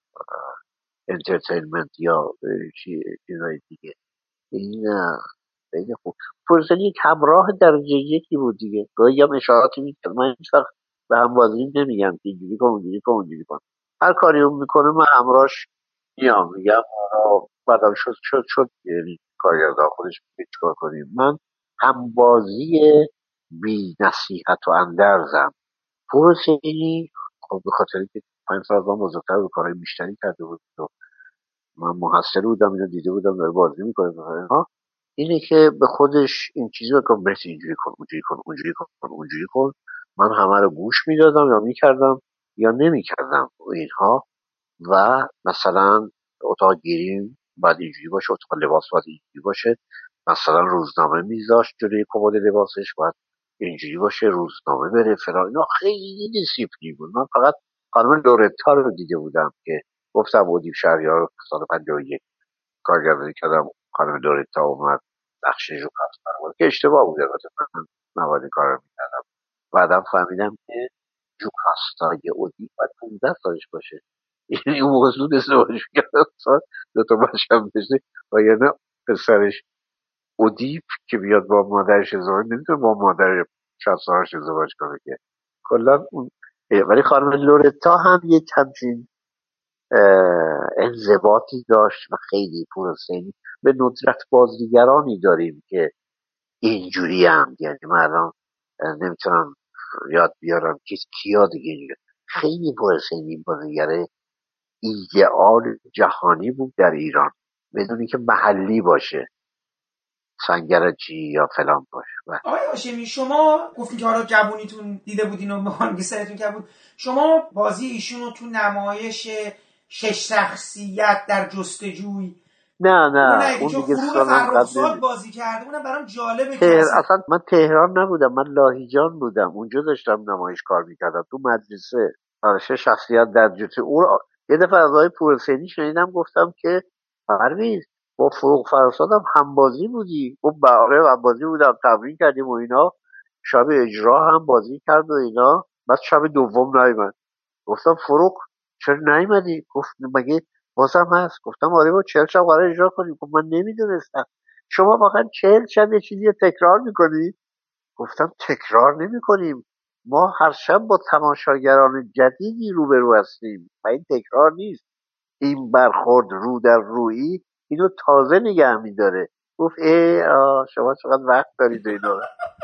انترتینمنت یا چیزهای دیگه. این خیلی خوب. پورحسینی یک همراه درجه یکی بود دیگه، گاهی هم اشاراتی میکرد. من هیچ وقت به هم بازی نمیگم که اینجوری کن اونجوری کن اونجوری کن، هر کاری اون میکنه من همراهش میام میگم آره بعدم شد شد شد یعنی کارگردان خودش میگه چیکار کنیم. من هم بازی بی نصیحت و اندرزم. پورحسینی خب به خاطر که پنج سال من بزرگتر و کارهای بیشتری کرده بود و من محصل بودم اینو دیده بودم داره بازی میکنه ها، اینه که به خودش این چیزی رو بگم برسی اینجوری کن اونجوری کن اونجوری کن اونجوری کن. من همه رو گوش میدادم یا میکردم یا نمیکردم اینها. و مثلا اتاق گیریم بعد اینجوری باشه، اتاق لباس باید اینجوری باشه، مثلا روزنامه میذاشت جلوی کمد لباسش باید اینجوری باشه روزنامه بره فلان. اینا خیلی دیسیپلین بود. من فقط خانم لورتا رو دیده بودم که گفتم ادیب شهریار رو سال پنجاه و یک کارگردانی کردم، خانم لورتا اومد نقش ژوکاس برام که اشتباه بود، البته من نباید این کار رو میکردم. بعدم فهمیدم که ژوکاستای ادیب باید پانزده سالش باشه، یعنی اون موقع زود ازدواج کردم سال دو تا بچه‌ام داشته و یعنی پسرش ادیب که بیاد با مادرش ازدواج نمیتونه با مادر شصت سالش ازدواج کنه که کلا اون. ولی خانم لورتا هم یه همچین انضباطی داشت و خیلی پورحسینی به ندرت بازیگرانی داریم که اینجوری هم، یعنی من الان نمیتونم یاد بیارم که کیا دیگه اینجوری. خیلی پورحسینی بازیگر ایدئال جهانی بود در ایران بدونی که محلی باشه، سنگرجی یا فلان باشه. آقای هاشمی شما گفتین که حالا جوونیتون دیده بودین و مهانگی سرتون کرد بود، شما بازی ایشون رو تو نمایش شش شخصیت در جستجوی نه نه اون دیگه فرخزاد بازی کرده اونم برام جالبه که تهر... اصلا من تهران نبودم، من لاهیجان بودم، اونجا داشتم نمایش کار میکردم تو مدرسه. شش شخصیت در جستجوی اون یه دفعه از آقای پورحسینی شنیدم گفتم که پرویز با فروغ فرزادم هم بازی بودی؟ گفت بله هم بازی بودم، تمرین کردیم و اینا، شب اجرا هم بازی کرد و اینا. بعد شب دوم نیومد. گفتم فروغ چرا نیومدی؟ گفت مگه بازم هست. گفتم آره با چهل شب قرار اجرا کنیم. گفت من نمیدونستم. شما واقعا چهل شب یه چیزی رو تکرار میکنید؟ گفتم تکرار نمی کنیم، ما هر شب با تماشاگران جدیدی روبرو هستیم و این تکرار نیست. این برخورد رو در رویی اینو تازه نگه میداره. گفت ای آه شما چقدر وقت دارید اینو.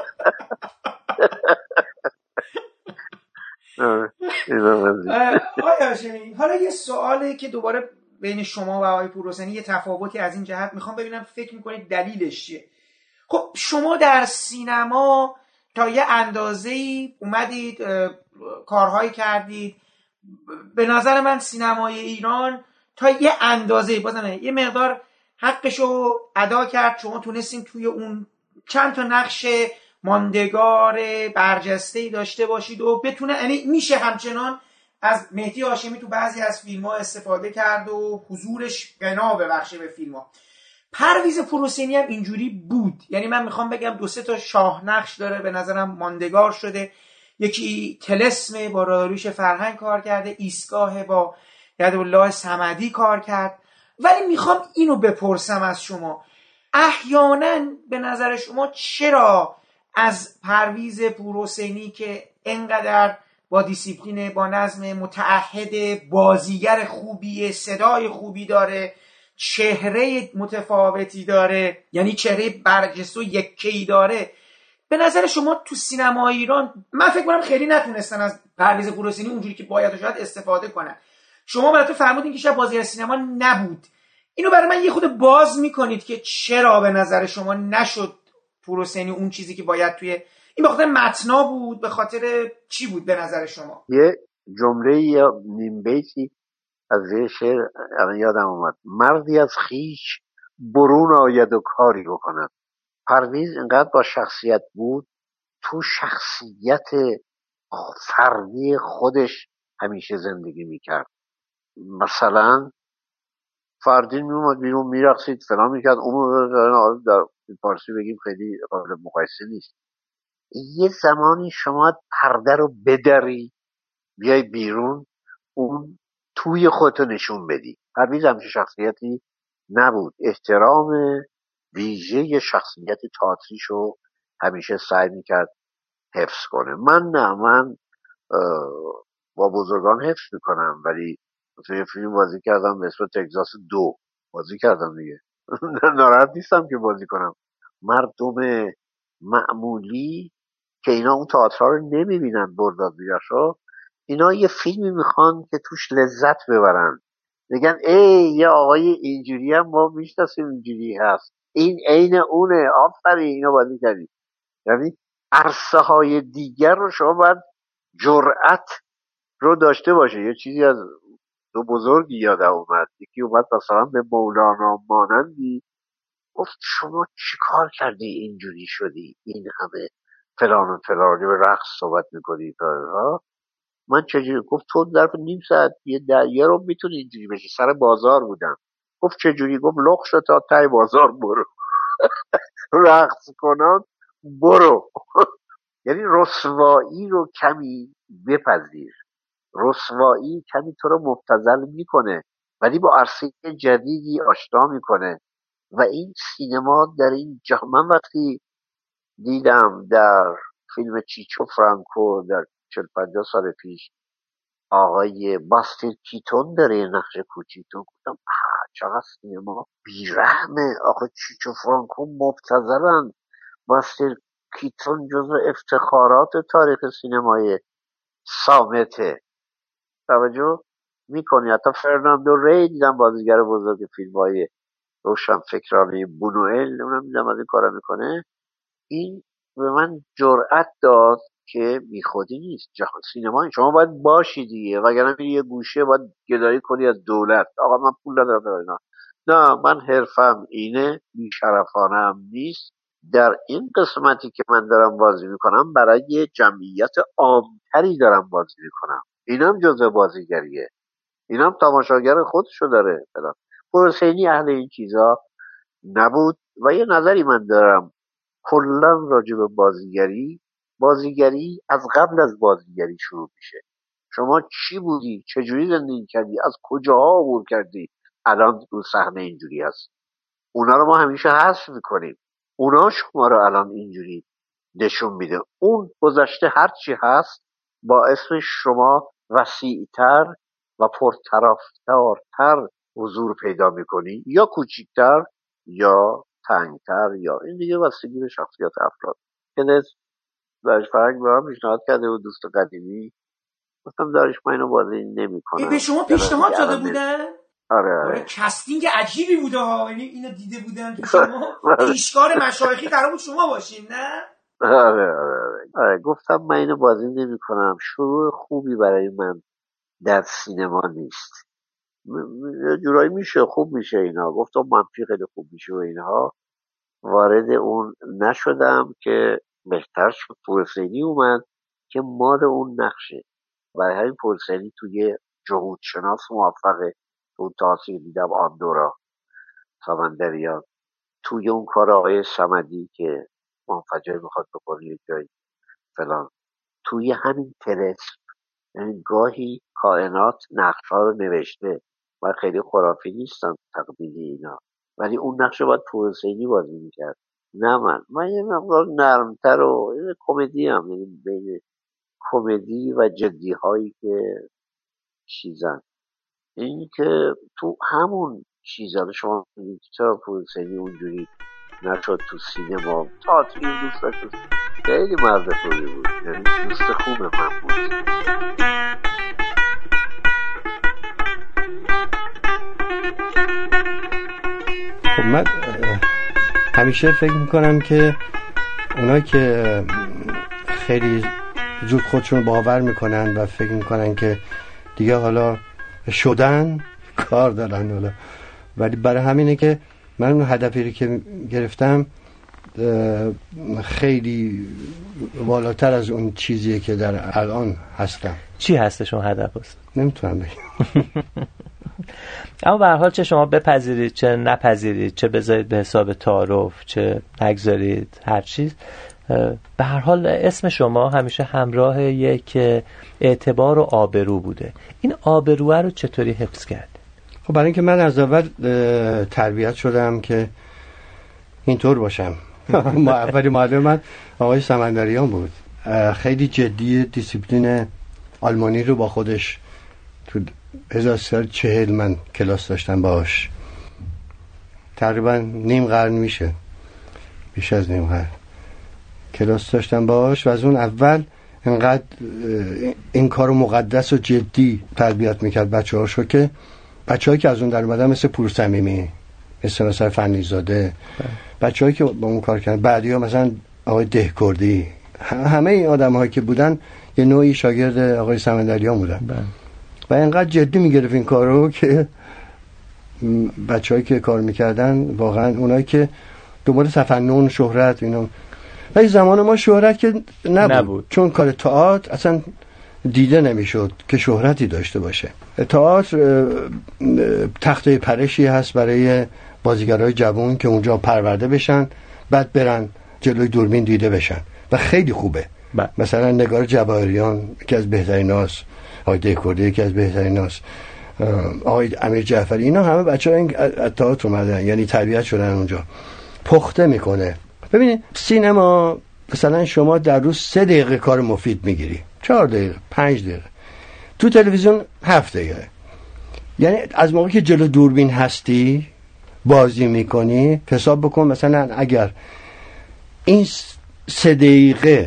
آقای هاشمی، حالا یه سوالی که دوباره بین شما و آقای پورحسینی یه تفاوتی از این جهت میخوام ببینم فکر میکنید دلیلش چیه. خب شما در سینما تا یه اندازه‌ای اومدید کارهایی کردید، به نظر من سینمای ایران تا یه اندازه‌ای بازم یه مقدار حقشو ادا کرد. شما تونستین توی اون چند تا نقش ماندگار برجسته‌ای داشته باشید و بتونه، یعنی میشه همچنان از مهدی هاشمی تو بعضی از فیلم‌ها استفاده کرد و حضورش غنا ببخشه به فیلم‌ها. پرویز پورحسینی هم اینجوری بود، یعنی من میخوام بگم دو سه تا شاه نقش داره به نظرم ماندگار شده. یکی طلسم با داریوش فرهنگ کار کرده، ایستگاه با یدالله صمدی کار کرد. ولی میخوام اینو بپرسم از شما، احیانا به نظر شما چرا از پرویز پورحسینی که انقدر با دیسیپلین، با نظم، متعهد، بازیگر خوبی، صدای خوبی داره، چهره متفاوتی داره، یعنی چهره برجسته و یکه‌ای داره، به نظر شما تو سینما ایران من فکر کنم خیلی نتونستن از پرویز پورحسینی اونجوری که باید و شاید استفاده کنن. شما براتون فرمودین که شاید بازیگر سینما نبود. اینو برای من یه خود باز میکنید که چرا به نظر شما نشد پورحسینی اون چیزی که باید توی این، به خاطر متنا بود، به خاطر چی بود به نظر شما؟ یه جمله یا نیم بیتی از یه شعر یادم اومد: مردی از خیش برون آید و کاری بکند. پرویز اینقدر با شخصیت بود، تو شخصیت فردی خودش همیشه زندگی میکرد. مثلا فردین میومد بیرون میرقصید فلان میکرد، اون در فارسی بگیم خیلی قابل مقایسه نیست. یه زمانی شما پرده رو بدری بیای بیرون، اون توی خودتو نشون بدی. پرویز همچه شخصیتی نبود. احترام ویژه شخصیت تئاتریشو همیشه سعی میکرد حفظ کنه. من نه، من با بزرگان حفظ میکنم، ولی توی فیلم بازی کردم به اسم تگزاس دو بازی کردم دیگه. ناراحت نیستم که بازی کنم. مردم معمولی که اینا اون تئاترها رو نمیبینن، بردازیاشو، اینا یه فیلمی میخوان که توش لذت ببرن، میگن ای یه آقای اینجوری هم ما میشناسیم اینجوری هست، این عین اونه، آفرین اینو بازی کردی. یعنی عرصه های دیگر رو شما باید جرأت رو داشته باشه. یه چیزی از دو بزرگی یادم اومد، یکی اومد مثلا به مولانا مانندی گفت شما چی کار کردی اینجوری شدی، این همه فلان و فلان به رقص صحبت میکنی. من چجوری؟ گفت تو در نیم ساعت یه دریا رو میتونی اینجوری بشی. سر بازار بودم. گفت چجوری؟ گفت لخ شد تا تای بازار برو رقص کنان برو. یعنی رسوایی رو کمی بپذیر. رسوایی کمی تو رو مبتذل میکنه ولی با عرصه جدیدی آشنا میکنه و این سینما در این جا... من وقتی دیدم در فیلم چیچو فرانکو در چهل پنجاه سال پیش آقای باستر کیتون داره نقش کوچیک، گفتم آه چقدر سینما بیرحمه. آقای چیچو فرانکو مبتذلن، باستر کیتون جزو افتخارات تاریخ سینمای صامته. توجه میکنی؟ حتی فرناندو ری دیدم، بازیگر بزرگ فیلم های روشن فکرانه بونوئل، اونم دیدم از این کارا میکنه. این به من جرأت داد که بیخودی نیست. جهان سینما شما باید باشی دیگه، وگرنه میری یه گوشه باید گدایی کنی از دولت. آقا من پول ندارم اینا. نه، من حرفم اینه، بی‌شرفانه هم نیست. در این قسمتی که من دارم بازی میکنم برای جمعیت عامتری دارم بازی میکنم. اینم جزء بازیگریه، اینم تماشاگر خودشو داره. پورحسینی اهل این چیزا نبود. و یه نظری من دارم کلا راجع به بازیگری، بازیگری از قبل از بازیگری شروع میشه. شما چی بودی؟ چجوری زندگی کردی؟ از کجاها عبور کردی؟ الان اون صحنه اینجوری هست. اونا رو ما همیشه حذف میکنیم، اونا شما رو الان اینجوری نشون میده. اون گذشته هرچی هست با اسم شما وسیعتر و پرطرفدارتر حضور پیدا میکنی، یا کوچیکتر یا تنگتر، یا این دیگه بستگی به شخصیت افراد. که دارش فرنگ به من پیشنهاد کرده و دوست قدیمی گفتم دارش من اینو بازی نمی کنم. این به شما پیشنهاد داده بوده؟ آره آره کاستینگ عجیبی بوده ها، یعنی اینو دیده بودن که شما پیشکار مشایخی قرار بود شما باشین، نه؟ آره آره آره, آره. گفتم من اینو بازی نمی کنم، شروع خوبی برای من در سینما نیست. جورایی میشه خوب میشه اینا، گفتم منفی خیلی خوب میشه و اینها. وارد اون نشدم که بهتر شد پورسینی اومد که مال اون نقشه. برای همین پورسینی توی جهود شناس موفقه. اون تاثیر دیدم آندورا، سمندریان، توی اون کار آقای صمدی که منفجر میخواد بکنه یک جایی فلان، توی همین طلسم. یعنی گاهی کائنات نقش‌ها رو نوشته و خیلی خرافی نیستن تقدیمی اینا، ولی اون نقشه باید پورسینی بازی میکرد نه من. من یه مقدار نرمتر و کمدی هم، یعنی بین کمدی و جدی هایی که چیزن، این که تو همون چیزا شما میگید چرا پورسینی اونجوری نشد تو سینما. تئاتر دوست داشت، خیلی مرد خوبی بود، یعنی دوست خوب من بود. خب من همیشه فکر میکنم که اونا که خیلی زود خودشون باور میکنن و فکر میکنن که دیگه حالا شدن کار دارن حالا، ولی برای همینه که من اون هدفی که گرفتم خیلی بالاتر از اون چیزیه که در الان هستم. چی هستش اون هدف هست؟ نمیتونم بگم. اما به هر حال چه شما بپذیرید چه نپذیرید، چه بذارید به حساب تعارف چه نگذارید، هر چیز، به هر حال اسم شما همیشه همراه یک اعتبار و آبرو بوده. این آبروه رو چطوری حفظ کرد؟ خب برای اینکه من از اول تربیت شدم که اینطور باشم. اولی معلم من آقای سمندریان بود، خیلی جدی دیسیپلین آلمانی رو با خودش تو هزار و سیصد و چهل من کلاس داشتم باش، تقریبا نیم قرن میشه، بیش از نیم قرن کلاس داشتم باش و از اون اول انقدر این کارو مقدس و جدی تربیت میکرد بچه هاشو که بچه هایی که از اون در اومدن مثل پورصمیمی، مثل مثلا فنیزاده، بچه هایی که با اون کار کردن، بعدی ها مثلا آقای دهکردی، همه این آدم هایی که بودن یه نوعی شاگرد آقای سمندریان بودن بله. و اینقدر جدی میگرفت این کارو که بچه هایی که کار میکردن واقعا اونایی که دنبال تفنن شهرت اینا، ولی زمان ما شهرت که نبود, نبود. چون کار تئاتر اصلا دیده نمیشد که شهرتی داشته باشه. تئاتر تخته پرشی هست برای بازیگرای جوان که اونجا پرورده بشن، بعد برن جلوی دوربین دیده بشن و خیلی خوبه با. مثلا نگار جواهریان یکی از بهتریناست، آقای دهکردی یکی از بهتریناست، آقای امیر جعفری، اینا همه بچه‌ها این تئاتر اومدن، یعنی تربیت شدن اونجا، پخته میکنه. ببینید سینما مثلا شما در روز سه دقیقه کار مفید میگیری، چهار دقیقه، پنج دقیقه، تو تلویزیون هفت دقیقه. یعنی از موقعی که جلو دوربین هستی بازی میکنی حساب بکن مثلا اگر این سه دقیقه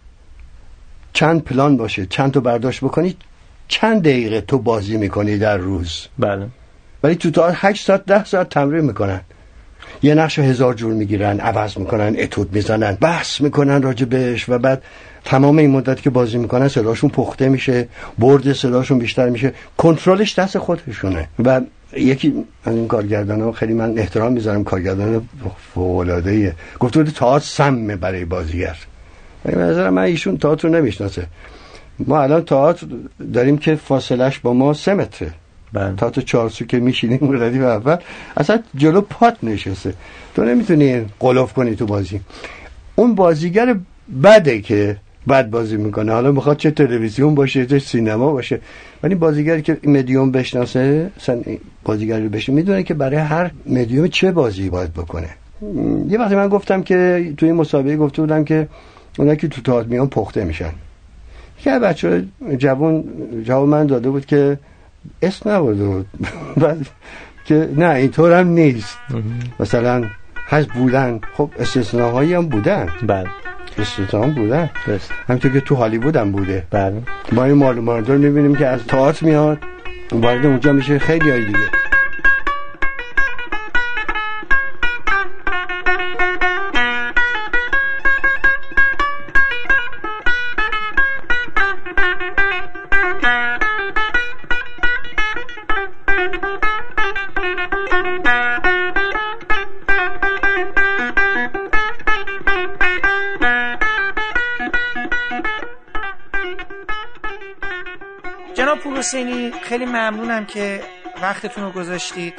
چند پلان باشه، چند تا برداشت بکنی، چند دقیقه تو بازی میکنی در روز. بله. ولی تو تا هشت ساعت ده ساعت تمرین میکنن، یه نقش هزار جور میگیرن، عوض میکنن، اتود میزنن، بحث میکنن راجع بهش و بعد تمام این مدت که بازی میکنن صداشون پخته میشه، برد صداشون بیشتر میشه، کنترلش دست خودشونه. و یکی از این کارگردانا خیلی من احترام میذارم، کارگردان فوق‌العاده‌ایه، گفت بود تئاتر سمه برای بازیگر. به نظر من ایشون تئاتر رو نمیشناسه. ما الان تئاتر داریم که فاصلش با ما سه متره، تئاتر چهار سو که میشینیم ردیف اول اصلا جلو پات نشسته، تو نمیتونی قلوف کنی تو بازی. اون بازیگر بده که بد بازی میکنه، حالا میخواد چه تلویزیون باشه چه سینما باشه، ولی بازیگری که مدیوم بشناسه، مثلا بازیگری بشه میدونه که برای هر مدیوم چه بازی باید بکنه. یه وقتی من گفتم که توی مسابقه گفته بودم که اونایی که تو تئاتر میان پخته میشن، که بچه جوان جواب من داده بود که اسم نبوده بود بعد که نه اینطور هم نیست، مثلا هست بودن، خب استثناهایی هم بودن، بله استثناها هم بودن، همینطور که تو هالیوود هم بوده. بله ما این معلومات رو میبینیم که از تئاتر میاد وارد اونجا میشه خیلی های دیگه. جناب پورحسینی خیلی ممنونم که وقتتون رو گذاشتید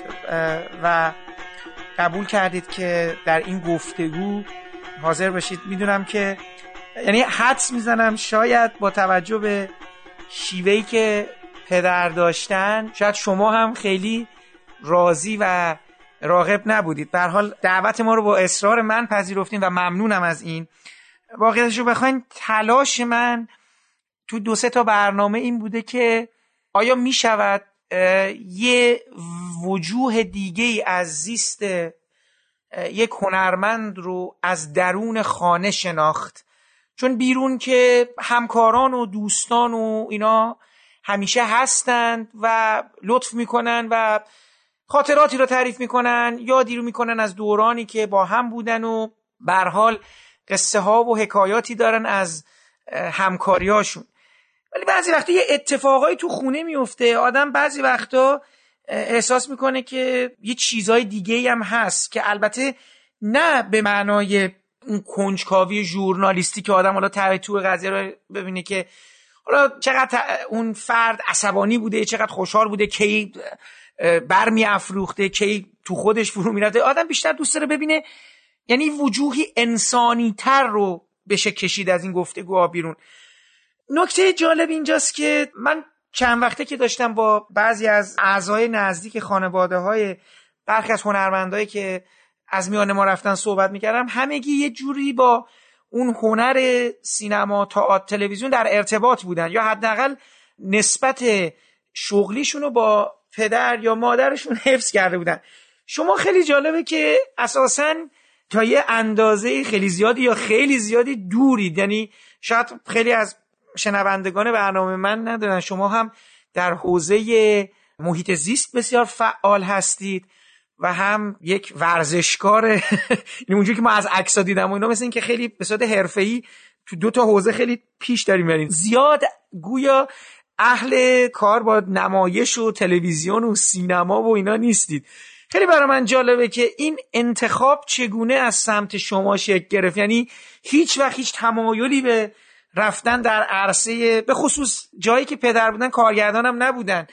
و قبول کردید که در این گفتگو حاضر بشید. میدونم که یعنی حدس میزنم شاید با توجه به شیوهی که پدر داشتن شاید شما هم خیلی راضی و راغب نبودید. به هر حال دعوت ما رو با اصرار من پذیرفتین و ممنونم از این. واقعیتش رو بخواین تلاش من تو دو سه تا برنامه این بوده که آیا می شود یه وجوه دیگه از زیست یک هنرمند رو از درون خانه شناخت، چون بیرون که همکاران و دوستان و اینا همیشه هستند و لطف میکنن و خاطراتی رو تعریف میکنن، یادی رو میکنن از دورانی که با هم بودن و به هر حال قصه ها و حکایاتی دارن از همکاریاشون. ولی بعضی وقتا یه اتفاقایی تو خونه میفته، آدم بعضی وقتا احساس میکنه که یه چیزای دیگه هم هست که البته نه به معنای اون کنجکاوی ژورنالیستی که آدم حالا ته تو قضیه رو ببینه که حالا چقدر اون فرد عصبانی بوده، چقدر خوشحال بوده، کی برمی افروخته، کی تو خودش فرو میرفته. آدم بیشتر دوست داره ببینه یعنی وجوهی انسانی تر رو بشه کشید از این گفتگوها بیرون. نکته جالب اینجاست که من چند وقته که داشتم با بعضی از اعضای نزدیک خانواده های برخی از هنرمندایی که از میان ما رفتن صحبت میکردم، همگی یه جوری با اون هنر سینما، تئاتر، تلویزیون در ارتباط بودن یا حداقل نسبت شغلیشون رو با پدر یا مادرشون حفظ کرده بودن. شما خیلی جالبه که اساساً تا یه اندازه خیلی زیادی یا خیلی زیادی دورید، یعنی شاید خیلی از شنوندگان برنامه من ندارن، شما هم در حوزه محیط زیست بسیار فعال هستید و هم یک ورزشکار این اونجوری که ما از عکس‌ها دیدم و اینا مثل این که خیلی به صورت حرفه‌ای تو دو تا حوزه خیلی پیش داریم میرین. زیاد گویا اهل کار با نمایش و تلویزیون و سینما و اینا نیستید. خیلی برای من جالبه که این انتخاب چگونه از سمت شما شکل گرفت، یعنی هیچ وقت هیچ تمایلی به رفتن در عرصه به خصوص جایی که پدر بودن کارگردان هم نبودن،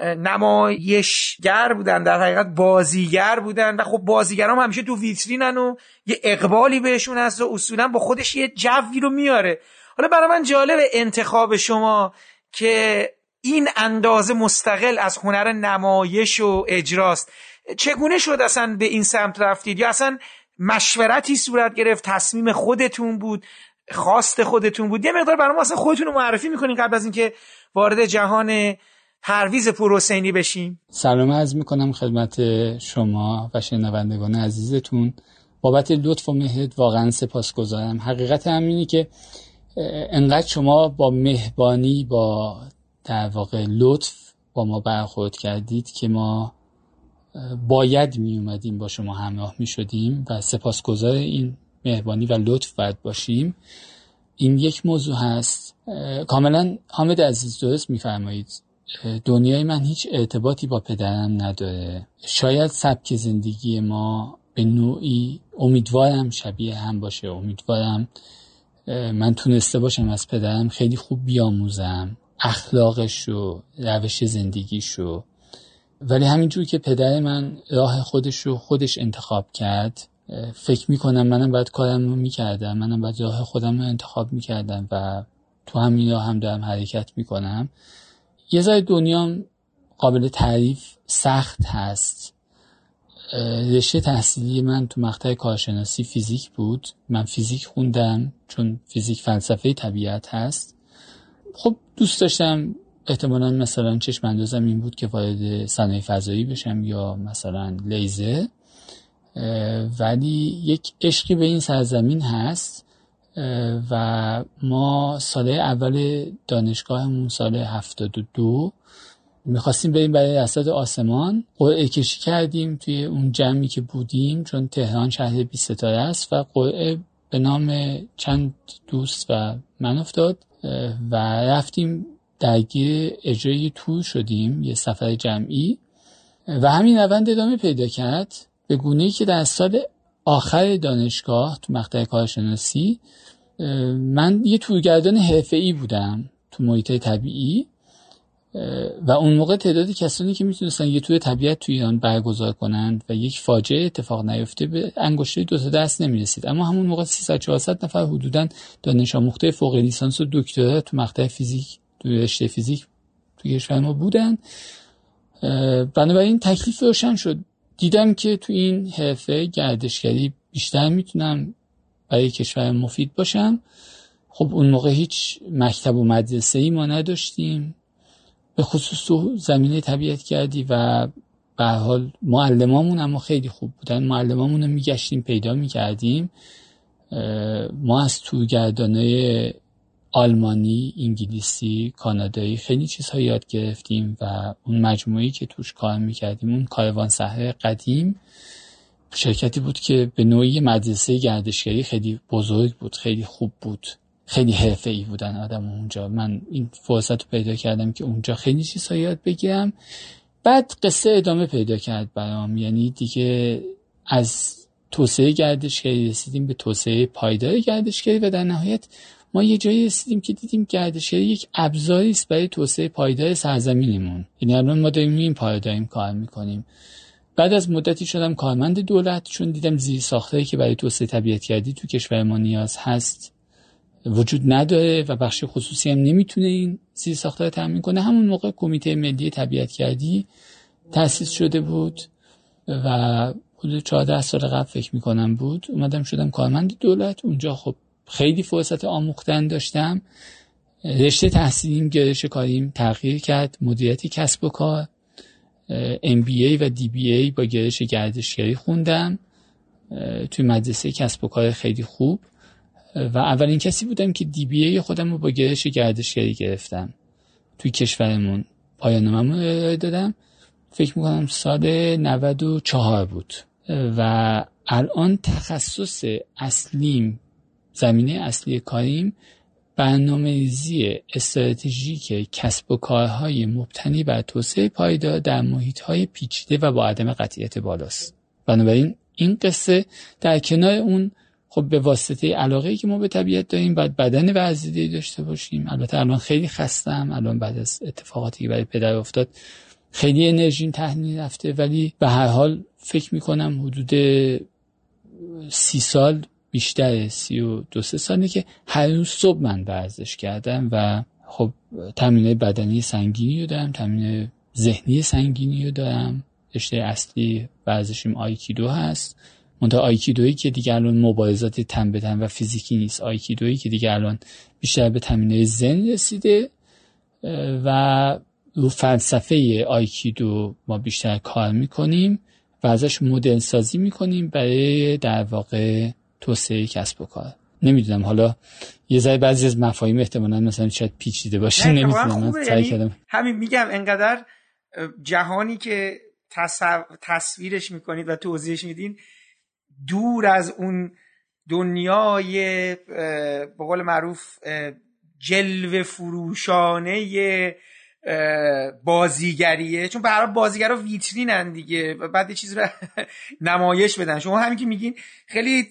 نمایشگر بودن، در حقیقت بازیگر بودن و خب بازیگرام هم همیشه تو ویترینن و یه اقبالی بهشون هست و اصولا با خودش یه جوی رو میاره. حالا برای من جالبه انتخاب شما که این اندازه مستقل از هنر نمایش و اجراست. چگونه شد اصلا به این سمت رفتید؟ یا اصلا مشورتی صورت گرفت، تصمیم خودتون بود، خواست خودتون بود؟ یه مقدار برام اصلا خودتون رو معرفی میکنین قبل از اینکه وارد جهان پرویز پورحسینی بشیم. سلام عرض میکنم خدمت شما و شنوندگان عزیزتون. بابت لطف و مهرت واقعا سپاسگزارم. حقیقت همینه که انقدر شما با مهربانی، با در واقع لطف با ما برخورد کردید که ما باید می اومدیم با شما همراه می شدیم و سپاسگزار این مهربانی و لطف باید باشیم. این یک موضوع هست. کاملا حامد عزیز درست می فرمایید. دنیای من هیچ ارتباطی با پدرم نداره. شاید سبک زندگی ما به نوعی امیدوارم شبیه هم باشه. امیدوارم من تونسته باشم از پدرم خیلی خوب بیاموزم اخلاقش رو، روش زندگیش رو. ولی همینجور که پدر من راه خودش رو خودش انتخاب کرد فکر میکنم منم باید کارم رو میکردم، منم باید راه خودم رو انتخاب میکردم و تو همین راه هم دارم حرکت میکنم. یه ذره دنیام قابل تعریف سخت هست. رشته تحصیلی من تو مقطع کارشناسی فیزیک بود. من فیزیک خوندم چون فیزیک فلسفه طبیعت هست. خب دوست داشتم احتمالاً مثلا چشم اندازم این بود که وارد صنایع فضایی بشم یا مثلا لیزر، ولی یک عشقی به این سرزمین هست و ما سال اول دانشگاهمون سال هفتاد و دو میخواستیم بریم برای رصد آسمان. قرعه کشی کردیم توی اون جمعی که بودیم، چون تهران شهر بیست ستاره است و قرعه به نام چند دوست و من افتاد و رفتیم درگیر اجرای تور شدیم، یه سفر جمعی، و همین روند ادامه پیدا کرد به گونه‌ای که در سال آخر دانشگاه تو مقطع کارشناسی من یه تورگردان حرفه‌ای بودم تو محیط‌های طبیعی و اون موقع تعداد کسانی که میتونستن یه تور طبیعت توی ایران برگزار کنند و یک فاجعه اتفاق نیفته به انگشتای دو تا دست نمیرسید. اما همون موقع سیصد چهارصد نفر حدوداً دانش آموخته فوق لیسانس و دکترا تو مقطع فیزیک تو رشته فیزیک تو کشور ما بودن. بنابراین تکلیف روشن شد. دیدم که تو این حرفه گردشگری بیشتر میتونم برای کشور مفید باشم. خب اون موقع هیچ مکتب و مدرسه‌ای ما نداشتیم، به خصوص تو زمینه طبیعت گردی، و به هر حال معلمامون اما خیلی خوب بودن. معلمامون رو میگشتیم پیدا میکردیم. ما از تورگردانای آلمانی، انگلیسی، کانادایی خیلی چیزها یاد گرفتیم و اون مجموعه‌ای که توش کار میکردیم، اون کاروان صحرا قدیم، شرکتی بود که به نوعی مدرسه گردشگری خیلی بزرگ بود، خیلی خوب بود، خیلی حرفه‌ای بودن آدم اونجا. من این فرصت رو پیدا کردم که اونجا خیلی چیزها یاد بگیرم. بعد قصه ادامه پیدا کرد برام، یعنی دیگه از توسعه گردشگری رسیدیم به توسعه پایدار گردشگری و در نهایت ما یه جایی رسیدیم که دیدیم گردشگری یک ابزاری است برای توسعه پایدار سرزمینمون. یعنی الان ما داریم این پارادایم کار میکنیم. بعد از مدتی شدم کارمند دولت، چون دیدم زیر ساختایی که برای توسعه طبیعت‌گردی تو کشور ما نیاز هست وجود نداره و بخش خصوصی هم نمیتونه این زیر ساخت‌ها رو تامین کنه. همون موقع کمیته ملی طبیعت‌گردی تأسیس شده بود و حدود چهارده سال قبل فکر میکنم بود اومدم شدم کارمند دولت. اونجا خب خیلی فرصت آموختن داشتم. رشته تحصیلیم گرایش کاریم تغییر کرد، مدیریت کسب و کار، ام بی ای و دی بی ای با گرایش گردشگری خوندم توی مدرسه کسب و کار خیلی خوب و اولین کسی بودم که دی بی ای خودم رو با گرایش گردشگری گرفتم توی کشورمون. پایان نامه‌مو ارائه دادم، فکر میکنم سال نود و چهار بود و الان تخصص اصلیم، زمینه اصلی کاریم برنامه‌ریزی استراتژیک کسب و کارهای مبتنی بر توسعه پایدار در محیط‌های پیچیده و با عدم قطعیت بالاست. بنابراین این قصه در کنار اون خب به واسطه علاقه‌ای که ما به طبیعت داریم باید بدن ورزیده‌ای داشته باشیم. البته الان خیلی خستم، الان بعد از اتفاقاتی که برای پدر افتاد خیلی انرژیم تحلیل رفته، ولی به هر حال فکر می‌کنم حدود سی سال بیشتر، سی و دو سه ساله که هر روز صبح من ورزش کردم و خب تمرین بدنی سنگینی رو دارم، تمرین ذهنی سنگینی رو دارم. رشته اصلی ورزشیم آیکیدو هست. منتها آیکیدویی که دیگه الان مبارزات تن به تن و فیزیکی نیست، آیکیدویی که دیگه الان بیشتر به تمرین ذهن رسیده و رو فلسفه آیکیدو ما بیشتر کار میکنیم و ازش مدل سازی میکنیم برای در واقع توسعه کسب و کار. نمیدونم، حالا یه ذره بعضی از مفاهیم احتمالاً مثلا شاید پیچیده باشه، نمیدونم. من سعی کردم همین میگم، انقدر جهانی که تصو... تصویرش میکنید و توضیحش میدین دور از اون دنیای به قول معروف جلوه فروشانه بازیگریه، چون به هر حال بازیگرا ویترینن دیگه و بعد یه چیز رو نمایش بدن. شما همین که میگین خیلی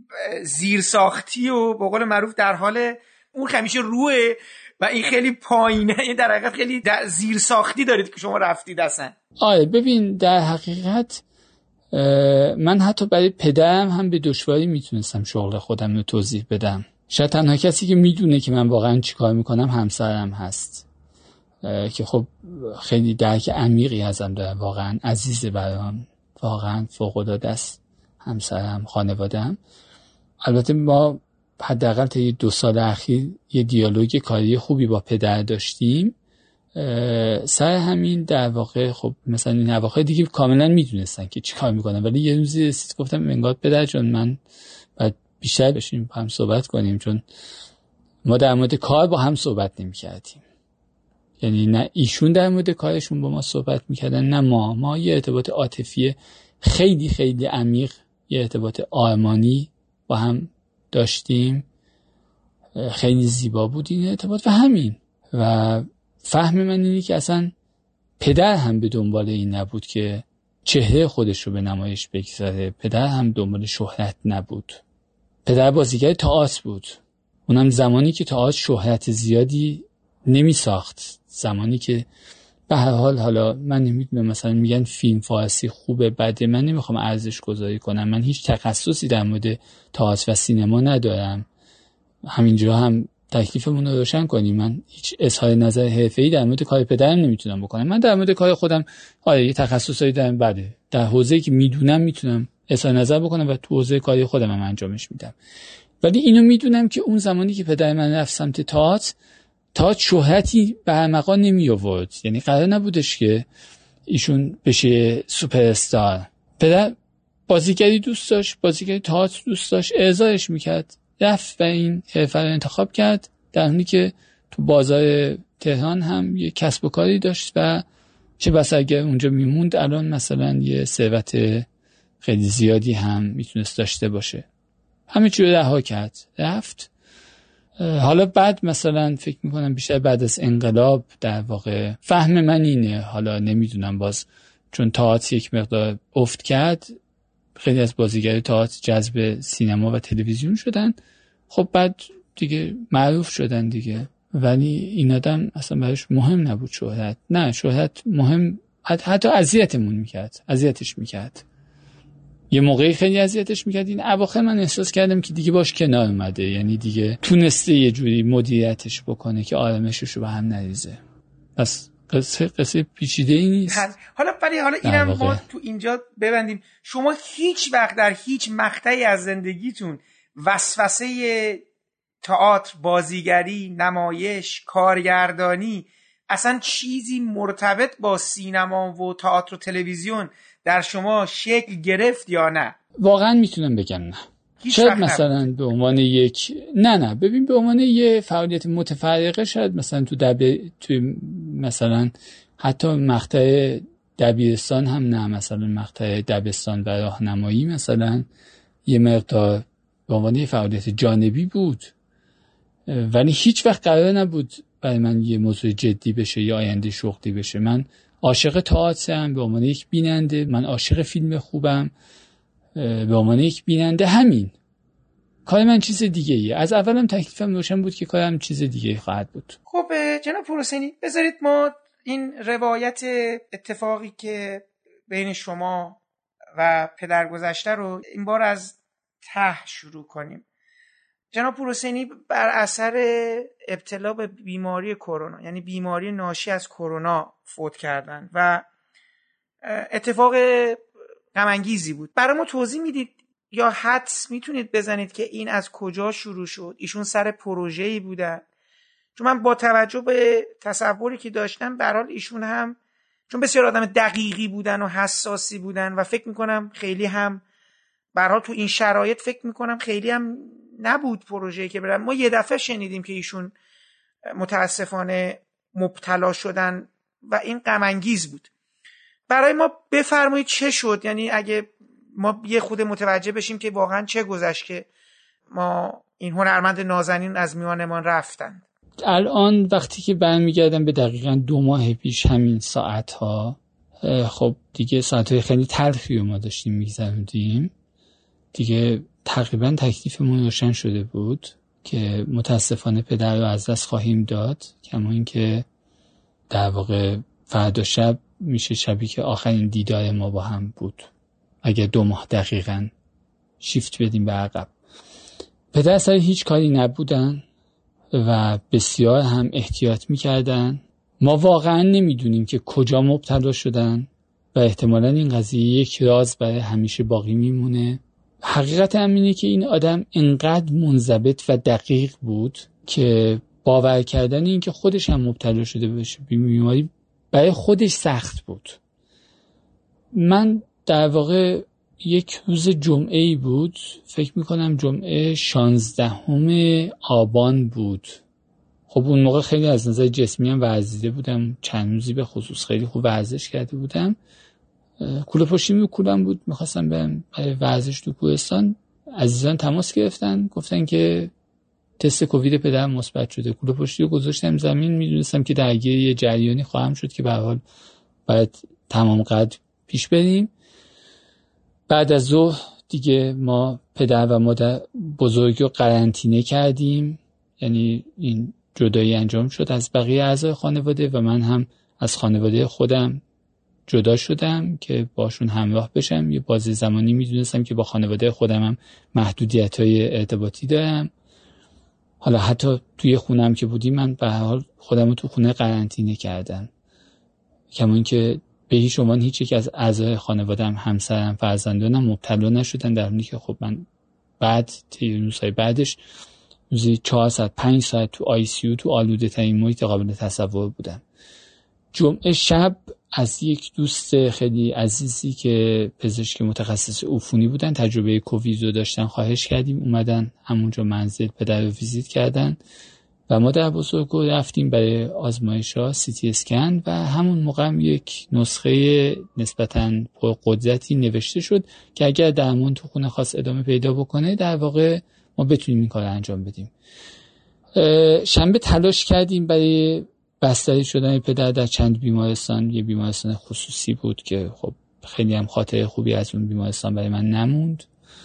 زیرساختی و به قول معروف در حال اون همیشه روه و این خیلی پایینه، این در حقیقت خیلی زیرساختی دارید که شما رفتید اصلا. آره ببین، در حقیقت من حتی برای پدرم هم به دشواری میتونستم شغل خودم رو توضیح بدم. شاید تنها کسی که میدونه که من واقعا چی کار میکنم همسرم هست که خب خیلی درک عمیقی ازم داره، واقعا عزیزه برام، واقعا فوق‌العاده است همسرم، خانواده‌ام. البته ما حداقل تا یه دو سال اخیر یه دیالوگ کاری خوبی با پدر داشتیم سر همین. در واقع خب مثلا این اواخر دیگه کاملا میدونستن که چی کار میکنم، ولی یه روزی رسید گفتم انگار پدر جان من باید بیشتر بشیم با هم صحبت کنیم، چون ما در مورد کار با هم صحبت نمی کردیم. یعنی نه ایشون در مورد کارشون با ما صحبت میکردن نه ما. ما یه ارتباط عاطفی خیلی خیلی عمیق، یه ارتباط آرمانی با هم داشتیم، خیلی زیبا بود این ارتباط و همین. و فهم من اینه که اصلا پدر هم به دنبال این نبود که چهره خودش رو به نمایش بگذاره، پدر هم دنبال شهرت نبود. پدر بازیگر تئاتر بود، اونم زمانی که تئاتر شهرت زیادی نمی ساخت، زمانی که به هر حال حالا من نمیدونم مثلا میگن فیلم فارسی خوبه بده، من نمیخوام ارزش گذاری کنم، من هیچ تخصصی در مورد تئاتر و سینما ندارم، همینجا هم تکلیفمون رو روشن کنیم. من هیچ اظهار نظر حرفه‌ای در مورد کار پدرم نمیتونم بکنم. من در مورد کار خودم آره یه تخصصایی دارم، بده در حوزه‌ای که میدونم میتونم اظهار نظر بکنم و تو حوزه کاری خودم هم انجامش میدم. ولی اینو میدونم که اون زمانی که پدر من رفت سمت تئاتر، تئاتر شهرتی به هر مقام نمی آورد، یعنی قرار نبودش که ایشون بشه سوپر استار. پدر بازیگری دوست داشت، بازیگری تئاتر دوست داشت، ارضایش میکرد، رفت و این حرفه رو انتخاب کرد، در حالی که تو بازار تهران هم یه کسب و کاری داشت و چه بسا اگر اونجا میموند الان مثلا یه ثروت خیلی زیادی هم میتونست داشته باشه. همه چی رو رها کرد، رفت. حالا بعد مثلا فکر میکنم بیشتر بعد از انقلاب در واقع فهم من اینه، حالا نمیدونم باز چون تئاتر یک مقدار افت کرد، خیلی از بازیگرای تئاتر جذب سینما و تلویزیون شدن، خب بعد دیگه معروف شدن دیگه. ولی این آدم اصلا براش مهم نبود شهرت، نه شهرت مهم، حتی اذیتمون میکرد، اذیتش میکرد، یه موقعی خیلی اذیتش میکرد. این اواخر من احساس کردم که دیگه باش کنار اومده، یعنی دیگه تونسته یه جوری مدیریتش بکنه که آرامشش رو به هم نریزه. پس قصه قصه پیچیده ای نیست. حالا ولی حالا اینم ما تو اینجا ببندیم، شما هیچ وقت در هیچ مقطعی از زندگیتون وسوسه تئاتر، بازیگری، نمایش، کارگردانی، اصلا چیزی مرتبط با سینما و تئاتر و تلویزیون در شما شکل گرفت یا نه؟ واقعا میتونم بگم نه. شاید مثلا به عنوان یک نه نه ببین به عنوان یه فعالیت متفرقه، شاید مثلا تو دب تو مثلا حتی مقطع دبیرستان هم نه، مثلا مقطع دبستان و راهنمایی مثلا یه مقدار به عنوان یه فعالیت جانبی بود، ولی هیچ وقت قرار نبود برای من یه موضوع جدی بشه یا آینده شغلی بشه. من عاشق تئاترم به عنوان یک بیننده، من عاشق فیلم خوبم به عنوان یک بیننده، همین. کار من چیز دیگه ایه. از اولم تکلیفم روشن بود که کارم چیز دیگه خواهد بود. خب جناب پورحسینی، بذارید ما این روایت اتفاقی که بین شما و پدرگذشته رو این بار از ته شروع کنیم. جناب پورحسینی بر اثر ابتلا به بیماری کرونا، یعنی بیماری ناشی از کرونا، فوت کردن و اتفاق غم انگیزی بود. برای ما توضیح میدید یا حدس میتونید بزنید که این از کجا شروع شد؟ ایشون سر پروژه‌ای بودن؟ چون من با توجه به تصوری که داشتم به هر حال ایشون هم چون بسیار آدم دقیقی بودن و حساسی بودن و فکر میکنم خیلی هم به هر حال تو این شرایط فکر میکنم خیلی هم نبود پروژه‌ای که برن. ما یه دفعه شنیدیم که ایشون متاسفانه مبتلا شدن و این غم انگیز بود. برای ما بفرمایید چه شد، یعنی اگه ما یه خود متوجه بشیم که واقعا چه گذشت که ما این هنرمند نازنین از میانمان رفتن. الان وقتی که برمیگردم به دقیقاً دو ماه پیش همین ساعتها، خب دیگه ساعتهای خیلی تلخی رو ما داشتیم میگذروندیم دیگه، تقریبا تکلیفمون روشن شده بود که متاسفانه پدر رو از دست خواهیم داد، کما این که در واقع فردا شب میشه شبی که آخرین دیدار ما با هم بود. اگر دو ماه دقیقاً شیفت بدیم به عقب. پدر سر هیچ کاری نبودن و بسیار هم احتیاط میکردن. ما واقعا نمیدونیم که کجا مبتلا شدن و احتمالاً این قضیه یک راز برای همیشه باقی میمونه. حقیقت هم اینه که این آدم انقدر منضبط و دقیق بود که باور کردن این که خودش هم مبتلا شده باشه به بیماری برای خودش سخت بود. من در واقع یک روز جمعه‌ای بود، فکر میکنم جمعه شانزدهم آبان بود. خب اون موقع خیلی از نظر جسمی هم ورزیده بودم، چند روزی به خصوص خیلی خوب ورزش کرده بودم. کوله پشتیم رو کولم بود، میخواستم برم برای ورزش تو کوهستان. عزیزان تماس گرفتن، گفتن که تست کووید پدرم مثبت شده. کوله پشتی رو گذاشتم زمین، میدونستم که درگیر یه جریانی خواهم شد که به هر حال باید تمام قد پیش بریم. بعد از ظهر دیگه ما پدر و مادر بزرگی رو قرنطینه کردیم، یعنی این جدایی انجام شد از بقیه اعضای خانواده و من هم از خانواده خودم جدا شدم که باشون همراه بشم. یه بازه زمانی میدونستم که با خانواده خودم هم محدودیت‌های ارتباطی دارم. حالا حتی توی خونم که بودیم من به هر حال خودم رو تو خونه قرنطینه کردم، کمان که به هیچ عنوان هیچ یک از اعضای خانواده‌ام، همسرم، فرزندانم مبتلا نشدن، در حالی که خب من بعد طی روزهای بعدش روزی چهار ساعت پنج ساعت تو آی سی یو تو آلوده ترین محیط قابل تصور بودم. جمعه شب از یک دوست خیلی عزیزی که پزشک متخصص عفونی بودن، تجربه کووید رو داشتن، خواهش کردیم اومدن همونجا منزل پدر رو ویزیت کردن و ما در بزرگو رفتیم برای آزمایش‌ها، سی تی اسکن، و همون موقع هم یک نسخه نسبتاً پرقدرتی نوشته شد که اگر درمان تو خونه خاص ادامه پیدا بکنه در واقع ما بتونیم این کار رو انجام بدیم. شنبه تلاش کردیم برای بستری شدن پدر در چند بیمارستان. یه بیمارستان خصوصی بود که خب خیلی هم خاطره خوبی از اون بیمارستان برای من نموند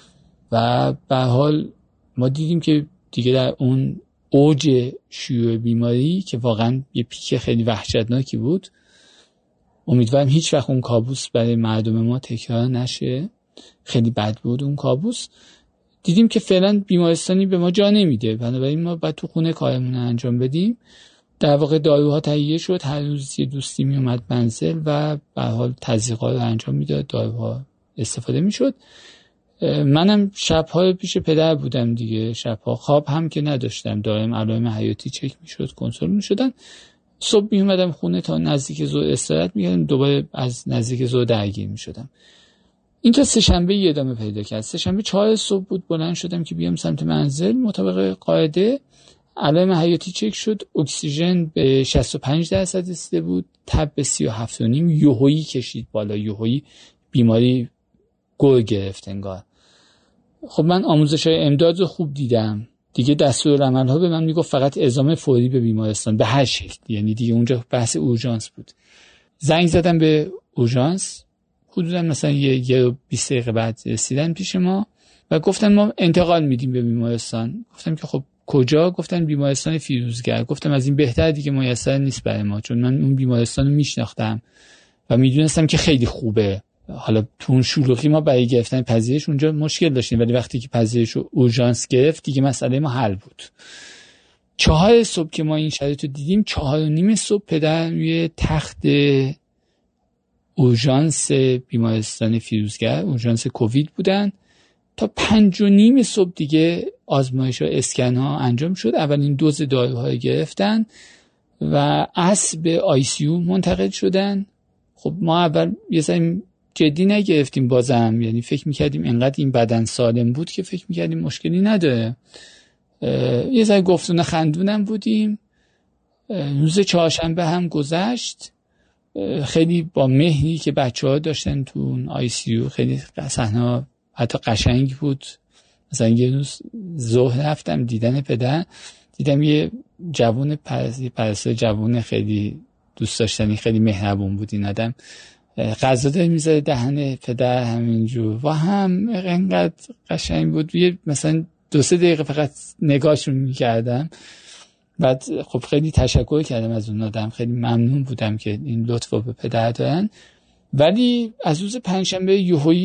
و به حال ما دیدیم که دیگه در اون اوج شیوع بیماری که واقعا یه پیک خیلی وحشتناکی بود، امیدوارم هیچ وقت اون کابوس برای مردم ما تکرار نشه. خیلی بد بود اون کابوس. دیدیم که فعلا بیمارستانی به ما جا نمیده، بنابراین ما باید تو خونه کارمون انجام بدیم. در واقع داروها تهیه شد، هر روز یه دوستی می اومد منزل و به هر حال تزریقات رو انجام میداد، داروها استفاده میشد. منم شب‌ها پیش پدر بودم دیگه، شب‌ها خواب هم که نداشتم، دائم علائم حیاتی چک میشد، کنترل میشدن. صبح می اومدم خونه تا نزدیک ظهر استراحت می‌کردم، دوباره از نزدیک ظهر درگیر میشدم. این تا سه شنبه ادامه پیدا کرد. سه شنبه چهار صبح بود، بلند شدم که بیام سمت منزل. مطابق قاعده علائم حیاتی چک شد، اکسیژن به شصت و پنج درصد رسیده بود، تب به سی و هفت و نیم، یوهویی کشید بالا، یوهویی بیماری گل گرفت انگار. خب من آموزش‌های امداد رو خوب دیدم دیگه، دستورالعمل‌ها به من میگفت فقط اعزام فوری به بیمارستان به هر شکل، یعنی دیگه اونجا بحث اورژانس بود. زنگ زدم به اورژانس، حدودا مثلا یه یه بیست دقیقه بعد رسیدن پیش ما و گفتن ما انتقال میدیم به بیمارستان. گفتم که خب کجا؟ گفتن بیمارستان فیروزگر. گفتم از این بهتر دیگه میسر نیست برای ما، چون من اون بیمارستان رو میشناختم و میدونستم که خیلی خوبه. حالا تو اون شلوغی ما برای گرفتن پذیرش اونجا مشکل داشتیم، ولی وقتی که پذیرش رو اورژانس گرفت دیگه مسئله ما حل بود. چهار صبح که ما این شرایط رو دیدیم، چهار و نیم صبح پدر روی تخت اورژانس بیمارستان فیروزگر، اورژانس کووید بودن. تا پنج و نیم صبح دیگه آزمایش و اسکن ها انجام شد، اولین دوز داروهای گرفتن و عصر به آی سی یو منتقل شدن. خب ما اول یه ذره جدی نگرفتیم بازم، یعنی فکر میکردیم انقدر این بدن سالم بود که فکر میکردیم مشکلی نداره، یه ذره گفتونه خندونم بودیم. روز چهارشنبه هم گذشت، خیلی با مهری که بچه ها داشتن تو اون آی سی یو، خیلی صحنه حتی قشنگ بود. مثلا یه روز ظهر رفتم دیدن پدر، دیدم یه جوون پرستار پرستار جوون خیلی دوست داشتنی، خیلی مهربون بود. این آدم غذا داره میذاره دهن پدر همینجور و هم اینقدر قشنگ بود. یه مثلا دو سه دقیقه فقط نگاهشون میکردم، بعد خب خیلی تشکر کردم از اون آدم، خیلی ممنون بودم که این لطفو به پدر دارن. ولی از روز پنجشنبه یهویی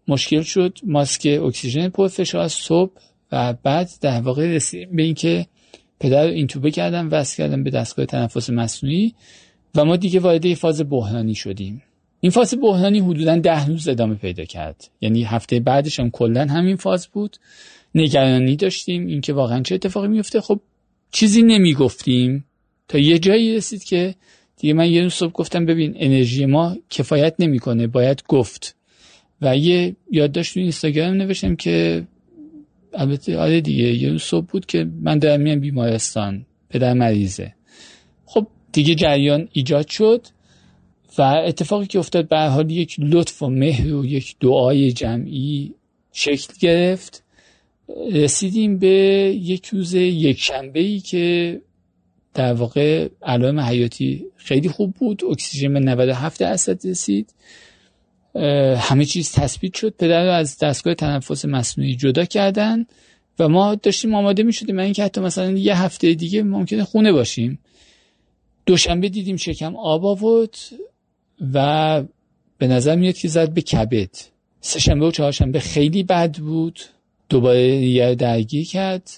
مشکل شد، ماسک اکسیژن پرفشار صبح و بعد در واقع رسیدیم به این که پدر رو اینتوبه کردن، وصل کردن به دستگاه تنفس مصنوعی و ما دیگه وارد فاز بحرانی شدیم. این فاز بحرانی حدوداً ده روز ادامه پیدا کرد، یعنی هفته بعدش هم کلاً همین فاز بود. نگرانی داشتیم اینکه واقعاً چه اتفاقی میفته. خب چیزی نمیگفتیم تا یه جایی رسید که دیگه من یه روز صبح گفتم ببین انرژی ما کفایت نمیکنه، باید گفت. و یه یادداشت تو اینستاگرام نوشتم که البته آره دیگه یه روز صبح بود که من دارم میام بیمارستان، پدر مریضه. خب دیگه جریان ایجاد شد و اتفاقی که افتاد به هر حال یک لطف و مهر و یک دعای جمعی شکل گرفت. رسیدیم به یک روز یک شنبه‌ای که در واقع علائم حیاتی خیلی خوب بود، اکسیژن به نود و هفت درصد رسید، همه چیز تثبیت شد. پدر رو از دستگاه تنفس مصنوعی جدا کردن و ما داشتیم آماده می شدیم این که حتی مثلا یه هفته دیگه ممکنه خونه باشیم. دوشنبه دیدیم شکم آب آورد و به نظر میاد که زد به کبد. سه شنبه و چهارشنبه خیلی بد بود، دوباره یه درگیر کرد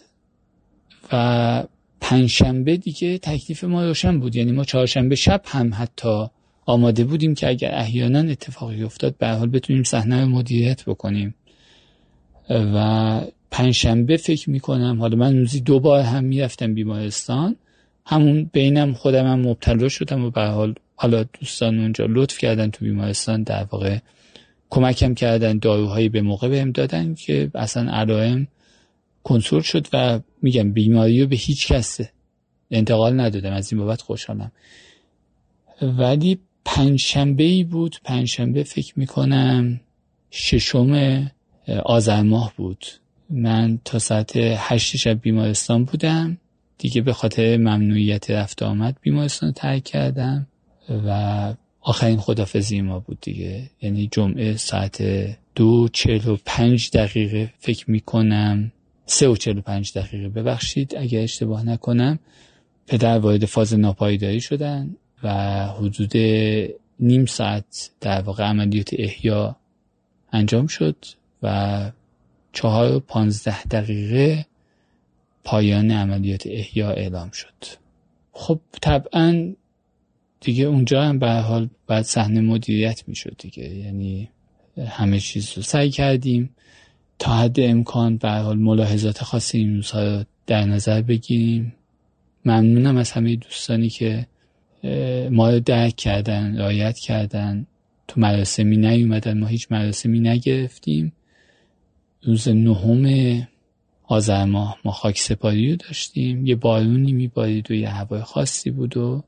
و پنجشنبه دیگه تکلیف ما روشن بود. یعنی ما چهارشنبه شب هم حتی آماده بودیم که اگر احیانا اتفاقی افتاد به هر حال بتونیم صحنه رو مدیریت بکنیم. و پنجشنبه فکر میکنم، حالا من روزی دو بار هم میرفتم بیمارستان، همون بینم خودم هم مبتلا شدم و به هر حال حالا دوستان اونجا لطف کردن تو بیمارستان، در واقع کمکم کردن، داروهایی به موقع بهم دادن که اصلا علائم کنترل شد و میگم بیماری رو به هیچ کس انتقال ندادم. از این بابت خوشحالم. ولی پنجشنبه‌ای بود، پنجشنبه فکر میکنم ششم آذر ماه بود، من تا ساعت هشت شب بیمارستان بودم دیگه، به خاطر ممنوعیت رفت آمد بیمارستان رو ترک کردم و آخرین خداحافظی ما بود دیگه. یعنی جمعه ساعت دو چهل و پنج دقیقه فکر میکنم، سه و چهل و پنج دقیقه ببخشید اگر اشتباه نکنم، پدر وارد فاز ناپایداری شدن و حدود نیم ساعت در واقع عملیات احیا انجام شد و چهار و پانزده دقیقه پایان عملیات احیا اعلام شد. خب طبعا دیگه اونجا هم به هر حال بعد صحنه مدیریت میشد دیگه. یعنی همه چیز رو سعی کردیم تا حد امکان به هر حال ملاحظات خاص این روزها رو در نظر بگیریم. ممنونم از همه دوستانی که ما رو درک کردن، رعایت کردن، تو مراسمی نیومدن، ما هیچ مراسمی نگرفتیم. روز نهم آذر ماه ما خاک سپاری رو داشتیم، یه بارونی میبارید و یه هوای خاصی بود و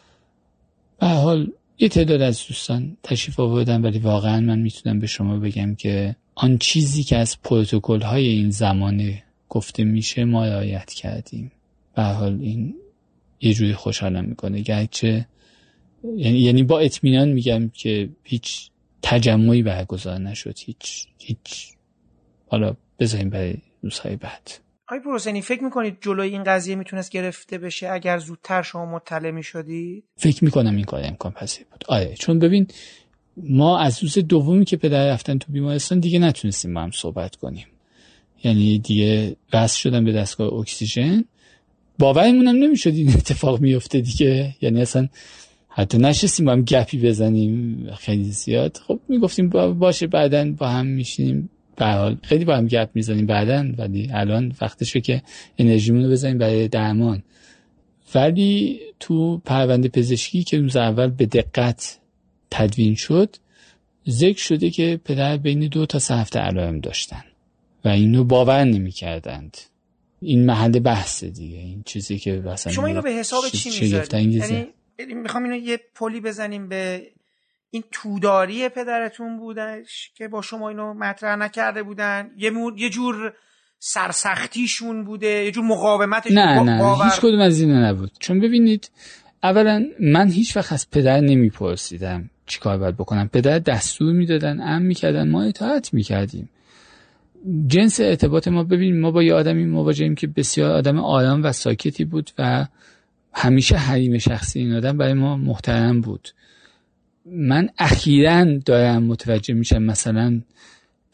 به هر حال یه تعداد از دوستان تشریف آوردن، ولی واقعا من میتونم به شما بگم که آن چیزی که از پروتکل های این زمانه گفته میشه ما رعایت کردیم. به هر حال این یه جوری خوشحالم میکنه، گرچه یعنی یعنی با اطمینان میگم که هیچ تجمعی برگزار نشد، هیچ هیچ حالا بذاریم برای روزهای بعد. آقای پروسینی فکر میکنید جلوی این قضیه میتونست گرفته بشه اگر زودتر شما مطلع میشدید؟ فکر میکنم این کار امکان پذیر بود. آره، چون ببین ما از روز دومی که پدر رفتن تو بیمارستان دیگه نتونستیم با هم صحبت کنیم. یعنی دیگه وصل شدن به دستگاه اکسیژن، باورمون هم نمیشد این اتفاق میفته دیگه. یعنی اصلا حتی نشستیم با هم گپی بزنیم خیلی زیاد. خب میگفتیم باشه بعداً با هم میشینیم، به هر حال خیلی با هم گپ میزنیم بعداً، ولی الان وقتشه که انرژیمون رو بزنیم برای درمان. ولی تو پرونده پزشکی که روز اول به دقت تدوین شد ذکر شده که پدر بین دو تا سه هفته علائم داشتن و اینو باور نمی‌کردند. این محل بحثه دیگه، این چیزی که مثلا شما اینو به حساب چی میذارید؟ یعنی میخوام اینو یه پلی بزنیم به این توداری پدرتون بودش که با شما اینو مطرح نکرده بودن، یه مور... یه جور سرسختیشون بوده، یه جور مقاومتشون؟ نه نه باور... هیچ کدوم از اینا نبود. چون ببینید اولا من هیچ وقت از پدر نمیپرسیدم چیکار باید بکنم. پدر دستور میدادن، امر میکردن، ما اطاعت میکردیم. جنس ارتباط ما، ببینیم ما با یه آدمی مواجهیم که بسیار آدم آرام و ساکتی بود و همیشه حریم شخصی این آدم برای ما محترم بود. من اخیراً دارم متوجه میشم مثلا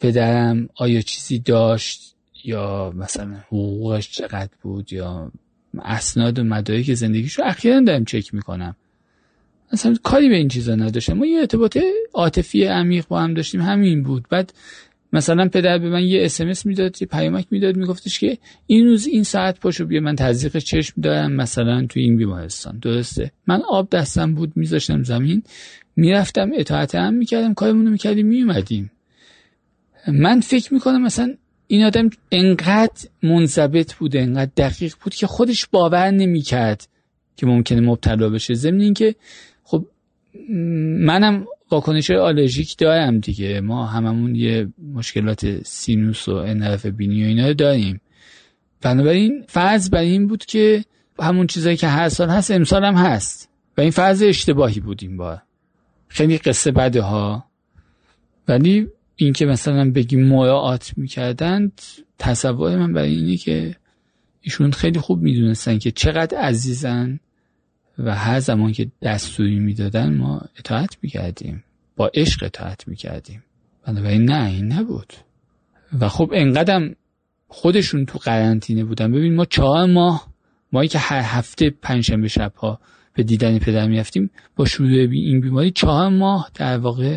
پدرم آیا چیزی داشت یا مثلا حقوقش چقدر بود یا اسناد و مدارک زندگیشو اخیراً دارم چک میکنم. مثلا کاری به این چیزا نداشتم. ما یه ارتباط عاطفی عمیق با هم داشتیم، همین بود. بعد مثلا پدر به من یه اس ام اس میداد، یه پیامک میداد، میگفتش که این روز این ساعت پاشو بیا من تزریق چشم دارم مثلا تو این بیمارستان. درسته؟ من آب دستم بود، میذاشتم زمین، میرفتم اطاعت هم میکردم، کارمونو میکردیم، میومدیم. من فکر میکنم مثلا این آدم انقدر منضبط بود، انقدر دقیق بود که خودش باور نمیکرد که ممکنه مبتلا بشه. ضمن این که خب منم واکنش آلرژیک دارم دیگه، ما هممون یه مشکلات سینوس و انحراف بینی و اینا رو داریم. بنابراین فرض بر این بود که همون چیزایی که هر سال هست امسال هم هست و این فرض اشتباهی بود این بار. خیلی قصه بده ها، ولی این که مثلا بگیم مراعات میکردند، تصور من برای اینه که ایشون خیلی خوب میدونستن که چقدر عزیزن و هر زمان که دستوری میدادن ما اطاعت میکردیم، با عشق اطاعت میکردیم. بنابراین نه، این نبود. و خب انقدرم خودشون تو قرنطینه بودن. ببین ما چهار ماه، مایی که هر هفته پنجشنبه شبها به دیدن پدر میرفتیم، با شروع این بیماری چهار ماه در واقع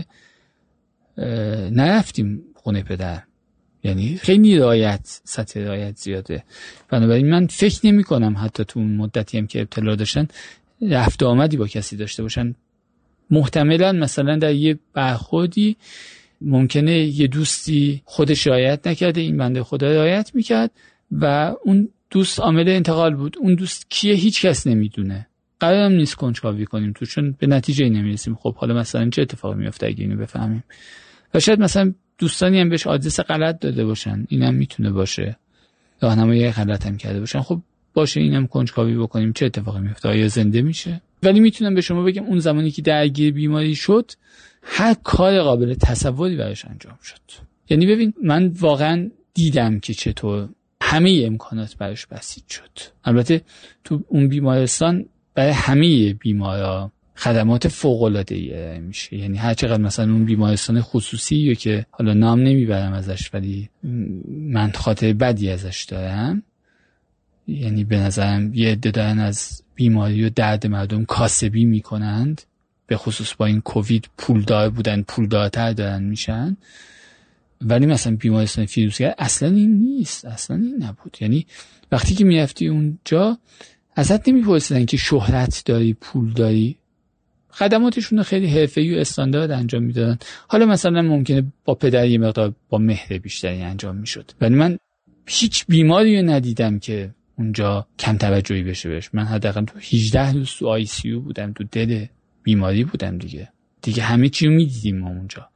نرفتیم خونه پدر. یعنی خیلی رعایت، سطح رعایت زیاده. بنابراین من فکر نمی کنم حتی تو اون مدتی هم که ابتلا داشتن رفت آمدی با کسی داشته باشن. محتملا مثلا در یه برخوردی ممکنه یه دوستی خودش رعایت نکرده، این بنده خدا رعایت میکرد و اون دوست عامل انتقال بود. اون دوست کیه هیچ کس نمیدونه. قرارم نیست کنجکاوی کنیم تو، چون به نتیجه نمیرسیم. خب حالا مثلا چه اتفاقی میفته اگه اینو بفهمیم؟ و شاید مثلا دوستانی هم بهش آدرس غلط داده باشن، اینم میتونه باشه، راهنمایی غلط هم کرده باشن. خب باشه، اینم کنجکاوی بکنیم چه اتفاقی میفته، آیا زنده میشه؟ ولی میتونم به شما بگم اون زمانی که درگیر بیماری شد هر کار قابل تصوری براش انجام شد. یعنی ببین من واقعا دیدم که چطور همه امکانات براش بسیج شد. البته تو اون بیمارستان برای همه بیمارا خدمات فوق‌العاده‌ای ارائه میشه. یعنی هر چقدر مثلا اون بیمارستان خصوصی که حالا نام نمیبرم ازش ولی من خاطر بدی ازش دارم، یعنی به نظرم یه عده دارن از بیماری و درد مردم کاسبی میکنند، به خصوص با این کووید پولدار بودن، پولدارتر دارن میشن. ولی مثلا بیمارستان فیروزگر اصلا این نیست، اصلا این نبود. یعنی وقتی که میرفتی اونجا ازت نمیپرسیدن که شهرت داری، پول داری. خدماتشون خیلی حرفه‌ای و استاندارد انجام میدادن. حالا مثلا ممکنه با پدر یه مقدار با مهر بیشتری انجام میشد، ولی من هیچ بیماری رو ندیدم که اونجا کم توجهی بشه بهش. من حداقل تو هجده روز تو آی سی یو بودم، تو دل بیماری بودم دیگه. دیگه همه چی رو میدیدیم ما اونجا.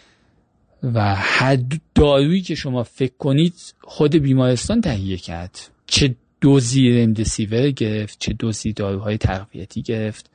و هر دارویی که شما فکر کنید خود بیمارستان تهیه کرد. چه دوزی رمدسیور گرفت، چه دوزی داروهای تقویتی گرفت.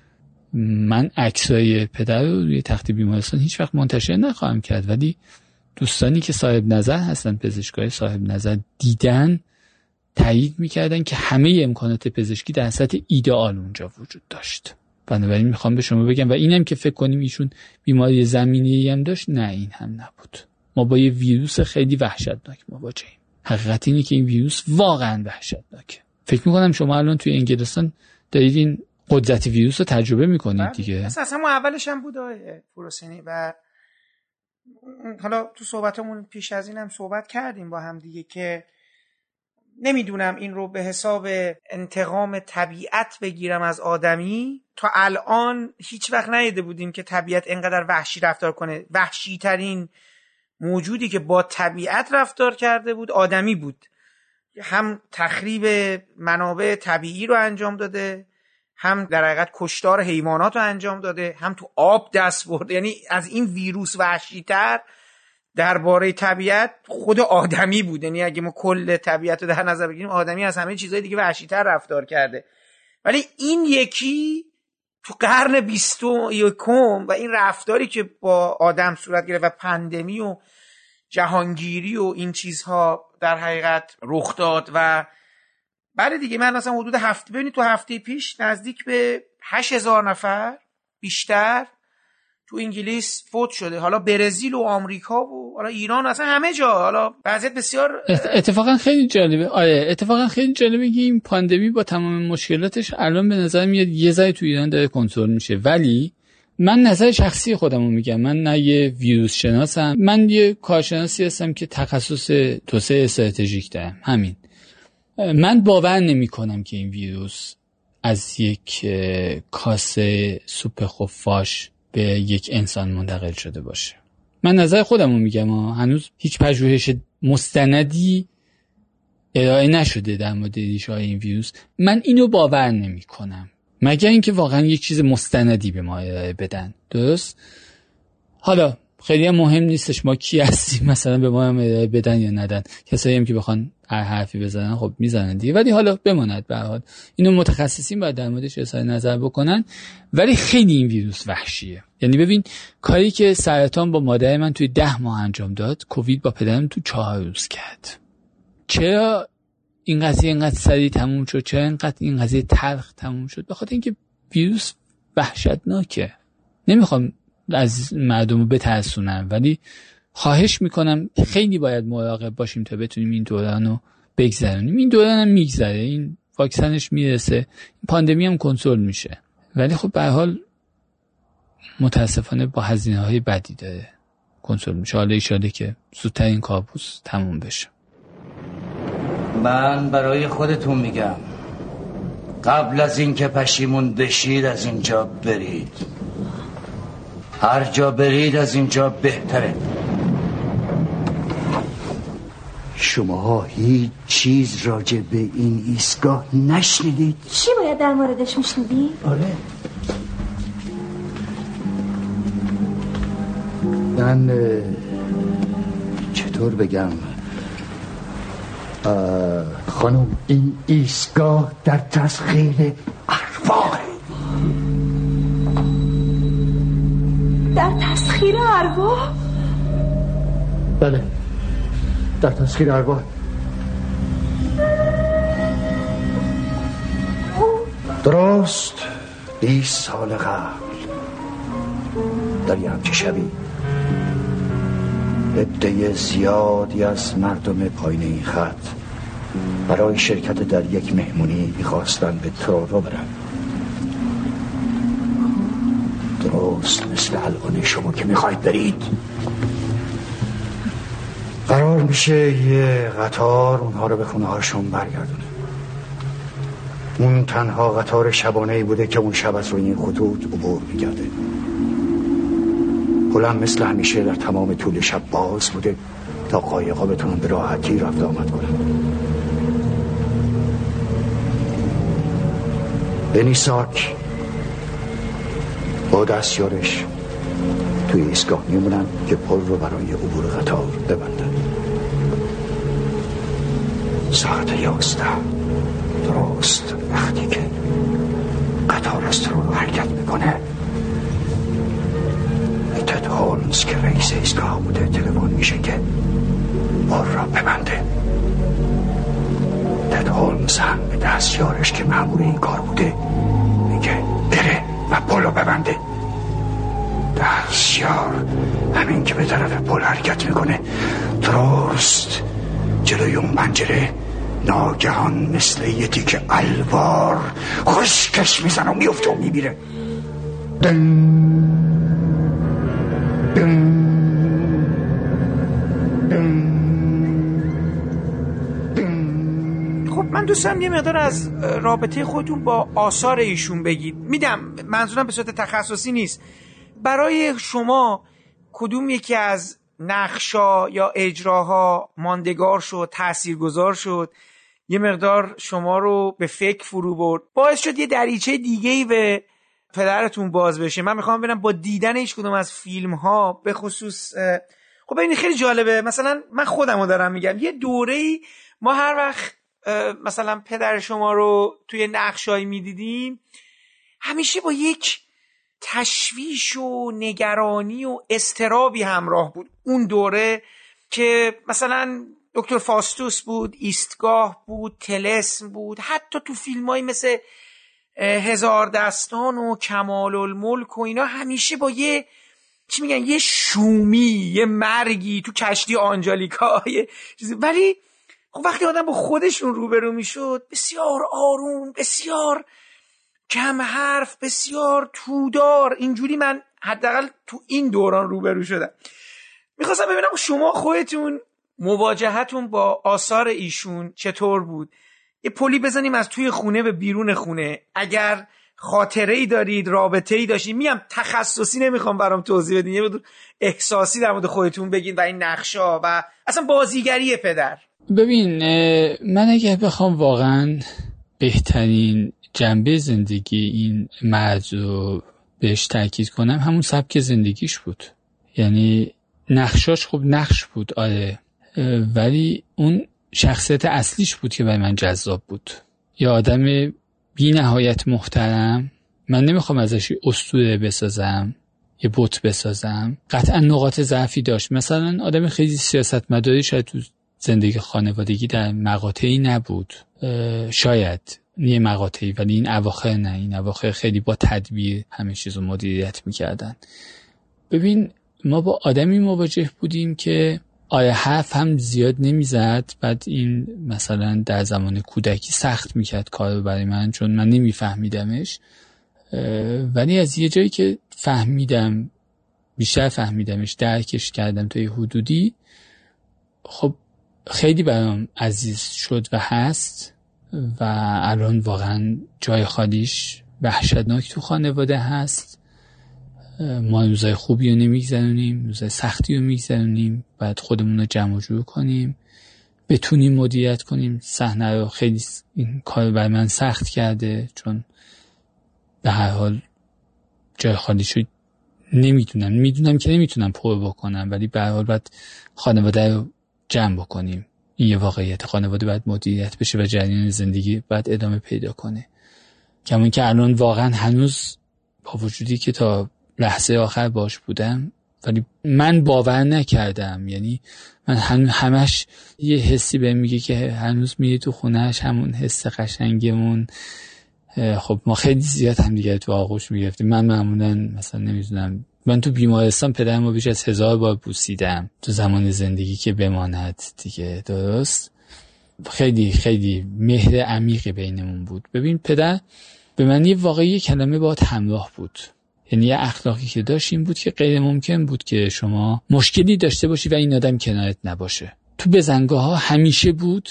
من عکسای پدر رو روی تخت بیمارستان هیچ وقت منتشر نخواهم کرد، ولی دوستانی که صاحب نظر هستن، پزشکای صاحب نظر دیدن، تایید میکردن که همه امکانات پزشکی در سطح ایدئال اونجا وجود داشت. بنابراین میخوام به شما بگم و اینم که فکر کنیم ایشون بیماری زمینی هم داشت، نه این هم نبود. ما با یه ویروس خیلی وحشتناک مواجهیم. حقیقت اینه که این ویروس واقعا وحشتناکه. فکر میکنم شما الان توی انگلستان دارید این قدرت ویروس رو تجربه میکنید دیگه. اصلا ما اولش هم بود آقای فروسینی و حالا تو صحبتمون پیش از این هم صحبت کردیم با هم دیگه که نمیدونم این رو به حساب انتقام طبیعت بگیرم از آدمی. تا الان هیچ وقت ندیده بودیم که طبیعت اینقدر وحشی رفتار کنه. وحشی ترین موجودی که با طبیعت رفتار کرده بود آدمی بود. هم تخریب منابع طبیعی رو انجام داده، هم در حقیقت کشتار حیوانات رو انجام داده، هم تو آب دست برده. یعنی از این ویروس وحشی‌تر درباره طبیعت خود آدمی بود. یعنی اگه ما کل طبیعت رو در نظر بگیریم، آدمی از همه چیزهای دیگه وحشی‌تر رفتار کرده. ولی این یکی تو قرن بیستم و یکم و این رفتاری که با آدم صورت گرفت و پندمی و جهانگیری و این چیزها در حقیقت رخ داد و بعد دیگه من مثلا حدود هفته ببینید تو هفته پیش نزدیک به هشت هزار نفر بیشتر تو انگلیس فوت شده، حالا برزیل و آمریکا و حالا ایران و اصلا همه جا، حالا وضعیت بسیار اتفاقا خیلی جالبه. آره اتفاقا خیلی جالبه که این پاندمی با تمام مشکلاتش الان به نظر میاد یه ذره تو ایران داره کنترل میشه. ولی من نظر شخصی خودمو میگم، من نه یه ویروس شناسم، من یه کارشناسی هستم که تخصص توسعه استراتژیک دارم. همین. من باور نمیکنم که این ویروس از یک کاسه سوپ خفاش به یک انسان منتقل شده باشه. من نظر خودمو میگم، هنوز هیچ پژوهش مستندی ارائه نشده در مورد ریشه‌های این ویروس. من اینو باور نمیکنم مگر اینکه واقعا یک چیز مستندی به ما ارائه بدن. درست؟ حالا خیلی هم مهم نیستش ما کی هستیم مثلا به ما هم ارائه بدن یا ندن. کسایی هم که بخوان هر حرفی بزنن خب میزنن دیگه، ولی حالا بماند. به هر حال اینو متخصصین باید در موردش اظهار نظر بکنن. ولی خیلی این ویروس وحشیه. یعنی ببین کاری که سرطان با مادر من توی ده ماه انجام داد، کووید با پدرم تو چهار روز کرد. چرا این قضیه اینقدر سریع تموم شد؟ چرا اینقدر این قضیه تلخ تموم شد؟ بخاطر اینکه ویروس وحشتناکه. نمیخوام از مردم رو بترسونم، ولی خواهش میکنم خیلی باید مراقب باشیم تا بتونیم این دوران رو بگذرونیم. این دوران هم میگذره، این واکسنش میرسه، این پاندمی هم کنترل میشه. ولی خب به هر حال متاسفانه با هزینه های بدی داره کنترل میشه. حالا ایشاله که زودتر این کابوس تموم بشه. من برای خودتون میگم قبل از اینکه پشیمون بشید از اینجا برید. هر جا برید از اینجا بهتره. شما هیچ چیز راجع به این ایستگاه نشنیدید؟ چی باید در موردش میشنیدی؟ آره من چطور بگم خانم، این ایستگاه در تسخیر ارواح. در تسخیر ارواح؟ بله در تسخیر ارواح. درست بیست سال قبل در یه همچه شبی عده زیادی از مردم پایین این خط برای شرکت در یک مهمونی می‌خواستن به ترورو برن. درست مثل الان شما که میخواید برید. قرار میشه یه قطار اونها رو به خونه هاشون برگردونه. اون تنها قطار شبانه‌ای بوده که اون شب از روی این خطوط عبور می‌کرده. پلم مثل همیشه در تمام طول شب باز بوده تا قایق‌ها بتونن به راحتی رفت آمد کنن. بنیساک با دستیارش توی ایستگاه میمونن که پل رو برای عبور قطار ببندن. ساعت یازده درست وقتی که قطار از ترورو حرکت میکنه، تد هولمز که رئیس ایستگاه بوده تلفن میشه که پل را ببنده. تد هولمز هم به دستیارش که مأمور این کار بوده میگه بره و پل رو ببنده. دستیار همین که به طرف پل حرکت میکنه، درست جلوی اون پنجره ناگهان مثل یه تیک الوار خشکش میزن و میفته و میمیره. دن دن خب من دوستم یه مقدار از رابطه خودتون با آثار ایشون بگید. میدم منظورم به صورت تخصصی نیست. برای شما کدوم یکی از نقشا یا اجراها ماندگار شد، تاثیرگذار شد، یه مقدار شما رو به فکر فرو برد، باعث شد یه دریچه دیگه‌ای به پدرتون باز بشه؟ من میخوام ببینم با دیدن هیچ کدوم از فیلم ها به خصوص، خب این خیلی جالبه. مثلا من خودم رو دارم میگم، یه دوره‌ای ما هر وقت مثلا پدر شما رو توی نقشایی میدیدیم همیشه با یک تشویش و نگرانی و اضطرابی همراه بود. اون دوره که مثلا دکتر فاستوس بود، ایستگاه بود، طلسم بود، حتی تو فیلمایی مثل هزار دستان و کمال الملک و اینا همیشه با یه چی میگن یه شومی، یه مرگی تو کشتی آنجالیکا، یه چیزی. ولی خب وقتی آدم با خودشون روبرو میشد بسیار آروم، بسیار کم حرف، بسیار تودار. اینجوری من حداقل تو این دوران روبرو شدم. میخواستم ببینم شما خودتون مواجهتون با آثار ایشون چطور بود؟ یه پلی بزنیم از توی خونه به بیرون خونه. اگر خاطره‌ای دارید، رابطه‌ای داشتید، میگم تخصصی نمیخوام برام توضیح بدین، یه مقدار احساسی در مورد خودتون بگین و این نقشا و اصلا بازیگری پدر. ببین من اگه بخوام واقعا بهترین جنبه زندگی این مرد رو بهش تاکید کنم، همون سبک زندگیش بود. یعنی نقشاش خب نقش بود آره، ولی اون شخصیت اصلیش بود که برای من جذاب بود. یه آدم بی نهایت محترم، من نمیخوام ازش اسطوره بسازم، یه بت بسازم. قطعا نقاط ضعفی داشت. مثلا آدم خیلی سیاستمداری شاید تو زندگی خانوادگی در مقاطعی نبود، شاید یه مقاطعی، ولی این اواخر نه، این اواخر خیلی با تدبیر همه چیزو مدیریت میکردن. ببین ما با آدمی مواجه بودیم که آره حرف هم زیاد نمیزد، بعد این مثلا در زمان کودکی سخت میکرد کارو برای من چون من نمیفهمیدمش، ولی از یه جایی که فهمیدم، بیشتر فهمیدمش، درکش کردم تا یه حدودی، خب خیلی برام عزیز شد و هست و الان واقعا جای خالیش وحشتناک تو خانواده هست. ما روزای خوبی رو نمیگذرونیم، روزای سختی رو میگذرونیم، باید خودمون رو جمع جور کنیم، بتونیم مدیریت کنیم صحنه رو. خیلی این کار برای من سخت کرده چون به هر حال جای خالیشو نمیدونم میدونم که نمیتونم پر بکنم، ولی به هر حال باید خانواده رو جمع بکنیم. این یه واقعیت، خانواده باید مدیریت بشه و جریان زندگی باید ادامه پیدا کنه. کمون که الان واقعا هنوز با وجودی که تا لحظه آخر باش بودم، ولی من باور نکردم. یعنی من هنوز همش یه حسی بهم میگه که هنوز میری تو خونهش، همون حس قشنگمون. خب ما خیلی زیاد هم دیگه تو آغوش میگرفتیم. من معمولا مثلا نمیدونم، من تو بیمارستان پدرمو بیش از هزار بار بوسیدم تو زمان زندگی که بماند دیگه. درست خیلی خیلی مهر عمیقی بینمون بود. ببین پدر به من یه واقعی کلمه باهات همراه بود. یعنی یه اخلاقی که داشت این بود که غیر ممکن بود که شما مشکلی داشته باشی و این آدم کنارت نباشه. تو بزنگاه ها همیشه بود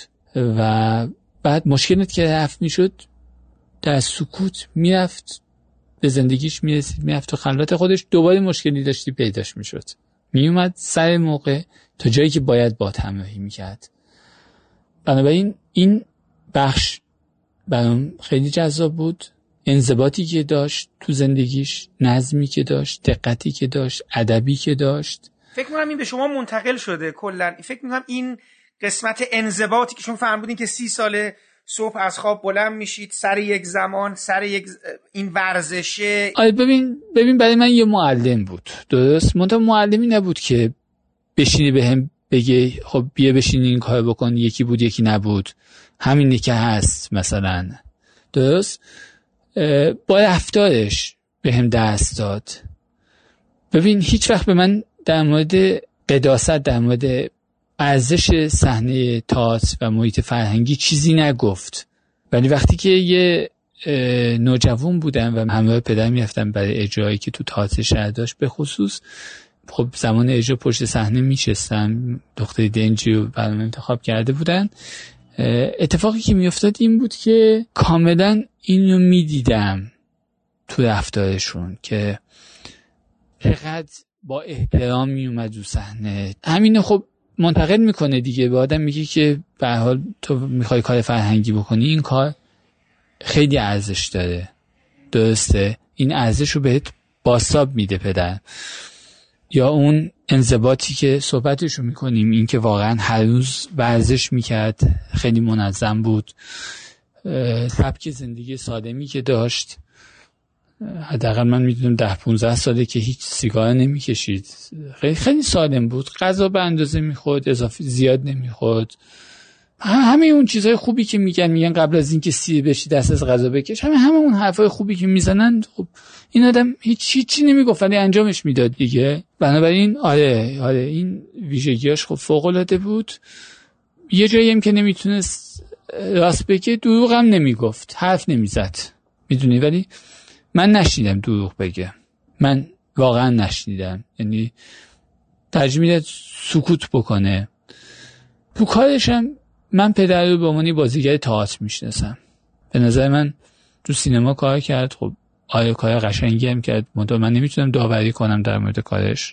و بعد مشکلت که رفت میشد در سکوت میرفت به زندگیش میرسید، میرفت تو خلوت خودش، دوباره مشکلی داشتی پیداش میشد، میومد سر موقع تا جایی که باید با همراهی میکرد. بنابراین این بخش برام خیلی جذاب بود. انضباطی که داشت تو زندگیش، نظمی که داشت، دقتی که داشت، ادبی که داشت. فکر می‌کنم این به شما منتقل شده کلا. فکر می‌کنم این قسمت انضباطی که شما فهمیدین که سی ساله صبح از خواب بلند میشید سر یک زمان، سر یک این ورزشه. آره ببین ببین برای من یه معلم بود. درست، منتها معلمی نبود که بشینی بهم بگه خب بیا بشین این کار بکن، یکی بود یکی نبود، همینی که هست مثلا. درست، با رفتارش به هم دست داد. ببین هیچ وقت به من در مورد قداست، در مورد ارزش صحنه تئاتر و محیط فرهنگی چیزی نگفت، ولی وقتی که یه نوجوان بودم و همراه پدرم میرفتم برای اجرایی که تو تئاتر شهر داشت، به خصوص خب زمان اجرا پشت صحنه میشستم، دختر دنجی رو برام انتخاب کرده بودن. اتفاقی که میافتاد این بود که کاملا اینو میدیدم تو رفتارشون که چقدر با احترام میومد رو صحنه. همینو خب منتقل میکنه دیگه به آدم، میگه که به هر حال تو میخوای کار فرهنگی بکنی، این کار خیلی ارزش داره. درسته، این ارزش رو بهت بازتاب میده پدر. یا اون انضباطی که صحبتشو میکنیم، این که واقعا هر روز ورزش میکرد، خیلی منظم بود، سبک زندگی سالمی که داشت. حداقل من میدونم ده پونزده ساله که هیچ سیگار نمیکشید، خیلی خیلی سالم بود، غذا به اندازه میخورد، اضافه زیاد نمیخورد، همه اون چیزهای خوبی که میگن میگن قبل از اینکه سیر بشی دست از غذا بکش، همه همه اون حرفای خوبی که میزنن، خب این آدم هیچ چیزی نمیگفت ولی انجامش میداد دیگه. بنابراین آره آره این ویژگیاش خب فوق العاده بود. یه جایی هم که نمیتونست راست بگه، دروغ هم نمیگفت، حرف نمیزد، میدونی. ولی من نشنیدم دروغ بگه، من واقعا نشنیدم. یعنی ترجیح میداد سکوت بکنه. تو کارش هم من پدر رو به عنوان بازیگر تئاتر میشناسم. به نظر من تو سینما کار کرد، خب آیا کار قشنگی هم کرد، منتها من نمیتونم داوری کنم در مورد کارش.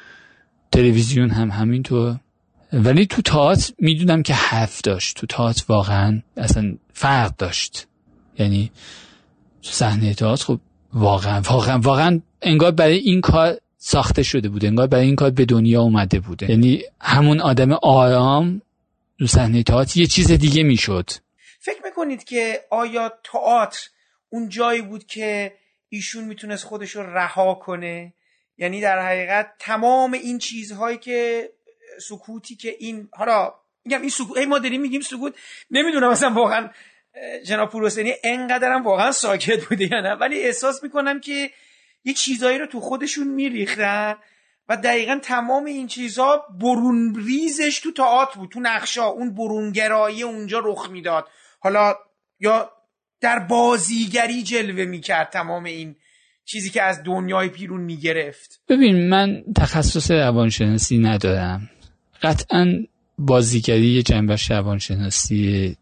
تلویزیون هم همینطور. ولی تو تئاتر میدونم که حرف داشت، تو تئاتر واقعا اصلا فرق داشت. یعنی تو صحنه تئاتر خب واقعا واقعا واقعا انگار برای این کار ساخته شده بود، انگار برای این کار به دنیا اومده بوده. یعنی همون آدم آرام تو صحنه تئاتر یه چیز دیگه میشد. فکر میکنید که آیا تئاتر اون جایی بود که ایشون میتونست خودش رو رها کنه؟ یعنی در حقیقت تمام این چیزهایی که سکوتی که این حالا میگم این سکوت، ای ما داریم میگیم سکوت، نمیدونم مثلا واقعا جناب پورحسینی انقدرم واقعا ساکت بوده یا نه، ولی احساس میکنم که یه چیزایی رو تو خودشون میریختن و دقیقاً تمام این چیزها برون ریزش تو تئاتر بود، تو نقشا اون برونگرایی اونجا رخ میداد، حالا یا در بازیگری جلوه میکرد تمام این چیزی که از دنیای بیرون میگرفت. ببین من تخصص روانشناسی ندارم، قطعاً بازیگری یه جنبش روانشناسی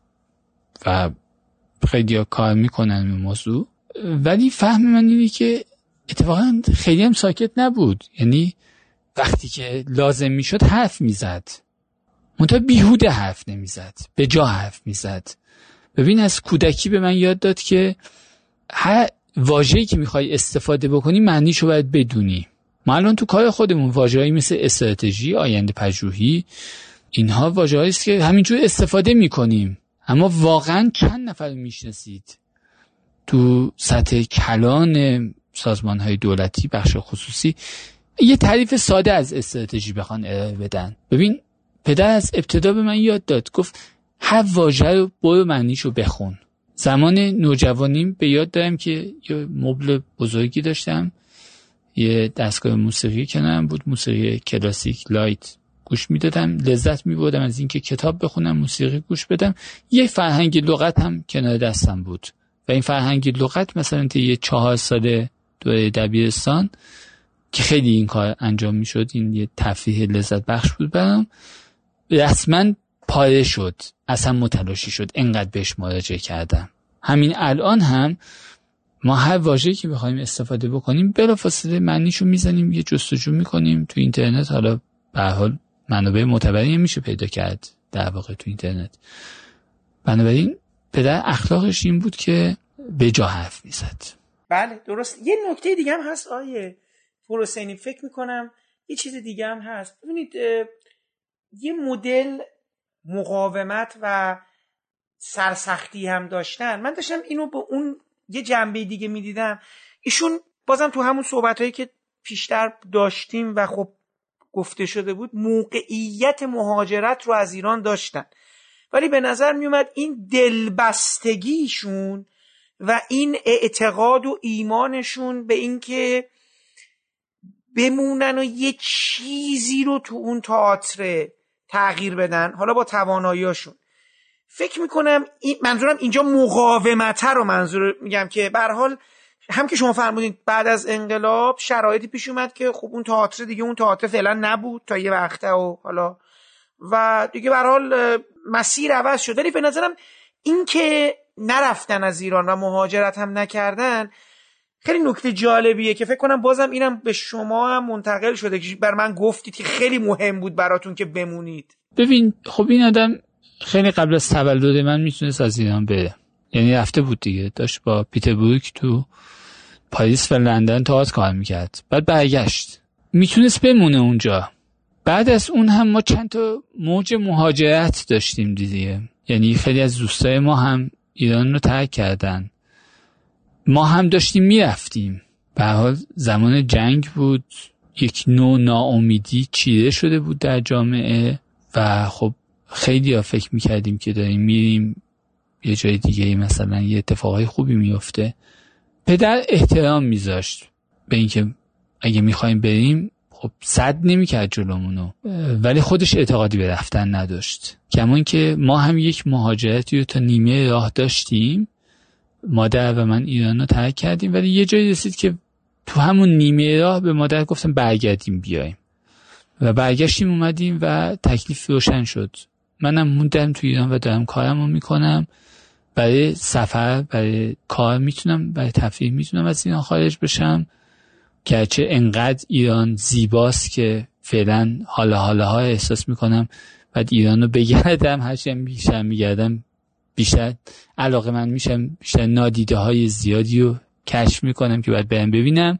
و خیلی ها کار میکنن این موضوع، ولی فهم من اینه که اتفاقا خیلی هم ساکت نبود. یعنی وقتی که لازم میشد حرف میزد، منتها بیهوده حرف نمیزد، به جا حرف میزد. ببین از کودکی به من یاد داد که هر واژه‌ای که میخوای استفاده بکنی معنیشو باید بدونی. ما الان تو کار خودمون واژه‌ای مثل استراتژی، آینده پژوهی، اینها واژه‌ای است که همینجور استفاده میکنیم، اما واقعا چند نفر میشناسید تو سطح کلان سازمان‌های دولتی، بخش خصوصی، یه تعریف ساده از استراتژی بخوان ارائه بدن؟ ببین پدر از ابتدا به من یاد داد، گفت هر واژه رو برو معنیشو بخون. زمان نوجوانیم به یاد دارم که یه مبل بزرگی داشتم، یه دستگاه موسیقی کنارم بود، موسیقی کلاسیک لایت گوش میدادم، لذت میبردم از اینکه کتاب بخونم، موسیقی گوش بدم. یه فرهنگ لغت هم کنار دستم بود و این فرهنگ لغت مثلا تا یه چهار ساله دوره دبیرستان که خیلی این کار انجام میشد، این یه تفریح لذت بخش بود برام، رسما پاره شد، اصلا متلاشی شد، انقدر بهش مراجعه کردم. همین الان هم ما هر واژه‌ای که بخوایم استفاده بکنیم بلافاصله معنیشو میزنیم، یه جستجو میکنیم تو اینترنت. حالا به هر حال منابع معتبری میشه پیدا کرد در واقع تو اینترنت. بنابراین پدر اخلاقش این بود که به جا حرف میزد. بله درست. یه نکته دیگه هم هست آیه پورحسینی، فکر میکنم یه چیز دیگه هم هست. ببینید یه مدل مقاومت و سرسختی هم داشتن. من داشتم اینو به اون یه جنبه دیگه میدیدم. ایشون بازم تو همون صحبتایی که پیشتر داشتیم و خب گفته شده بود، موقعیت مهاجرت رو از ایران داشتن، ولی به نظر میومد این دلبستگیشون و این اعتقاد و ایمانشون به این که بمونن و یه چیزی رو تو اون تئاتر تغییر بدن، حالا با تواناییاشون، فکر میکنم این منظورم اینجا مقاومت رو منظور میگم که به هر حال هم که شما فرمودین بعد از انقلاب شرایطی پیش اومد که خب اون تئاتر دیگه اون تئاتر فعلا نبود تا یه وقته و حالا و دیگه به هر حال مسیر عوض شد. ولی به نظرم این که نرفتن از ایران و مهاجرت هم نکردن خیلی نکته جالبیه که فکر کنم بازم اینم به شما هم منتقل شده که بر من گفتید که خیلی مهم بود براتون که بمونید. ببین خب این آدم خیلی قبل از تولد من میتونست از ایران بره، یعنی رفته بود دیگه، داشت با پیتربورگ تو پاریس و لندن تئاتر کار میکرد، بعد برگشت، میتونست بمونه اونجا. بعد از اون هم ما چند تا موج مهاجرت داشتیم دیگه، یعنی خیلی از دوستای ما هم ایران رو ترک کردن، ما هم داشتیم میرفتیم. به هر حال زمان جنگ بود، یک نوع ناامیدی چیره شده بود در جامعه و خب خیلی ها فکر میکردیم که داریم میریم یه جای دیگه، مثلا یه اتفاقای خوبی میفته. پدر احترام میذاشت به اینکه اگه میخوایم بریم خب صد نمیکرد جلومونو، ولی خودش اعتقادی به رفتن نداشت. کمان که ما هم یک مهاجرتی رو تا نیمه راه داشتیم، مادر و من ایران رو ترک کردیم، ولی یه جایی رسید که تو همون نیمه راه به مادر گفتم برگردیم بیایم و برگشتیم اومدیم و تکلیف روشن شد. منم موندم تو ایران و دارم کارمو میکنم. برای سفر، برای کار میتونم، برای تفریح میتونم از ایران خارج بشم، گرچه انقدر ایران زیباست که فعلا حالا حالا ها احساس میکنم بعد ایران رو بگردم. هرچی هم بیشتر میگردم بیشتر علاقه من میشم، بیشتر نادیده های زیادی رو کشف میکنم که باید برم ببینم.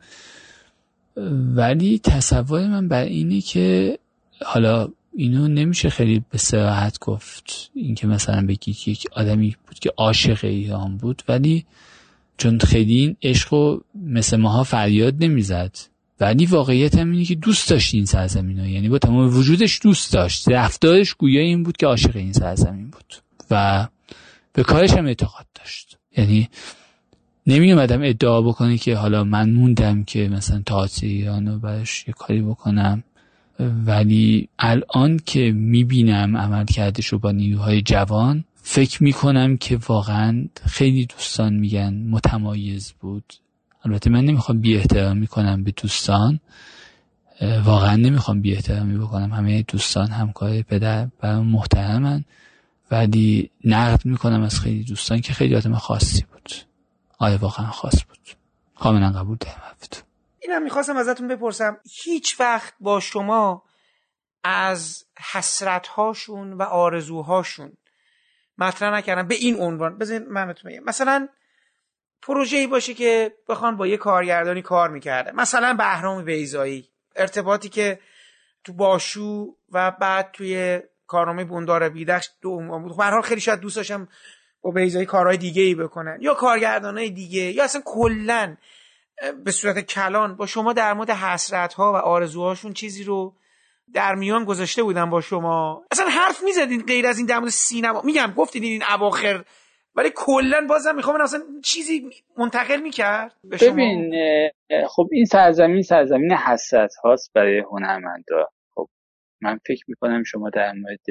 ولی تصور من بر اینه که حالا اینو نمیشه خیلی به صراحت گفت، اینکه مثلا بگی که یک آدمی بود که عاشق ایران بود، ولی چون خیلی این عشقو مثل ماها فریاد نمیزد، ولی واقعیت هم اینه که دوست داشت این سرزمینو، یعنی با تمام وجودش دوست داشت. رفتارش گویا این بود که عاشق این سرزمین بود و به کارش هم اعتقاد داشت. یعنی نمی اومدم ادعا بکنه که حالا من موندم که مثلا تئاتر ایرانو براش یه کاری بکنم، ولی الان که میبینم عمل کردشو با نیروهای جوان فکر میکنم که واقعا خیلی دوستان میگن متمایز بود. البته من نمیخوام بی احترامی کنم به دوستان، واقعا نمیخوام بی احترامی بکنم، همه دوستان همکار پدر برام محترمن، ولی نقد میکنم از خیلی دوستان که خیلی آدم خاصی بود. آره واقعا خاص بود، کاملا قبول دارم. اینم میخواستم ازتون بپرسم، هیچ وقت با شما از حسرت‌هاشون و آرزوهاشون مطرح نکردن به این عنوان؟ بذارید من بهتون بگم، مثلا پروژه‌ای باشه که بخوان با یه کارگردانی کار میکرده، مثلا بهرام بیضایی، ارتباطی که تو باشو و بعد توی کارنامه بوندار بیدخش دو عنوان بود. به هر حال خیلی شاید دوست داشتم با بیضایی کارهای دیگه‌ای بکنن یا کارگردانای دیگه، یا اصلا کلاً به صورت کلان با شما در مورد حسرت‌ها و آرزوهاشون چیزی رو در میان گذاشته بودن با شما؟ اصلا حرف میزدین غیر از این در مورد سینما؟ میگم گفتید این اواخر، ولی کلا بازم میخوام اصلا چیزی منتقل میکرد به شما؟ ببین خب این سرزمین سرزمین حسرت هاست برای هنرمندا. خب من فکر میکنم شما در مورد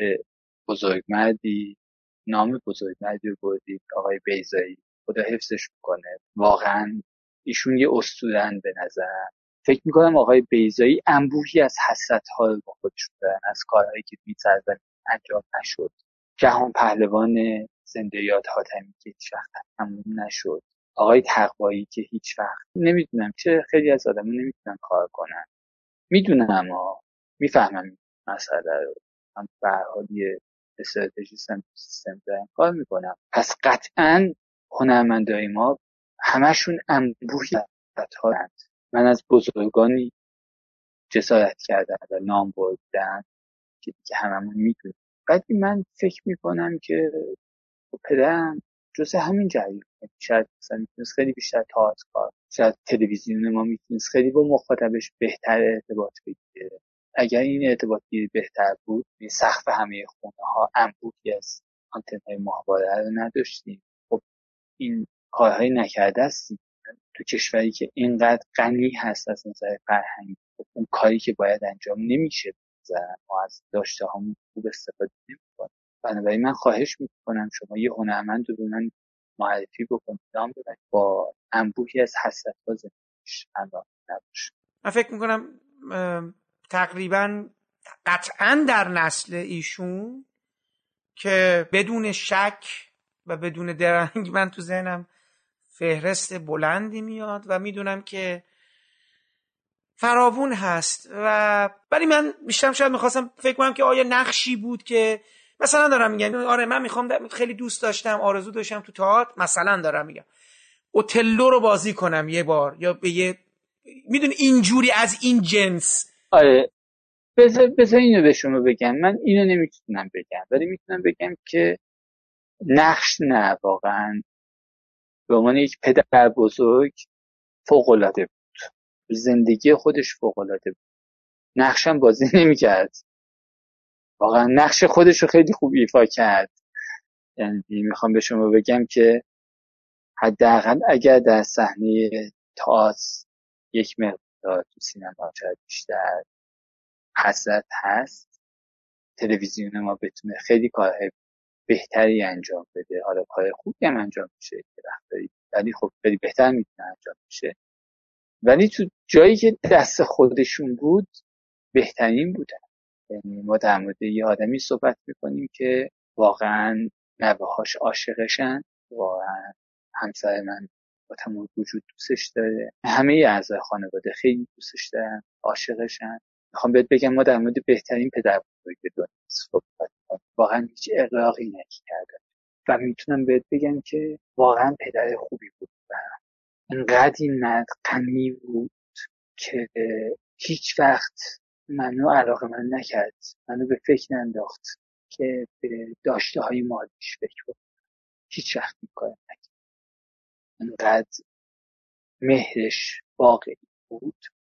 بزرگمردی، نام بزرگمردی رو بردید، آقای بیضایی، خدا حفظش کنه. واقعا ایشون یه اسطوره‌اند به نظرم. فکر میکنم آقای بیضایی انبوهی از حسرت‌ها رو با خودش دارن، از کارهایی که توی سرزمین انجام نشد. جهان پهلوان زنده یاد حاتمی که هیچ وقت تموم نشد، آقای تقوایی که هیچ وقت، نمیدونم چه خیلی از آدما نمیتونن کار کنن. میدونم اما میفهمم مسئله رو، من به هر حال یه استراتژیستم سیستم دارم کار میکنم. پس قطعاً هنرمندای ما همشون انبوهی حسرت‌هاند. من از بزرگانی جسارت کردم و نام بردن که دیگه هممون میدونیم. ولی من فکر میکنم که پدرم جز همین جریان شاید مثلا میتونست خیلی بیشتر تئاتر کار، شاید تلویزیون ما میتونست خیلی با مخاطبش بهتر ارتباط بگیره. اگر این ارتباط بهتر بود، این سقف همه خونه ها انبوهی از آنتن‌های ماهواره رو نداشتیم. خب این کارهای نکرده هستیم تو کشوری که اینقدر غنی هست از نظر فرهنگی. اون کاری که باید انجام نمیشه، ما از داشته هامون خوب استفاده نمی‌کنیم. بنابراین من خواهش میکنم شما یه هنرمند رو به من معرفی بکنید، نام ببرید با انبوهی از حسرت‌ها زندگیش همراه نباشه. من فکر میکنم تقریبا قطعا در نسل ایشون که بدون شک و بدون درنگ من تو ذهنم فهرست بلندی میاد و میدونم که فراوون هست. و ولی من بیشتر شاید میخواستم فکر کنم که آیا نقشی بود که مثلا دارم میگم آره من میخوام، خیلی دوست داشتم، آرزو داشتم تو تئاتر مثلا دارم میگم اوتلو رو بازی کنم یه بار، یا به یه میدونی اینجوری از این جنس. آره بذار بذار اینو به شما بگم، من اینو نمیتونم بگم ولی میتونم بگم که نقش نه، واقعا به عنوان یک پدر بزرگ فوق‌العاده بود، زندگی خودش فوق‌العاده بود. نقشم بازی نمی‌کرد، واقعا نقش خودش رو خیلی خوب ایفا کرد. یعنی میخوام به شما بگم که حداقل اگر در صحنه تئاتر یک مقدار تو سینما شاید بیشتر حسرت هست، تلویزیون ما بتونه خیلی کارهای بهتری انجام بده. حالا کار خوبی هم انجام میشه که وقتی، ولی خب خیلی بهتر میتونه انجام بشه. ولی تو جایی که دست خودشون بود بهترین بودن. یعنی ما در مورد یه آدمی صحبت میکنیم که واقعا نوه‌هاش عاشقشن، واقعا همسر من با تمام وجود دوستش داره، همه اعضای خانواده خیلی دوستش دارن، عاشقشن. میخوام بهت بگم ما در مورد بهترین پدر بزرگ دنیا صحبت میکنیم، واقعا هیچ اغراقی نکرده و میتونم بهت بگم که واقعا پدر خوبی بود. انقدر این مرد غنی بود که هیچ وقت منو علاقه من نکرد، منو به فکر ننداخت که به داشته های مالیش فکر کنم. هیچ وقت این کار نکرد. انقدر مهرش واقعی بود.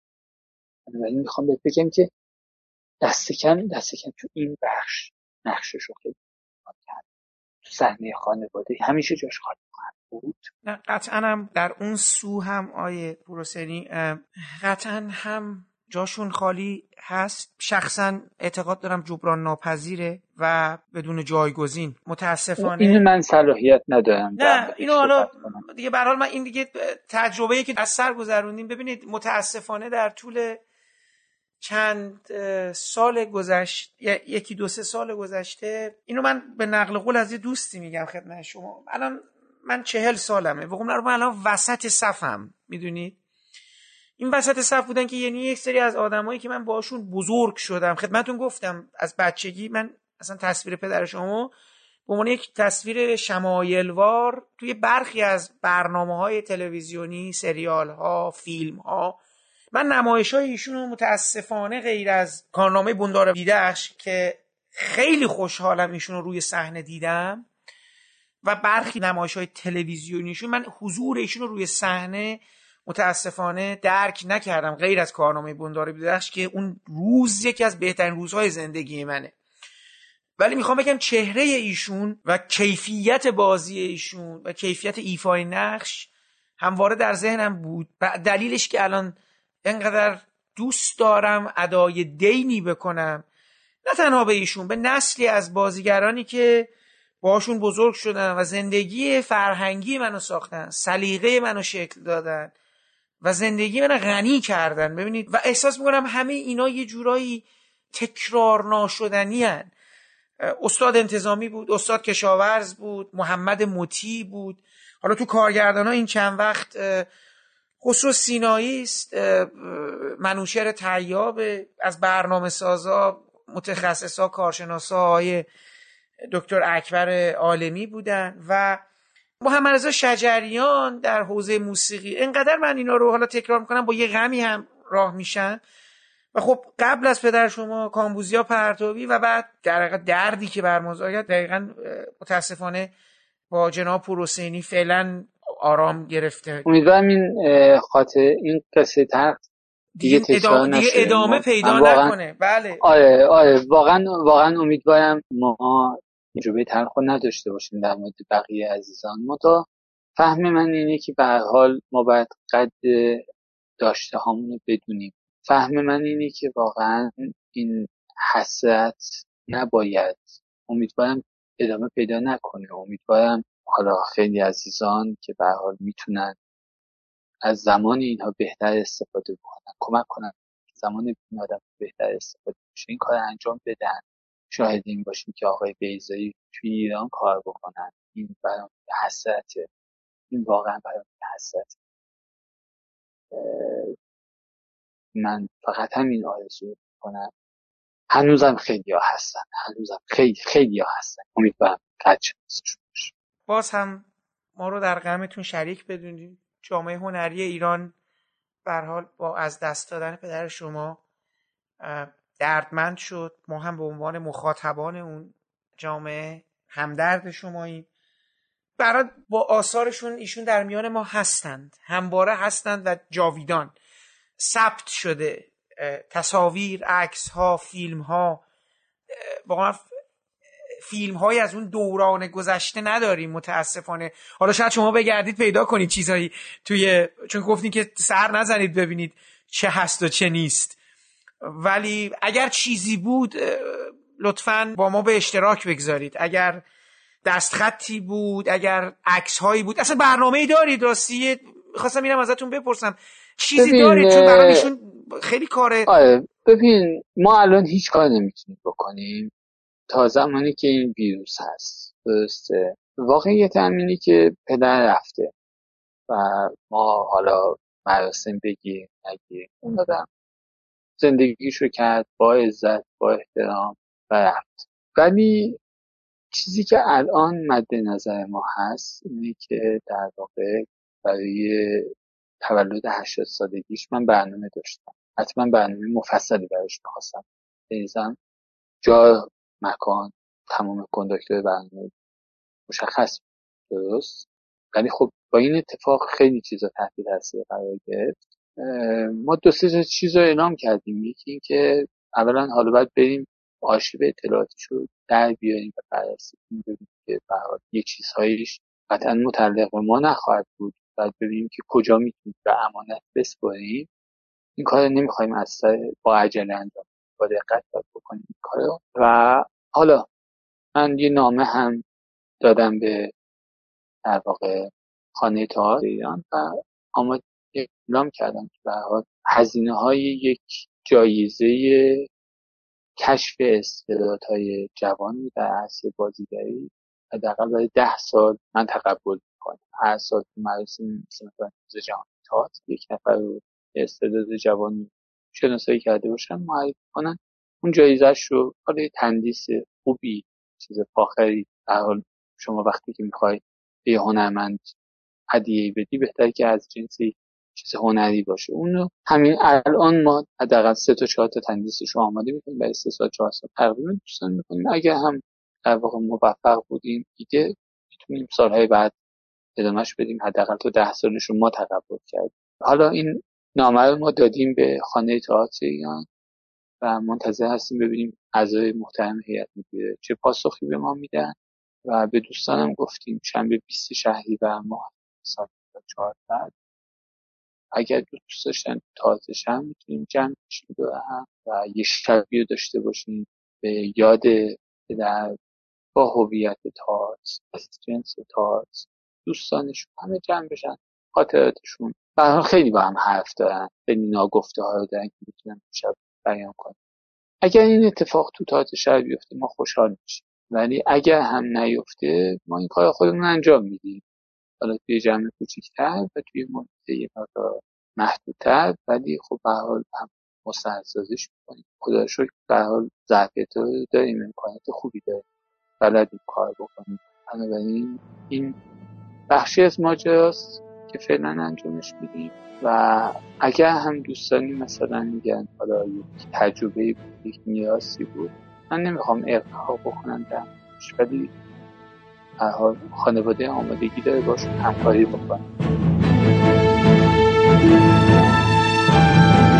ولی میخوام بهت بگم که دست کم دست کم تو این بخش نقشش رو خیلی کرد. تو صحنه خانواده همیشه جاش خالی بود. نه قطعا هم در اون سو هم آیه پروسنی قطعا هم جاشون خالی هست. شخصا اعتقاد دارم جبران ناپذیره و بدون جایگزین. متاسفانه اینو من صلاحیت ندارم. نه اینو حالا دیگه به هر حال من این دیگه تجربه‌ای که از سر گذروندیم. ببینید متاسفانه در طول چند سال گذشت، یکی دو سه سال گذشته، اینو من به نقل قول از یه دوستی میگم خدمت شما. الان من چهل سالمه و من الان وسط صفم، میدونید این وسط صف بودن که یعنی یک سری از آدمایی که من باشون بزرگ شدم. خدمتون گفتم از بچگی من اصلا تصویر پدر شما به عنوان یک تصویر شمایلوار توی برخی از برنامه‌های تلویزیونی، سریال‌ها، فیلم‌ها، من نمایش‌های ایشون رو متاسفانه غیر از کارنامه بندار بیدخش که خیلی خوشحالم ایشون رو روی صحنه دیدم و برخی نمایش‌های تلویزیونیشون من حضور ایشون رو روی صحنه متاسفانه درک نکردم، غیر از کارنامه بندار بیدخش که اون روز یکی از بهترین روزهای زندگی منه. ولی میخوام بگم چهره ایشون و کیفیت بازی ایشون و کیفیت ایفای نقش همواره در ذهنم بود. دلیلش که الان اینقدر دوست دارم ادای دینی بکنم نه تنها به ایشون، به نسلی از بازیگرانی که باشون بزرگ شدن و زندگی فرهنگی منو ساختن، سلیقه منو شکل دادن و زندگی منو غنی کردن. ببینید و احساس میکنم همه اینا یه جورایی تکرار ناشدنی هن. استاد انتظامی بود، استاد کشاورز بود، محمد مطیع بود، حالا تو کارگردان ها این چند وقت خسرو سینایی است، منوشهر طیاب، از برنامه سازا متخصصا کارشناسا های دکتر اکبر عالمی بودن و محمد رضا شجریان در حوزه موسیقی. اینقدر من اینا رو حالا تکرار میکنم با یه غمی هم راه میشن و خب قبل از پدر شما کامبوزیا پرتوی و بعد در حقیقت دردی که بر ما زد دقیقاً متاسفانه با جناب پروسینی فعلا آرام گرفته. امیدوارم این خاطر این قصه تر دیگه تکرار نشه، دیگه ادامه پیدا نکنه. بله آره آره واقعا واقعا امیدوارم ما تجربه تلخ نداشته باشیم در مورد بقیه عزیزان. ما تا فهم من اینه که به هر حال ما باید قد داشته هامون رو بدونیم. فهم من اینه که واقعا این حسرت نباید، امیدوارم ادامه پیدا نکنه. امیدوارم حالا خیلی عزیزان که به هر حال میتونن از زمان اینها بهتر استفاده بکنن، کمک کنن زمان این آدم بهتر استفاده بشه، این کار انجام بدن. شاهد این باشیم که آقای بیضایی توی ایران کار بکنن. این برام حسرته، این واقعا برام حسرته. من فقط همین آرزو کنم. هنوزم خیلی ها هستن، هنوزم خیلی خیلی ها هستن. امیدوارم قد شناسشون باشه. باز هم ما رو در غمتون شریک بدونید. جامعه هنری ایران به هر حال با از دست دادن پدر شما دردمند شد. ما هم به عنوان مخاطبان اون جامعه همدرد شماییم. برای با آثارشون ایشون در میان ما هستند، همواره هستند و جاویدان ثبت شده. تصاویر، عکس ها، فیلم ها، واقعا فیلم های از اون دوران گذشته نداریم متاسفانه. حالا شاید شما بگردید پیدا کنید چیزایی توی، چون گفتین که سر نزنید ببینید چه هست و چه نیست، ولی اگر چیزی بود لطفاً با ما به اشتراک بگذارید. اگر دستخطی بود، اگر عکس هایی بود، اصلا برنامه‌ای دارید؟ راستی خواستم اینم ازتون بپرسم چیزی دارید؟ چون برای ایشون خیلی کاره. آره ببین، ما الان هیچ کار نمیتونیم بکنیم تا زمانی که این ویروس هست. درسته، واقعیت همینی که پدر رفته و ما حالا مراسم بگیم نگیم، اون آدم زندگیشو کرد با عزت با احترام و رفت. ولی چیزی که الان مد نظر ما هست اینه که در واقع برای تولد هشتاد سالگیش من برنامه داشتم، حتما برنامه مفصلی براش می‌خواستم بریزم، جا مکان تمام کنداکتور برنامه مشخص درست. ولی خب با این اتفاق خیلی چیزا تحت تاثیر قرار گرفت. ما دو سه چیز رو اعلام کردیم. یکی این که اولا حالا باید بریم آرشیو اطلاعاتیشو در بیاریم و بررسی کنیم ببینیم که به هر حال یه چیزهایش قطعا متعلق به ما نخواهد بود. بعد ببینیم که کجا میتونیم به امانت بسپاریم. این کار نمیخوایم از با عجله انجام با دقت باید بکنیم این کارو. و حالا من یه نامه هم دادم به در واقع خانه تئاتر ایران و آماده اعلام کردم که به هر حال هزینه‌های یک جایزه کشف استعدادهای جوان در عرصه بازیگری حداقل برای ده سال من تقبل می‌کنم. هر سال تو مراسم مثل روز جهانی تئاتر یک نفر رو استعداد جوانی شناسایی کرده باشن معرفی کنن، اون جایزه‌اش رو حالا تندیس خوبی، چیز فاخری. در حال شما وقتی که می‌خوای به هنرمند هدیه بدی بهتره که از جنس چیز هنری باشه. اونو همین الان ما حداقل سه تا چهار تا تندیسش رو آماده می‌کنیم برای سه سال چهار سال تقریبا دوستان می‌کنیم. اگر هم در واقع موفق بودیم ایده میتونیم سالهای بعد ادامهش بدیم، حداقل تا ده سالش رو ما تقبل کردیم. حالا این نامه رو ما دادیم به خانه تئاتر ایران و منتظر هستیم ببینیم اعضای محترم هیئت مدیره چه پاسخی به ما میدن. و به دوستانم گفتیم شنبه بیست شهریور ماه سال دو هزار و چهارده اگر دوست داشتن تئاترش هم میتونیم جمع بشیم دور هم و یه شبی رو داشته باشیم به یاد پدر با هویت تئاتر، از جنس تئاتر، دوستانشون همه جمع بشن، خاطراتشون به هر حال خیلی با هم حرف دارن، خیلی ناگفته ها رو دارن که میتونن شب بیان کنن. اگر این اتفاق تو تئاتر شهر بیفته ما خوشحال میشیم، ولی اگر هم نیفته ما این کار خودمون انجام میدیم، حالا توی جمع کوچیک‌تر و توی محیط یه مقدار محدودتر، ولی خب به هر حال هم مستندسازیش می‌کنیم. خدا رو شکر به هر حال ظرفیت رو داریم، امکانات خوبی داریم، بلدیم کار بکنیم. بنابراین این بخشی از ماجراست که فعلا انجامش میدیم و اگر هم دوستانی مثلا میگن حالا یک تجربه بود، یک میراثی بود، من نمیخوام ارتقا بکنم درش، ولی هر حال خانواده آمادگی داره باشون همکاری بکنم.